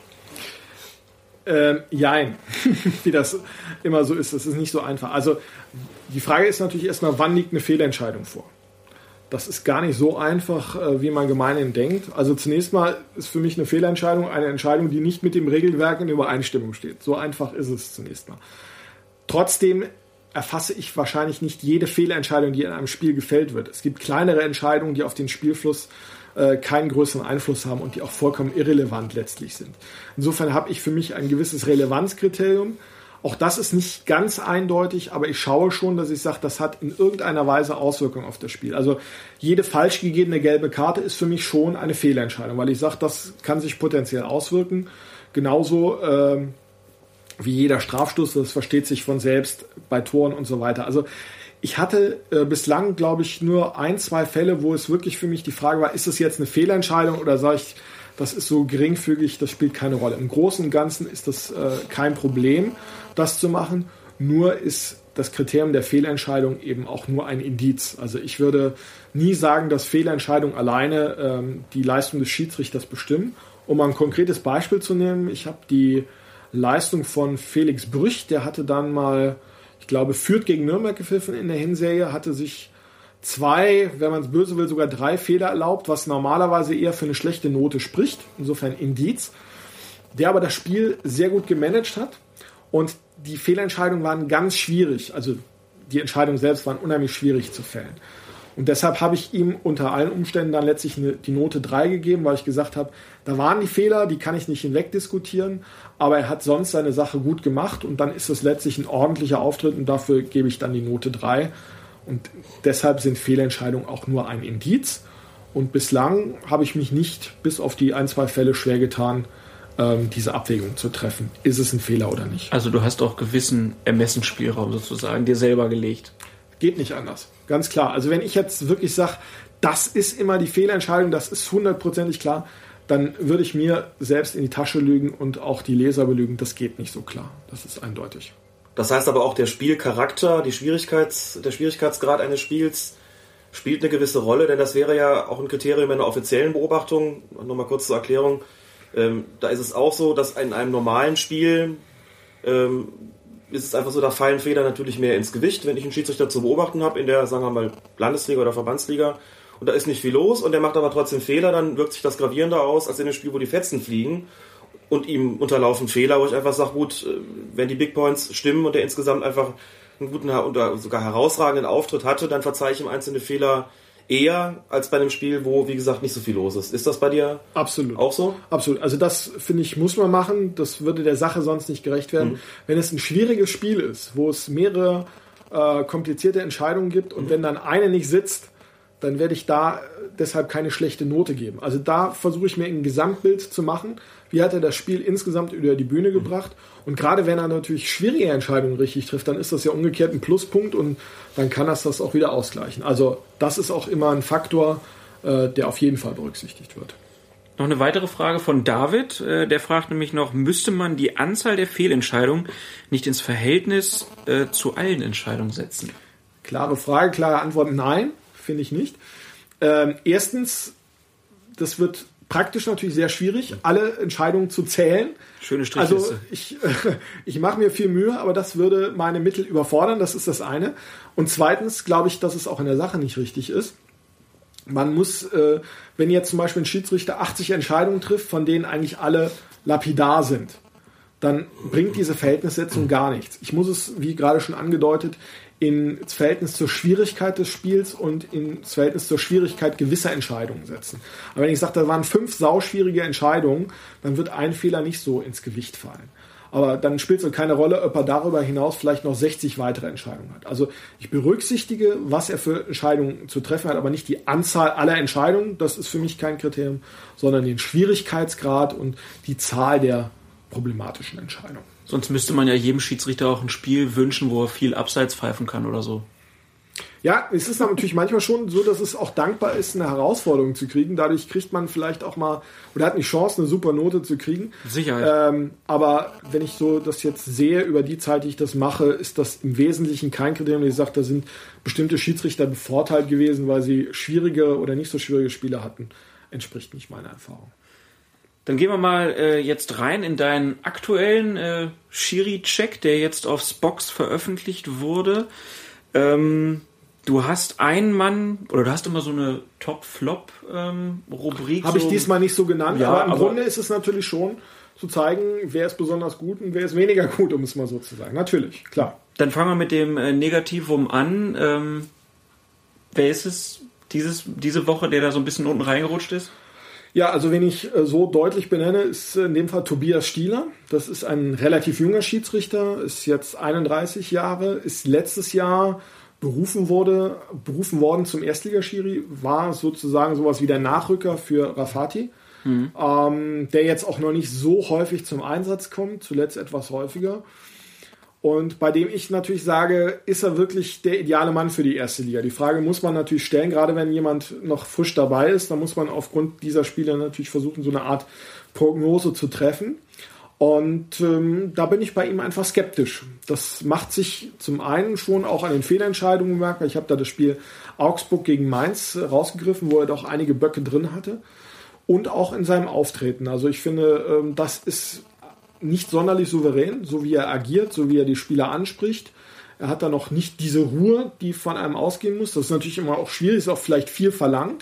Ähm, jein. Wie das immer so ist, das ist nicht so einfach. Also die Frage ist natürlich erstmal, wann liegt eine Fehlentscheidung vor? Das ist gar nicht so einfach, wie man gemeinhin denkt. Also zunächst mal ist für mich eine Fehlentscheidung eine Entscheidung, die nicht mit dem Regelwerk in Übereinstimmung steht. So einfach ist es zunächst mal. Trotzdem erfasse ich wahrscheinlich nicht jede Fehlentscheidung, die in einem Spiel gefällt wird. Es gibt kleinere Entscheidungen, die auf den Spielfluss äh, keinen größeren Einfluss haben und die auch vollkommen irrelevant letztlich sind. Insofern habe ich für mich ein gewisses Relevanzkriterium. Auch das ist nicht ganz eindeutig, aber ich schaue schon, dass ich sage, das hat in irgendeiner Weise Auswirkungen auf das Spiel. Also jede falsch gegebene gelbe Karte ist für mich schon eine Fehlentscheidung, weil ich sage, das kann sich potenziell auswirken. Genauso äh, wie jeder Strafstoß, das versteht sich von selbst bei Toren und so weiter. Also ich hatte äh, bislang, glaube ich, nur ein, zwei Fälle, wo es wirklich für mich die Frage war, ist es jetzt eine Fehlentscheidung oder sage ich, das ist so geringfügig, das spielt keine Rolle. Im Großen und Ganzen ist das äh, kein Problem, das zu machen. Nur ist das Kriterium der Fehlentscheidung eben auch nur ein Indiz. Also ich würde nie sagen, dass Fehlentscheidungen alleine ähm, die Leistung des Schiedsrichters bestimmen. Um mal ein konkretes Beispiel zu nehmen, ich habe die Leistung von Felix Brüch, der hatte dann mal, ich glaube, Fürth gegen Nürnberg gepfiffen in der Hinserie, hatte sich zwei, wenn man es böse will, sogar drei Fehler erlaubt, was normalerweise eher für eine schlechte Note spricht, insofern Indiz, der aber das Spiel sehr gut gemanagt hat und die Fehlentscheidungen waren ganz schwierig, also die Entscheidungen selbst waren unheimlich schwierig zu fällen. Und deshalb habe ich ihm unter allen Umständen dann letztlich eine, die Note drei gegeben, weil ich gesagt habe, da waren die Fehler, die kann ich nicht hinwegdiskutieren, aber er hat sonst seine Sache gut gemacht und dann ist es letztlich ein ordentlicher Auftritt und dafür gebe ich dann die Note drei. Und deshalb sind Fehlentscheidungen auch nur ein Indiz. Und bislang habe ich mich nicht, bis auf die ein, zwei Fälle, schwer getan, ähm, diese Abwägung zu treffen. Ist es ein Fehler oder nicht? Also du hast auch gewissen Ermessensspielraum sozusagen dir selber gelegt. Geht nicht anders, ganz klar. Also wenn ich jetzt wirklich sage, das ist immer die Fehlentscheidung, das ist hundertprozentig klar, dann würde ich mir selbst in die Tasche lügen und auch die Leser belügen. Das geht nicht so klar. Das ist eindeutig. Das heißt aber auch, der Spielcharakter, die Schwierigkeits, der Schwierigkeitsgrad eines Spiels spielt eine gewisse Rolle, denn das wäre ja auch ein Kriterium einer offiziellen Beobachtung. Nochmal kurz zur Erklärung. Ähm, da ist es auch so, dass in einem normalen Spiel ähm, ist es einfach so, da fallen Fehler natürlich mehr ins Gewicht. Wenn ich einen Schiedsrichter zu beobachten habe in der, sagen wir mal, Landesliga oder Verbandsliga und da ist nicht viel los und der macht aber trotzdem Fehler, dann wirkt sich das gravierender aus als in dem Spiel, wo die Fetzen fliegen. Und ihm unterlaufen Fehler, wo ich einfach sage, gut, wenn die Big Points stimmen und er insgesamt einfach einen guten oder sogar herausragenden Auftritt hatte, dann verzeihe ich ihm einzelne Fehler eher als bei einem Spiel, wo, wie gesagt, nicht so viel los ist. Ist das bei dir Absolut. auch so? Absolut. Also das, finde ich, muss man machen. Das würde der Sache sonst nicht gerecht werden. Mhm. Wenn es ein schwieriges Spiel ist, wo es mehrere äh, komplizierte Entscheidungen gibt und mhm. wenn dann eine nicht sitzt, dann werde ich da deshalb keine schlechte Note geben. Also da versuche ich mir ein Gesamtbild zu machen. Wie hat er das Spiel insgesamt über die Bühne gebracht? Und gerade wenn er natürlich schwierige Entscheidungen richtig trifft, dann ist das ja umgekehrt ein Pluspunkt und dann kann das das auch wieder ausgleichen. Also das ist auch immer ein Faktor, äh, der auf jeden Fall berücksichtigt wird. Noch eine weitere Frage von David. Äh, der fragt nämlich noch, müsste man die Anzahl der Fehlentscheidungen nicht ins Verhältnis äh, zu allen Entscheidungen setzen? Klare Frage, klare Antwort, nein, finde ich nicht. Ähm, erstens, das wird praktisch natürlich sehr schwierig, alle Entscheidungen zu zählen. Schöne Strichliste. Also ich, äh, ich mache mir viel Mühe, aber das würde meine Mittel überfordern, das ist das eine. Und zweitens glaube ich, dass es auch in der Sache nicht richtig ist. Man muss, äh, wenn jetzt zum Beispiel ein Schiedsrichter achtzig Entscheidungen trifft, von denen eigentlich alle lapidar sind, dann bringt diese Verhältnissetzung gar nichts. Ich muss es, wie gerade schon angedeutet, ins Verhältnis zur Schwierigkeit des Spiels und ins Verhältnis zur Schwierigkeit gewisser Entscheidungen setzen. Aber wenn ich sage, da waren fünf sauschwierige Entscheidungen, dann wird ein Fehler nicht so ins Gewicht fallen. Aber dann spielt es keine Rolle, ob er darüber hinaus vielleicht noch sechzig weitere Entscheidungen hat. Also ich berücksichtige, was er für Entscheidungen zu treffen hat, aber nicht die Anzahl aller Entscheidungen, das ist für mich kein Kriterium, sondern den Schwierigkeitsgrad und die Zahl der problematischen Entscheidungen. Sonst müsste man ja jedem Schiedsrichter auch ein Spiel wünschen, wo er viel Abseits pfeifen kann oder so. Ja, es ist natürlich manchmal schon so, dass es auch dankbar ist, eine Herausforderung zu kriegen. Dadurch kriegt man vielleicht auch mal, oder hat eine Chance, eine super Note zu kriegen. Sicherheit. Ähm, aber wenn ich so das jetzt sehe, über die Zeit, die ich das mache, ist das im Wesentlichen kein Kriterium. Ich sage, da sind bestimmte Schiedsrichter bevorteilt gewesen, weil sie schwierige oder nicht so schwierige Spiele hatten. Entspricht nicht meiner Erfahrung. Dann gehen wir mal äh, jetzt rein in deinen aktuellen äh, Schiri-Check, der jetzt auf Spox veröffentlicht wurde. Ähm... Du hast einen Mann, oder du hast immer so eine Top-Flop-Rubrik. Ähm, Habe ich so. diesmal nicht so genannt, Ja, aber im aber Grunde ist es natürlich schon zu zeigen, wer ist besonders gut und wer ist weniger gut, um es mal so zu sagen. Natürlich, klar. Dann fangen wir mit dem äh, Negativum an. Ähm, wer ist es dieses, diese Woche, der da so ein bisschen unten reingerutscht ist? Ja, also wen ich äh, so deutlich benenne, ist in dem Fall Tobias Stieler. Das ist ein relativ junger Schiedsrichter, ist jetzt einunddreißig Jahre, ist letztes Jahr berufen wurde, berufen worden zum Erstligaschiri, war sozusagen sowas wie der Nachrücker für Rafati, mhm. ähm, der jetzt auch noch nicht so häufig zum Einsatz kommt, zuletzt etwas häufiger. Und bei dem ich natürlich sage, ist er wirklich der ideale Mann für die erste Liga? Die Frage muss man natürlich stellen, gerade wenn jemand noch frisch dabei ist, dann muss man aufgrund dieser Spiele natürlich versuchen, so eine Art Prognose zu treffen. Und ähm, da bin ich bei ihm einfach skeptisch. Das macht sich zum einen schon auch an den Fehlentscheidungen bemerkbar. Ich habe da das Spiel Augsburg gegen Mainz rausgegriffen, wo er doch einige Böcke drin hatte. Und auch in seinem Auftreten. Also ich finde, ähm, das ist nicht sonderlich souverän, so wie er agiert, so wie er die Spieler anspricht. Er hat da noch nicht diese Ruhe, die von einem ausgehen muss. Das ist natürlich immer auch schwierig, ist auch vielleicht viel verlangt.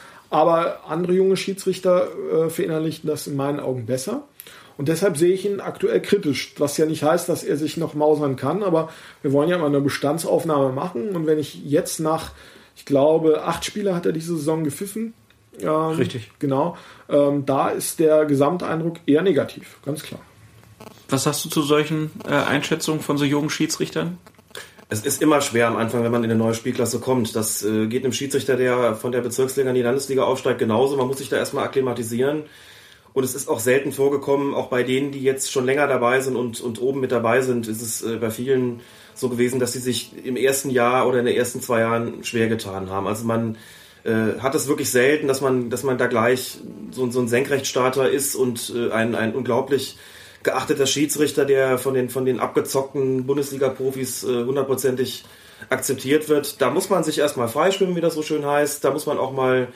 Aber andere junge Schiedsrichter äh, verinnerlichen das in meinen Augen besser. Und deshalb sehe ich ihn aktuell kritisch, was ja nicht heißt, dass er sich noch mausern kann, aber wir wollen ja mal eine Bestandsaufnahme machen. Und wenn ich jetzt nach, ich glaube, acht Spiele hat er diese Saison gepfiffen. Ähm, Richtig. Genau. Ähm, da ist der Gesamteindruck eher negativ, ganz klar. Was sagst du zu solchen äh, Einschätzungen von so jungen Schiedsrichtern? Es ist immer schwer am Anfang, wenn man in eine neue Spielklasse kommt. Das äh, geht einem Schiedsrichter, der von der Bezirksliga in die Landesliga aufsteigt, genauso. Man muss sich da erstmal akklimatisieren. Und es ist auch selten vorgekommen, auch bei denen, die jetzt schon länger dabei sind und, und oben mit dabei sind, ist es äh, bei vielen so gewesen, dass sie sich im ersten Jahr oder in den ersten zwei Jahren schwer getan haben. Also man äh, hat es wirklich selten, dass man, dass man da gleich so, so ein Senkrechtstarter ist und äh, ein, ein unglaublich geachteter Schiedsrichter, der von den, von den abgezockten Bundesliga-Profis äh, hundertprozentig akzeptiert wird. Da muss man sich erstmal freischwimmen, wie das so schön heißt. Da muss man auch mal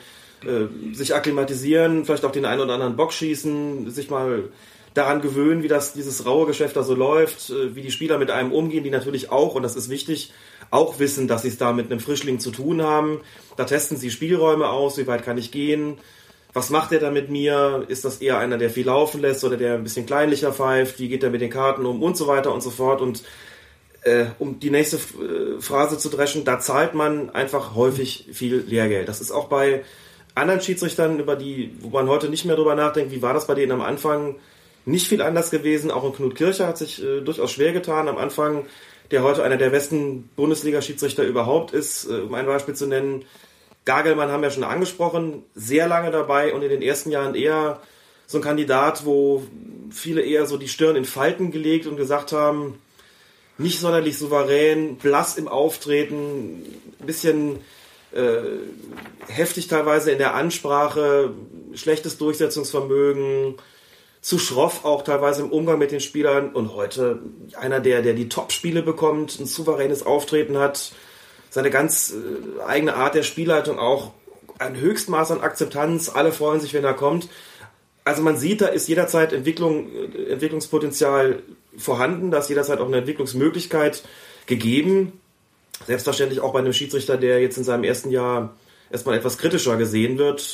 sich akklimatisieren, vielleicht auch den einen oder anderen Bock schießen, sich mal daran gewöhnen, wie das dieses raue Geschäft da so läuft, wie die Spieler mit einem umgehen, die natürlich auch, und das ist wichtig, auch wissen, dass sie es da mit einem Frischling zu tun haben. Da testen sie Spielräume aus, wie weit kann ich gehen, was macht er da mit mir, ist das eher einer, der viel laufen lässt oder der ein bisschen kleinlicher pfeift, wie geht er mit den Karten um und so weiter und so fort. Und äh, um die nächste äh, Phrase zu dreschen, da zahlt man einfach häufig viel Lehrgeld. Das ist auch bei anderen Schiedsrichtern, über die, wo man heute nicht mehr drüber nachdenkt, wie war das bei denen am Anfang, nicht viel anders gewesen. Auch ein Knut Kircher hat sich äh, durchaus schwer getan am Anfang, der heute einer der besten Bundesliga-Schiedsrichter überhaupt ist, äh, um ein Beispiel zu nennen. Gagelmann haben wir schon angesprochen, sehr lange dabei und in den ersten Jahren eher so ein Kandidat, wo viele eher so die Stirn in Falten gelegt und gesagt haben, nicht sonderlich souverän, blass im Auftreten, ein bisschen Äh, heftig teilweise in der Ansprache, schlechtes Durchsetzungsvermögen, zu schroff auch teilweise im Umgang mit den Spielern und heute einer, der, der die Top-Spiele bekommt, ein souveränes Auftreten hat, seine ganz äh, eigene Art der Spielleitung auch, ein Höchstmaß an Akzeptanz, alle freuen sich, wenn er kommt. Also man sieht, da ist jederzeit Entwicklung, Entwicklungspotenzial vorhanden, da ist jederzeit auch eine Entwicklungsmöglichkeit gegeben. Selbstverständlich auch bei einem Schiedsrichter, der jetzt in seinem ersten Jahr erstmal etwas kritischer gesehen wird.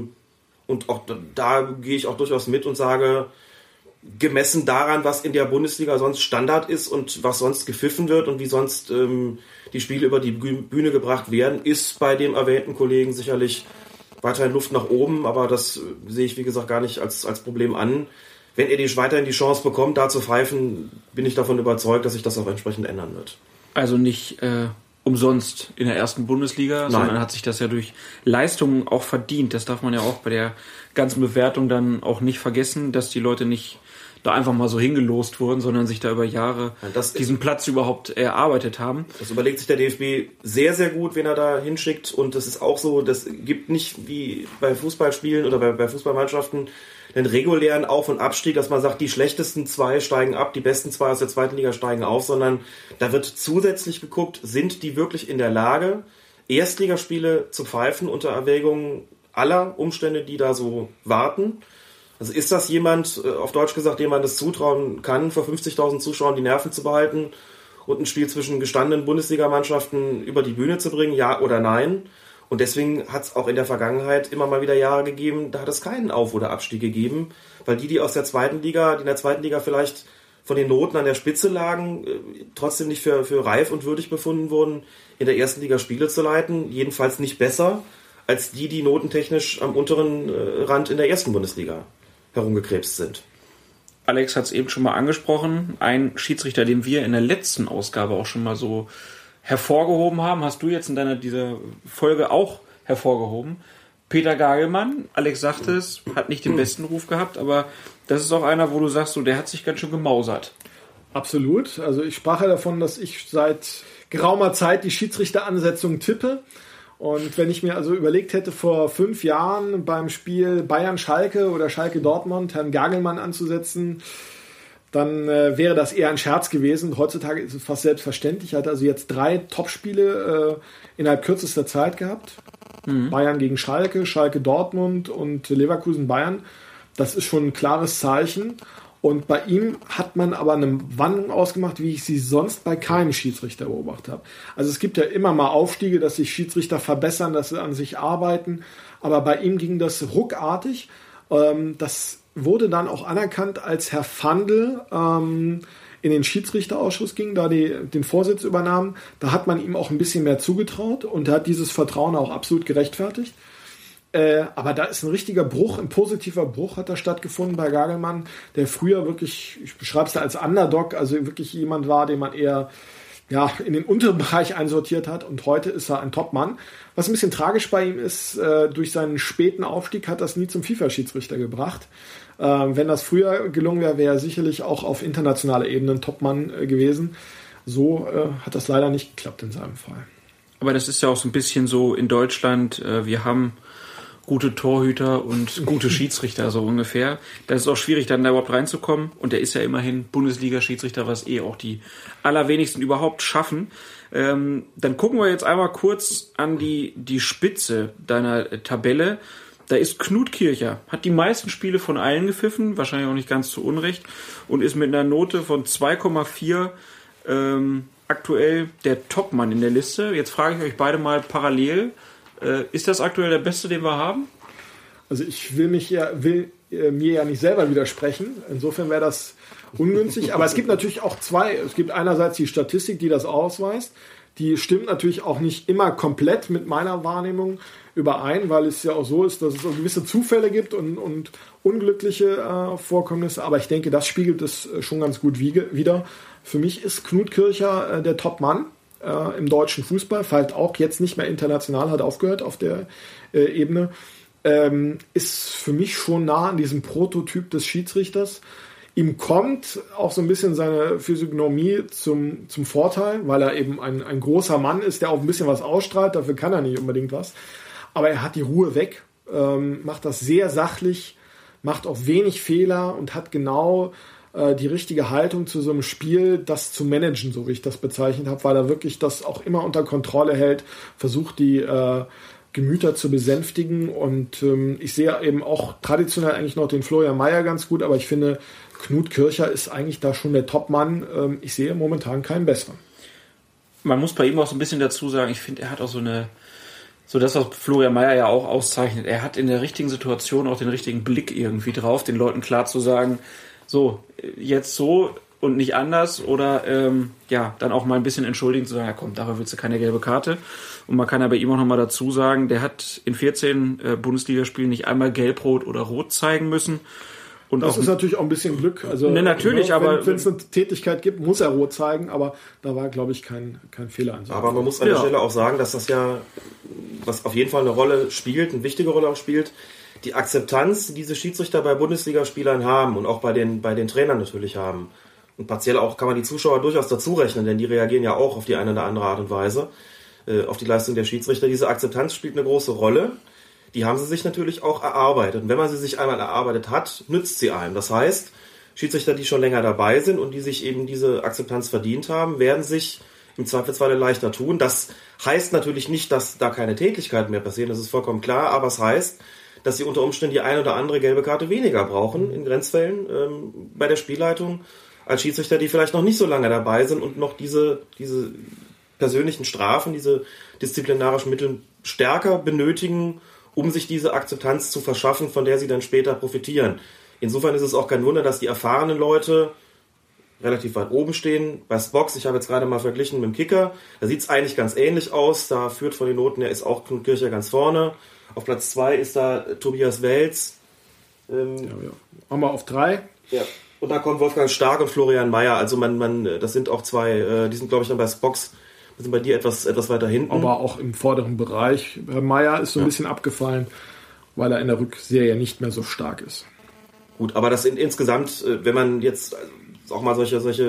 Und auch da, da gehe ich auch durchaus mit und sage, gemessen daran, was in der Bundesliga sonst Standard ist und was sonst gepfiffen wird und wie sonst ähm, die Spiele über die Bühne gebracht werden, ist bei dem erwähnten Kollegen sicherlich weiterhin Luft nach oben. Aber das sehe ich, wie gesagt, gar nicht als, als Problem an. Wenn er die, weiterhin die Chance bekommt, da zu pfeifen, bin ich davon überzeugt, dass sich das auch entsprechend ändern wird. Also nicht äh, umsonst in der ersten Bundesliga, Nein. sondern hat sich das ja durch Leistungen auch verdient. Das darf man ja auch bei der ganzen Bewertung dann auch nicht vergessen, dass die Leute nicht da einfach mal so hingelost wurden, sondern sich da über Jahre das diesen Platz überhaupt erarbeitet haben. Das überlegt sich der D F B sehr, sehr gut, wen er da hinschickt. Und das ist auch so, das gibt nicht wie bei Fußballspielen oder bei, bei Fußballmannschaften den regulären Auf- und Abstieg, dass man sagt, die schlechtesten zwei steigen ab, die besten zwei aus der zweiten Liga steigen auf, sondern da wird zusätzlich geguckt, sind die wirklich in der Lage, Erstligaspiele zu pfeifen unter Erwägung aller Umstände, die da so warten. Also ist das jemand, auf Deutsch gesagt, dem man das zutrauen kann, vor fünfzigtausend Zuschauern die Nerven zu behalten und ein Spiel zwischen gestandenen Bundesligamannschaften über die Bühne zu bringen, ja oder nein? Und deswegen hat es auch in der Vergangenheit immer mal wieder Jahre gegeben, da hat es keinen Auf- oder Abstieg gegeben, weil die, die aus der zweiten Liga, die in der zweiten Liga vielleicht von den Noten an der Spitze lagen, trotzdem nicht für, für reif und würdig befunden wurden, in der ersten Liga Spiele zu leiten, jedenfalls nicht besser als die, die notentechnisch am unteren Rand in der ersten Bundesliga herumgekrebst sind. Alex hat es eben schon mal angesprochen, ein Schiedsrichter, den wir in der letzten Ausgabe auch schon mal so hervorgehoben haben, hast du jetzt in deiner dieser Folge auch hervorgehoben. Peter Gagelmann, Alex sagte es, hat nicht den besten Ruf gehabt, aber das ist auch einer, wo du sagst, so, der hat sich ganz schön gemausert. Absolut. Also ich sprach ja davon, dass ich seit geraumer Zeit die Schiedsrichteransetzung tippe. Und wenn ich mir also überlegt hätte, vor fünf Jahren beim Spiel Bayern-Schalke oder Schalke-Dortmund Herrn Gagelmann anzusetzen, dann äh, wäre das eher ein Scherz gewesen. Heutzutage ist es fast selbstverständlich. Er hat also jetzt drei Topspiele äh, innerhalb kürzester Zeit gehabt. Mhm. Bayern gegen Schalke, Schalke-Dortmund und Leverkusen-Bayern. Das ist schon ein klares Zeichen. Und bei ihm hat man aber eine Wandlung ausgemacht, wie ich sie sonst bei keinem Schiedsrichter beobachtet habe. Also es gibt ja immer mal Aufstiege, dass sich Schiedsrichter verbessern, dass sie an sich arbeiten. Aber bei ihm ging das ruckartig. Ähm, das wurde dann auch anerkannt, als Herr Fandl ähm, in den Schiedsrichterausschuss ging, da die den Vorsitz übernahm. Da hat man ihm auch ein bisschen mehr zugetraut und er hat dieses Vertrauen auch absolut gerechtfertigt. Äh, aber da ist ein richtiger Bruch, ein positiver Bruch hat da stattgefunden bei Gagelmann, der früher wirklich, ich beschreibe es da als Underdog, also wirklich jemand war, den man eher ja, in den unteren Bereich einsortiert hat, und heute ist er ein Top-Mann. Was ein bisschen tragisch bei ihm ist, äh, durch seinen späten Aufstieg hat das nie zum FIFA-Schiedsrichter gebracht. Äh, wenn das früher gelungen wäre, wäre er sicherlich auch auf internationaler Ebene ein Top-Mann äh, gewesen. So äh, hat das leider nicht geklappt in seinem Fall. Aber das ist ja auch so ein bisschen so in Deutschland, äh, wir haben gute Torhüter und gute Schiedsrichter, so ungefähr. Das ist auch schwierig, dann da überhaupt reinzukommen. Und der ist ja immerhin Bundesliga-Schiedsrichter, was eh auch die allerwenigsten überhaupt schaffen. Ähm, dann gucken wir jetzt einmal kurz an die, die Spitze deiner Tabelle. Da ist Knut Kircher, hat die meisten Spiele von allen gepfiffen, wahrscheinlich auch nicht ganz zu Unrecht, und ist mit einer Note von zwei Komma vier ähm, aktuell der Topmann in der Liste. Jetzt frage ich euch beide mal parallel, ist das aktuell der Beste, den wir haben? Also ich will mich ja, will äh, mir ja nicht selber widersprechen. Insofern wäre das ungünstig. Aber es gibt natürlich auch zwei. Es gibt einerseits die Statistik, die das ausweist. Die stimmt natürlich auch nicht immer komplett mit meiner Wahrnehmung überein, weil es ja auch so ist, dass es so gewisse Zufälle gibt und, und unglückliche äh, Vorkommnisse. Aber ich denke, das spiegelt es schon ganz gut wider. Für mich ist Knut Kircher äh, der Top-Mann Äh, im deutschen Fußball, fällt auch jetzt nicht mehr international, hat aufgehört auf der äh, Ebene, ähm, ist für mich schon nah an diesem Prototyp des Schiedsrichters. Ihm kommt auch so ein bisschen seine Physiognomie zum, zum Vorteil, weil er eben ein, ein großer Mann ist, der auch ein bisschen was ausstrahlt, dafür kann er nicht unbedingt was. Aber er hat die Ruhe weg, ähm, macht das sehr sachlich, macht auch wenig Fehler und hat genau die richtige Haltung zu so einem Spiel, das zu managen, so wie ich das bezeichnet habe, weil er wirklich das auch immer unter Kontrolle hält, versucht die äh, Gemüter zu besänftigen, und ähm, ich sehe eben auch traditionell eigentlich noch den Florian Mayer ganz gut, aber ich finde, Knut Kircher ist eigentlich da schon der Topmann. Ähm, ich sehe momentan keinen besseren. Man muss bei ihm auch so ein bisschen dazu sagen, ich finde, er hat auch so eine, so das, was Florian Mayer ja auch auszeichnet, er hat in der richtigen Situation auch den richtigen Blick irgendwie drauf, den Leuten klar zu sagen, so, jetzt so und nicht anders, oder ähm, ja, dann auch mal ein bisschen entschuldigen, zu sagen, ja komm, dafür willst du keine gelbe Karte. Und man kann ja bei ihm auch nochmal dazu sagen, der hat in vierzehn äh, Bundesligaspielen nicht einmal gelb, rot oder rot zeigen müssen. Und das auch, ist natürlich auch ein bisschen Glück. Also, ne, natürlich, wenn, aber wenn es eine Tätigkeit gibt, muss er rot zeigen, aber da war, glaube ich, kein, kein Fehler an. Aber man muss an der ja. Stelle auch sagen, dass das ja, was auf jeden Fall eine Rolle spielt, eine wichtige Rolle auch spielt, die Akzeptanz, die diese Schiedsrichter bei Bundesligaspielern haben und auch bei den, bei den Trainern natürlich haben. Und partiell auch kann man die Zuschauer durchaus dazu rechnen, denn die reagieren ja auch auf die eine oder andere Art und Weise, äh, auf die Leistung der Schiedsrichter. Diese Akzeptanz spielt eine große Rolle. Die haben sie sich natürlich auch erarbeitet. Und wenn man sie sich einmal erarbeitet hat, nützt sie einem. Das heißt, Schiedsrichter, die schon länger dabei sind und die sich eben diese Akzeptanz verdient haben, werden sich im Zweifelsfalle leichter tun. Das heißt natürlich nicht, dass da keine Tätlichkeiten mehr passieren, das ist vollkommen klar, aber es heißt, dass sie unter Umständen die eine oder andere gelbe Karte weniger brauchen in Grenzfällen ähm, bei der Spielleitung als Schiedsrichter, die vielleicht noch nicht so lange dabei sind und noch diese, diese persönlichen Strafen, diese disziplinarischen Mittel stärker benötigen, um sich diese Akzeptanz zu verschaffen, von der sie dann später profitieren. Insofern ist es auch kein Wunder, dass die erfahrenen Leute relativ weit oben stehen. Bei Spox, ich habe jetzt gerade mal verglichen mit dem Kicker, da sieht es eigentlich ganz ähnlich aus. Da führt von den Noten her ist auch Knut Kircher ganz vorne. Auf Platz zwei ist da Tobias Welz. Ähm, ja, ja. Haben wir auf drei. Ja. Und da kommt Wolfgang Stark und Florian Mayer. Also man, man, das sind auch zwei, äh, die sind glaube ich dann bei Spox, die sind bei dir etwas, etwas weiter hinten. Aber auch im vorderen Bereich. Herr Mayer ist so ein ja. bisschen abgefallen, weil er in der Rückserie nicht mehr so stark ist. Gut, aber das in, insgesamt, wenn man jetzt auch mal solche, solche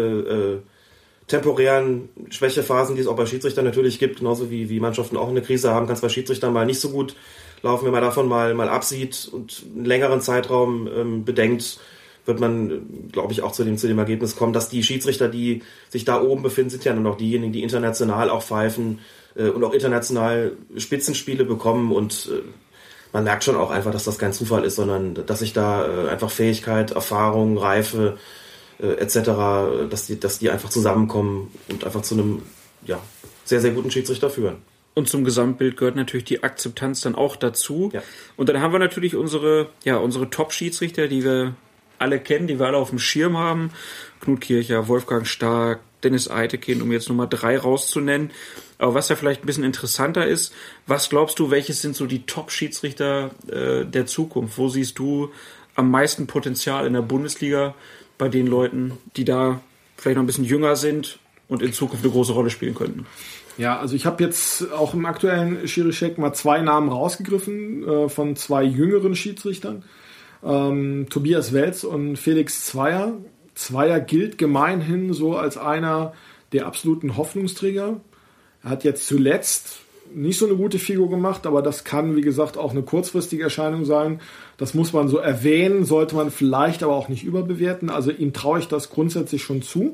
äh, temporären Schwächephasen, die es auch bei Schiedsrichtern natürlich gibt, genauso wie, wie Mannschaften auch eine Krise haben, kann es bei Schiedsrichtern mal nicht so gut laufen. Wenn man davon mal, mal absieht und einen längeren Zeitraum ähm, bedenkt, wird man, glaube ich, auch zu dem, zu dem Ergebnis kommen, dass die Schiedsrichter, die sich da oben befinden, sind ja nur noch diejenigen, die international auch pfeifen äh, und auch international Spitzenspiele bekommen und äh, man merkt schon auch einfach, dass das kein Zufall ist, sondern dass sich da äh, einfach Fähigkeit, Erfahrung, Reife äh, et cetera, dass die, dass die einfach zusammenkommen und einfach zu einem ja, sehr, sehr guten Schiedsrichter führen. Und zum Gesamtbild gehört natürlich die Akzeptanz dann auch dazu. Ja. Und dann haben wir natürlich unsere, ja, unsere Top-Schiedsrichter, die wir alle kennen, die wir alle auf dem Schirm haben. Knut Kircher, Wolfgang Stark, Dennis Eitekin, um jetzt Nummer drei rauszunennen. Aber was ja vielleicht ein bisschen interessanter ist, was glaubst du, welches sind so die Top-Schiedsrichter äh, der Zukunft? Wo siehst du am meisten Potenzial in der Bundesliga bei den Leuten, die da vielleicht noch ein bisschen jünger sind und in Zukunft eine große Rolle spielen könnten? Ja, also ich habe jetzt auch im aktuellen Schiri-Check mal zwei Namen rausgegriffen äh, von zwei jüngeren Schiedsrichtern. Ähm, Tobias Welz und Felix Zweier. Zweier gilt gemeinhin so als einer der absoluten Hoffnungsträger. Er hat jetzt zuletzt nicht so eine gute Figur gemacht, aber das kann, wie gesagt, auch eine kurzfristige Erscheinung sein. Das muss man so erwähnen, sollte man vielleicht aber auch nicht überbewerten. Also ihm traue ich das grundsätzlich schon zu.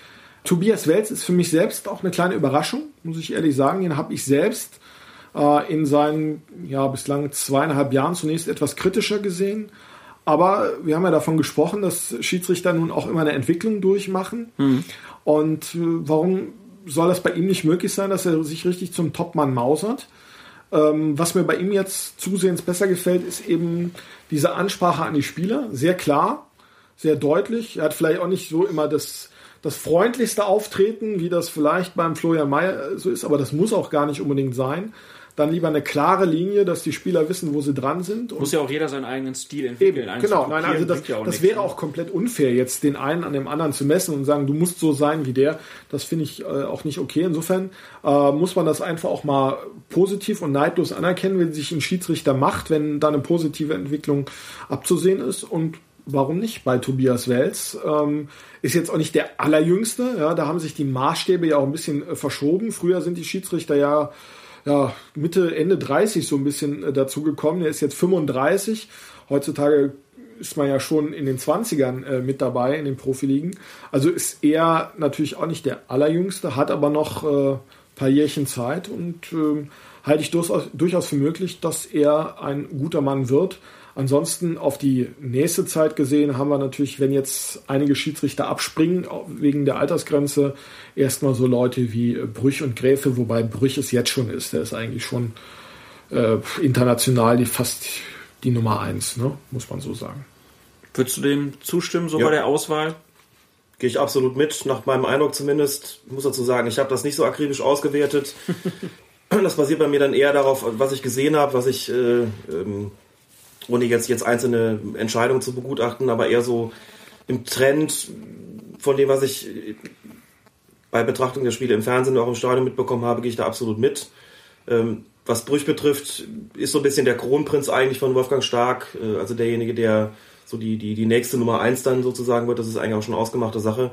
Tobias Welz ist für mich selbst auch eine kleine Überraschung, muss ich ehrlich sagen. Den habe ich selbst äh, in seinen ja, bislang zweieinhalb Jahren zunächst etwas kritischer gesehen. Aber wir haben ja davon gesprochen, dass Schiedsrichter nun auch immer eine Entwicklung durchmachen. Mhm. Und äh, warum soll das bei ihm nicht möglich sein, dass er sich richtig zum Topmann mausert? Ähm, was mir bei ihm jetzt zusehends besser gefällt, ist eben diese Ansprache an die Spieler. Sehr klar, sehr deutlich. Er hat vielleicht auch nicht so immer das, das freundlichste Auftreten, wie das vielleicht beim Florian Mayer so ist, aber das muss auch gar nicht unbedingt sein. Dann lieber eine klare Linie, dass die Spieler wissen, wo sie dran sind. Muss ja auch jeder seinen eigenen Stil entwickeln. Eben, genau, nein, also das, ja das wäre auch komplett unfair, jetzt den einen an dem anderen zu messen und sagen, du musst so sein wie der. Das finde ich äh, auch nicht okay. Insofern äh, muss man das einfach auch mal positiv und neidlos anerkennen, wenn sich ein Schiedsrichter macht, wenn da eine positive Entwicklung abzusehen ist. Und warum nicht bei Tobias Welz? Ähm, ist jetzt auch nicht der allerjüngste. Ja, da haben sich die Maßstäbe ja auch ein bisschen äh, verschoben. Früher sind die Schiedsrichter ja ja, Mitte, Ende dreißig so ein bisschen dazu gekommen. Er ist jetzt fünfunddreißig. Heutzutage ist man ja schon in den zwanzigern äh, mit dabei in den Profiligen. Also ist er natürlich auch nicht der Allerjüngste, hat aber noch ein äh, paar Jährchen Zeit und äh, halte ich durchaus, durchaus für möglich, dass er ein guter Mann wird. Ansonsten auf die nächste Zeit gesehen haben wir natürlich, wenn jetzt einige Schiedsrichter abspringen wegen der Altersgrenze, erstmal so Leute wie Brüch und Gräfe, wobei Brüch es jetzt schon ist. Der ist eigentlich schon äh, international die fast die Nummer eins, ne? Muss man so sagen. Würdest du dem zustimmen, so ja. bei der Auswahl? Gehe ich absolut mit, nach meinem Eindruck zumindest. Ich muss dazu sagen, ich habe das nicht so akribisch ausgewertet. Das basiert bei mir dann eher darauf, was ich gesehen habe, was ich... Äh, ähm, ohne jetzt, jetzt einzelne Entscheidungen zu begutachten, aber eher so im Trend von dem, was ich bei Betrachtung der Spiele im Fernsehen oder auch im Stadion mitbekommen habe, gehe ich da absolut mit. Ähm, was Brüch betrifft, ist so ein bisschen der Kronprinz eigentlich von Wolfgang Stark, äh, also derjenige, der so die, die, die nächste Nummer eins dann sozusagen wird. Das ist eigentlich auch schon eine ausgemachte Sache.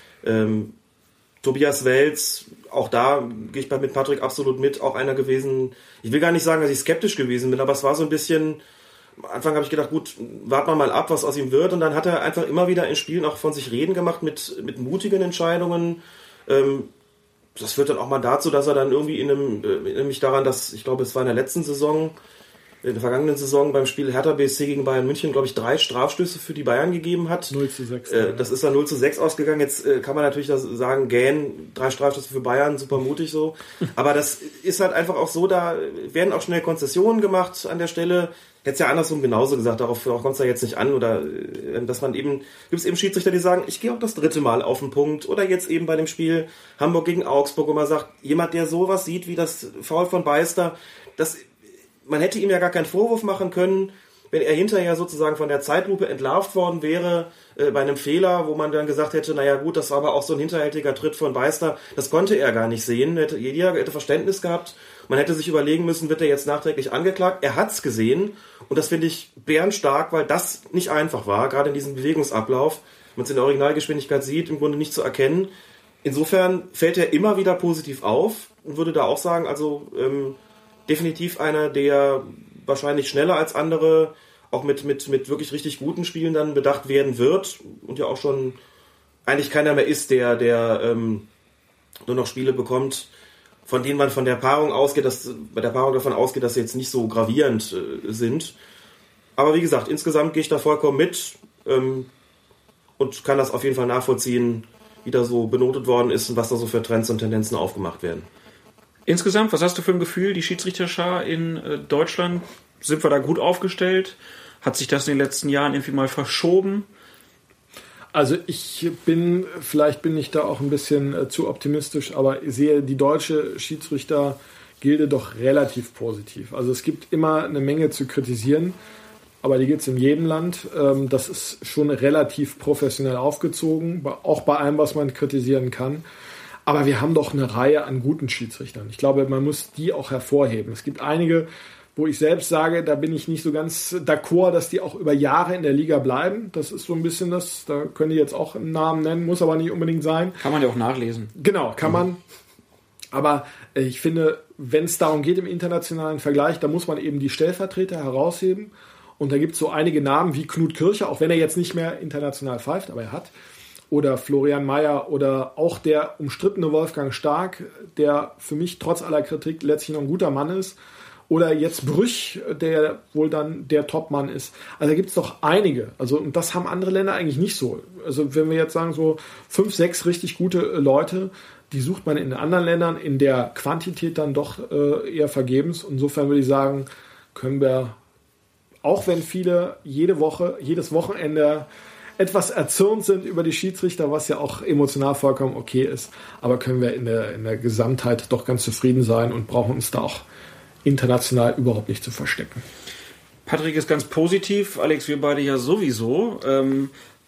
Ähm, Tobias Welz, auch da gehe ich mit Patrick absolut mit, auch einer gewesen. Ich will gar nicht sagen, dass ich skeptisch gewesen bin, aber es war so ein bisschen, am Anfang habe ich gedacht, gut, warten wir mal ab, was aus ihm wird. Und dann hat er einfach immer wieder in Spielen auch von sich reden gemacht mit, mit mutigen Entscheidungen. Ähm, das führt dann auch mal dazu, dass er dann irgendwie in einem, äh, erinnere mich daran, dass, ich glaube, es war in der letzten Saison, in der vergangenen Saison beim Spiel Hertha B S C gegen Bayern München, glaube ich, drei Strafstöße für die Bayern gegeben hat. null zu sechs. Äh, das ist dann null zu sechs ausgegangen. Jetzt äh, kann man natürlich das sagen, Gähn, drei Strafstöße für Bayern, super mutig so. Aber das ist halt einfach auch so, da werden auch schnell Konzessionen gemacht an der Stelle. Hätte es ja andersrum genauso gesagt, darauf kommt es ja jetzt nicht an. Oder äh, dass man eben, gibt es eben Schiedsrichter, die sagen, ich gehe auch das dritte Mal auf den Punkt. Oder jetzt eben bei dem Spiel Hamburg gegen Augsburg, wo man sagt, jemand, der sowas sieht wie das Foul von Beister, das... Man hätte ihm ja gar keinen Vorwurf machen können, wenn er hinterher sozusagen von der Zeitlupe entlarvt worden wäre, äh, bei einem Fehler, wo man dann gesagt hätte, naja gut, das war aber auch so ein hinterhältiger Tritt von Beister, das konnte er gar nicht sehen, hätte, jeder hätte Verständnis gehabt, man hätte sich überlegen müssen, wird er jetzt nachträglich angeklagt, er hat's gesehen und das finde ich bärenstark, weil das nicht einfach war, gerade in diesem Bewegungsablauf, wenn man es in der Originalgeschwindigkeit sieht, im Grunde nicht zu erkennen. Insofern fällt er immer wieder positiv auf und würde da auch sagen, also ähm, definitiv einer, der wahrscheinlich schneller als andere auch mit, mit, mit wirklich richtig guten Spielen dann bedacht werden wird und ja auch schon eigentlich keiner mehr ist, der, der ähm, nur noch Spiele bekommt, von denen man von der Paarung ausgeht, dass bei der Paarung davon ausgeht, dass sie jetzt nicht so gravierend äh, sind. Aber wie gesagt, insgesamt gehe ich da vollkommen mit ähm, und kann das auf jeden Fall nachvollziehen, wie da so benotet worden ist und was da so für Trends und Tendenzen aufgemacht werden. Insgesamt, was hast du für ein Gefühl, die Schiedsrichterschar in äh, Deutschland? Sind wir da gut aufgestellt? Hat sich das in den letzten Jahren irgendwie mal verschoben? Also ich bin, vielleicht bin ich da auch ein bisschen äh, zu optimistisch, aber ich sehe die deutsche Schiedsrichtergilde doch relativ positiv. Also es gibt immer eine Menge zu kritisieren, aber die gibt es in jedem Land. Ähm, das ist schon relativ professionell aufgezogen, auch bei allem, was man kritisieren kann. Aber wir haben doch eine Reihe an guten Schiedsrichtern. Ich glaube, man muss die auch hervorheben. Es gibt einige, wo ich selbst sage, da bin ich nicht so ganz d'accord, dass die auch über Jahre in der Liga bleiben. Das ist so ein bisschen das, da können die jetzt auch einen Namen nennen, muss aber nicht unbedingt sein. Kann man ja auch nachlesen. Genau, kann mhm. man. Aber ich finde, wenn es darum geht im internationalen Vergleich, da muss man eben die Stellvertreter herausheben. Und da gibt es so einige Namen wie Knut Kircher, auch wenn er jetzt nicht mehr international pfeift, aber er hat. Oder Florian Mayer oder auch der umstrittene Wolfgang Stark, der für mich trotz aller Kritik letztlich noch ein guter Mann ist. Oder jetzt Brüch, der wohl dann der Topmann ist. Also da gibt es doch einige. Also, und das haben andere Länder eigentlich nicht so. Also wenn wir jetzt sagen, so fünf, sechs richtig gute Leute, die sucht man in den anderen Ländern in der Quantität dann doch äh, eher vergebens. Insofern würde ich sagen, können wir, auch wenn viele jede Woche, jedes Wochenende etwas erzürnt sind über die Schiedsrichter, was ja auch emotional vollkommen okay ist, aber können wir in der, in der Gesamtheit doch ganz zufrieden sein und brauchen uns da auch international überhaupt nicht zu verstecken. Patrick ist ganz positiv, Alex, wir beide ja sowieso. Ähm,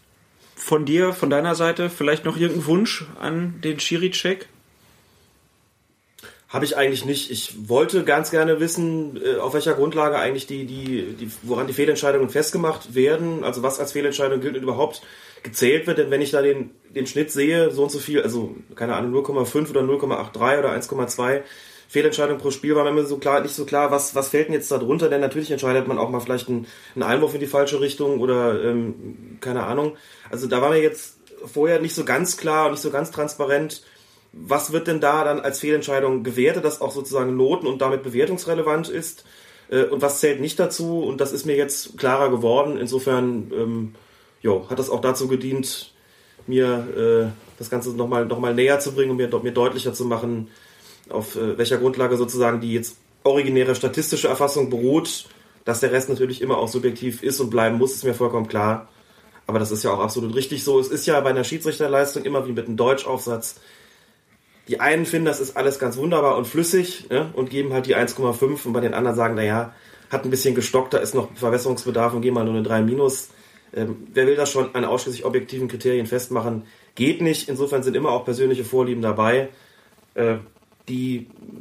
von dir, von deiner Seite, vielleicht noch irgendein Wunsch an den Schiri-Check? Habe ich eigentlich nicht. Ich wollte ganz gerne wissen, auf welcher Grundlage eigentlich die, die, die, woran die Fehlentscheidungen festgemacht werden, also was als Fehlentscheidung gilt und überhaupt gezählt wird. Denn wenn ich da den, den Schnitt sehe, so und so viel, also keine Ahnung, null Komma fünf oder null Komma drei oder eins Komma zwei Fehlentscheidungen pro Spiel, war mir immer so klar, nicht so klar, was, was fällt denn jetzt da drunter, denn natürlich entscheidet man auch mal vielleicht einen, einen Einwurf in die falsche Richtung oder ähm, keine Ahnung. Also da war mir jetzt vorher nicht so ganz klar und nicht so ganz transparent, was wird denn da dann als Fehlentscheidung gewertet, das auch sozusagen noten- und damit bewertungsrelevant ist äh, und was zählt nicht dazu, und das ist mir jetzt klarer geworden. Insofern ähm, jo, hat das auch dazu gedient, mir äh, das Ganze nochmal noch mal näher zu bringen und mir, mir deutlicher zu machen, auf äh, welcher Grundlage sozusagen die jetzt originäre statistische Erfassung beruht. Dass der Rest natürlich immer auch subjektiv ist und bleiben muss, ist mir vollkommen klar. Aber das ist ja auch absolut richtig so. Es ist ja bei einer Schiedsrichterleistung immer wie mit einem Deutschaufsatz. Die einen finden, das ist alles ganz wunderbar und flüssig, ne, und geben halt die eins Komma fünf, und bei den anderen sagen, naja, hat ein bisschen gestockt, da ist noch Verbesserungsbedarf und gehen mal nur eine drei minus. Ähm, wer will das schon an ausschließlich objektiven Kriterien festmachen? Geht nicht. Insofern sind immer auch persönliche Vorlieben dabei. Äh, die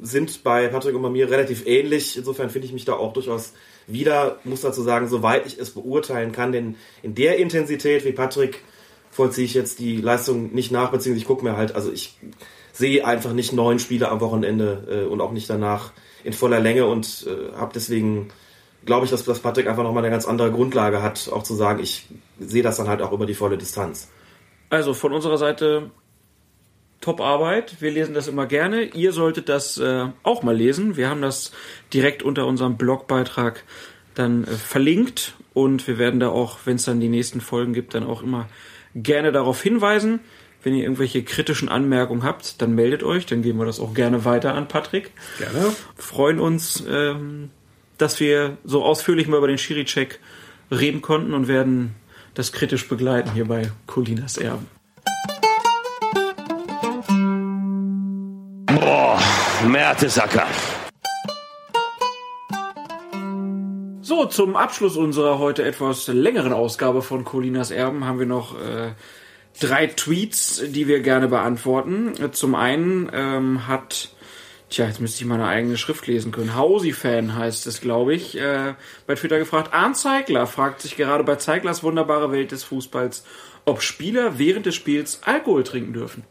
sind bei Patrick und bei mir relativ ähnlich. Insofern finde ich mich da auch durchaus wieder, muss dazu sagen, soweit ich es beurteilen kann, denn in der Intensität wie Patrick vollziehe ich jetzt die Leistung nicht nach, beziehungsweise ich gucke mir halt, also ich sehe einfach nicht neun Spiele am Wochenende äh, und auch nicht danach in voller Länge und äh, habe deswegen, glaube ich, dass, dass Patrick einfach nochmal eine ganz andere Grundlage hat, auch zu sagen, ich sehe das dann halt auch über die volle Distanz. Also von unserer Seite Top-Arbeit. Wir lesen das immer gerne. Ihr solltet das äh, auch mal lesen. Wir haben das direkt unter unserem Blogbeitrag dann äh, verlinkt und wir werden da auch, wenn es dann die nächsten Folgen gibt, dann auch immer gerne darauf hinweisen. Wenn ihr irgendwelche kritischen Anmerkungen habt, dann meldet euch, dann geben wir das auch gerne weiter an Patrick. Gerne. Wir freuen uns, ähm, dass wir so ausführlich mal über den Schiri-Check reden konnten und werden das kritisch begleiten hier bei Colinas Erben. Boah, Mertesacker. So, zum Abschluss unserer heute etwas längeren Ausgabe von Colinas Erben haben wir noch äh, drei Tweets, die wir gerne beantworten. Zum einen ähm, hat, tja, jetzt müsste ich meine eigene Schrift lesen können, Hausi-Fan heißt es, glaube ich, äh, bei Twitter gefragt. Arndt Zeigler fragt sich gerade bei Zeiglers wunderbare Welt des Fußballs, ob Spieler während des Spiels Alkohol trinken dürfen.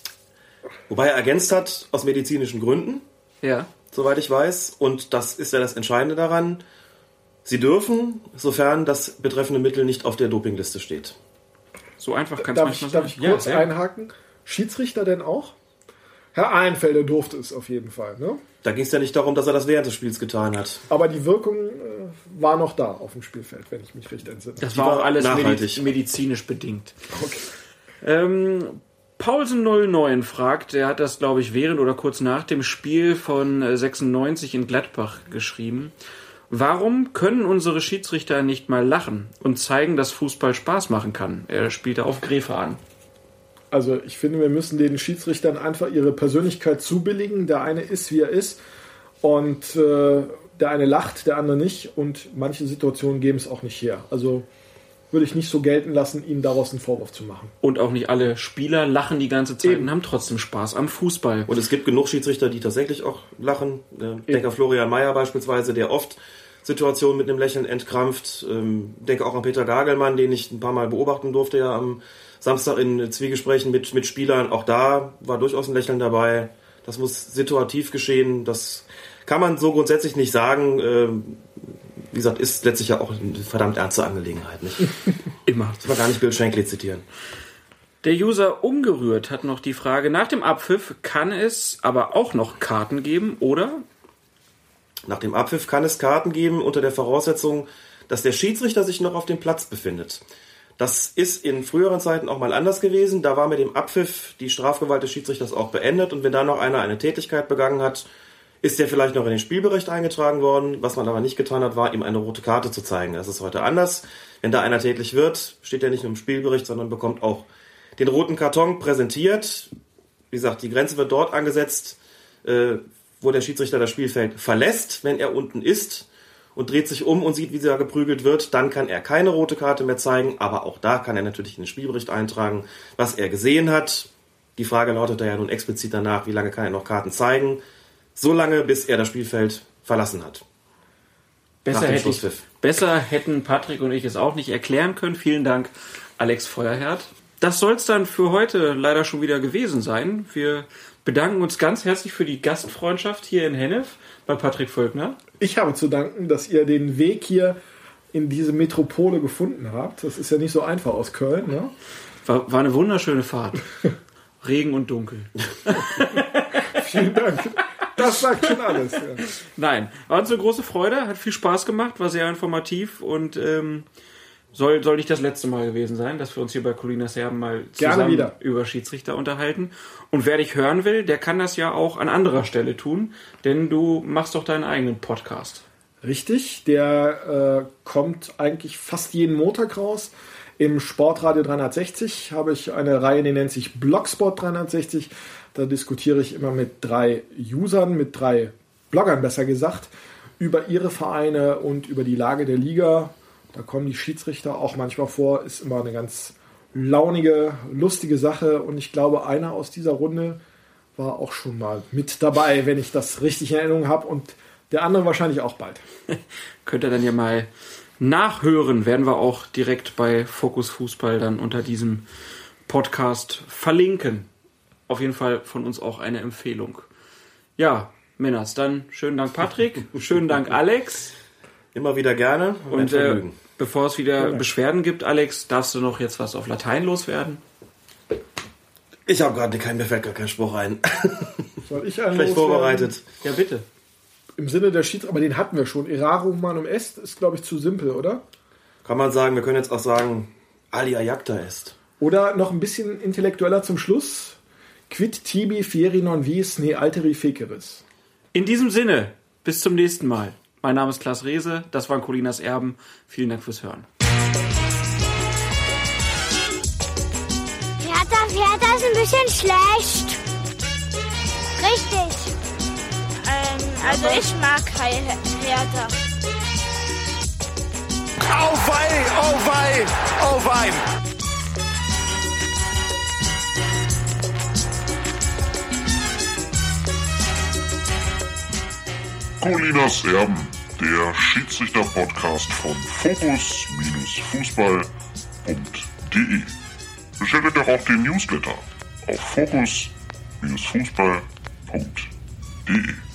Wobei er ergänzt hat, aus medizinischen Gründen, Ja. soweit ich weiß. Und das ist ja das Entscheidende daran. Sie dürfen, sofern das betreffende Mittel nicht auf der Dopingliste steht. So einfach kann es Darf manchmal ich, sein. darf ich kurz ja, einhaken? Schiedsrichter denn auch? Herr Einfelder durfte es auf jeden Fall, ne? Da ging es ja nicht darum, dass er das während des Spiels getan hat. Aber die Wirkung äh, war noch da auf dem Spielfeld, wenn ich mich richtig entsinne. Das war auch alles nachhaltig. mediz- medizinisch bedingt. Okay. Ähm, Paulsen null neun fragt, der hat das, glaube ich, während oder kurz nach dem Spiel von äh, sechsundneunzig in Gladbach geschrieben. Warum können unsere Schiedsrichter nicht mal lachen und zeigen, dass Fußball Spaß machen kann? Er spielte auf Gräfe an. Also ich finde, wir müssen den Schiedsrichtern einfach ihre Persönlichkeit zubilligen. Der eine ist, wie er ist. Und äh, der eine lacht, der andere nicht. Und manche Situationen geben es auch nicht her. Also würde ich nicht so gelten lassen, ihnen daraus einen Vorwurf zu machen. Und auch nicht alle Spieler lachen die ganze Zeit Eben. und haben trotzdem Spaß am Fußball. Und es gibt genug Schiedsrichter, die tatsächlich auch lachen. Der Denker Florian Mayer beispielsweise, der oft Situationen mit einem Lächeln entkrampft. Ähm, denke auch an Peter Gagelmann, den ich ein paar Mal beobachten durfte ja am Samstag in Zwiegesprächen mit, mit Spielern. Auch da war durchaus ein Lächeln dabei. Das muss situativ geschehen. Das kann man so grundsätzlich nicht sagen. Ähm, wie gesagt, ist letztlich ja auch eine verdammt ernste Angelegenheit. Nicht? Immer. Das war gar nicht Bill Shankly zitieren. Der User Umgerührt hat noch die Frage, nach dem Abpfiff kann es aber auch noch Karten geben, oder? Nach dem Abpfiff kann es Karten geben unter der Voraussetzung, dass der Schiedsrichter sich noch auf dem Platz befindet. Das ist in früheren Zeiten auch mal anders gewesen. Da war mit dem Abpfiff die Strafgewalt des Schiedsrichters auch beendet. Und wenn da noch einer eine Tätigkeit begangen hat, ist der vielleicht noch in den Spielbericht eingetragen worden. Was man aber nicht getan hat, war ihm eine rote Karte zu zeigen. Das ist heute anders. Wenn da einer tätlich wird, steht er nicht nur im Spielbericht, sondern bekommt auch den roten Karton präsentiert. Wie gesagt, die Grenze wird dort angesetzt, äh, wo der Schiedsrichter das Spielfeld verlässt. Wenn er unten ist und dreht sich um und sieht, wie da geprügelt wird, dann kann er keine rote Karte mehr zeigen. Aber auch da kann er natürlich in den Spielbericht eintragen, was er gesehen hat. Die Frage lautete ja nun explizit danach, wie lange kann er noch Karten zeigen? So lange, bis er das Spielfeld verlassen hat. Besser, hätte ich, besser hätten Patrick und ich es auch nicht erklären können. Vielen Dank, Alex Feuerherd. Das soll es dann für heute leider schon wieder gewesen sein. Wir bedanken uns ganz herzlich für die Gastfreundschaft hier in Hennef bei Patrick Völkner. Ich habe zu danken, dass ihr den Weg hier in diese Metropole gefunden habt. Das ist ja nicht so einfach aus Köln, ne? War, war eine wunderschöne Fahrt. Regen und Dunkel. Vielen Dank. Das sagt schon alles. Ja. Nein, war uns eine große Freude, hat viel Spaß gemacht, war sehr informativ und ähm, soll, soll nicht das letzte Mal gewesen sein, dass wir uns hier bei Colinas Erben mal zusammen über Schiedsrichter unterhalten. Und wer dich hören will, der kann das ja auch an anderer Stelle tun, denn du machst doch deinen eigenen Podcast. Richtig, der äh, kommt eigentlich fast jeden Montag raus. Im Sportradio dreihundertsechzig habe ich eine Reihe, die nennt sich Blogspot dreihundertsechzig. Da diskutiere ich immer mit drei Usern, mit drei Bloggern besser gesagt, über ihre Vereine und über die Lage der Liga. Da kommen die Schiedsrichter auch manchmal vor. Ist immer eine ganz launige, lustige Sache. Und ich glaube, einer aus dieser Runde war auch schon mal mit dabei, wenn ich das richtig in Erinnerung habe. Und der andere wahrscheinlich auch bald. Könnt ihr dann ja mal nachhören. Werden wir auch direkt bei Fokus Fußball dann unter diesem Podcast verlinken. Auf jeden Fall von uns auch eine Empfehlung. Ja, Männers, dann schönen Dank Patrick, schönen Dank Alex. Immer wieder gerne. Und äh, bevor es wieder ja. Beschwerden gibt, Alex, darfst du noch jetzt was auf Latein loswerden? Ich habe gerade keinen, mir fällt gar kein Spruch ein. Soll ich einen Vielleicht vorbereitet. Ja, bitte. Im Sinne der Schieds, aber den hatten wir schon. Erarum manum est ist, glaube ich, zu simpel, oder? Kann man sagen, wir können jetzt auch sagen, alia jacta est. Oder noch ein bisschen intellektueller zum Schluss. Quid tibi fieri non vis ne alteri feceris. In diesem Sinne, bis zum nächsten Mal. Mein Name ist Klaas Rehse, das waren Colinas Erben. Vielen Dank fürs Hören. Hertha, Hertha ist ein bisschen schlecht. Richtig. Ähm, also ich mag Hertha. Au wei, au wei, au wei. Colinas Erben, der Schiedsrichter-Podcast von Fokus Fußball punkt de. Bestellt euch doch auch den Newsletter auf Fokus Fußball punkt de.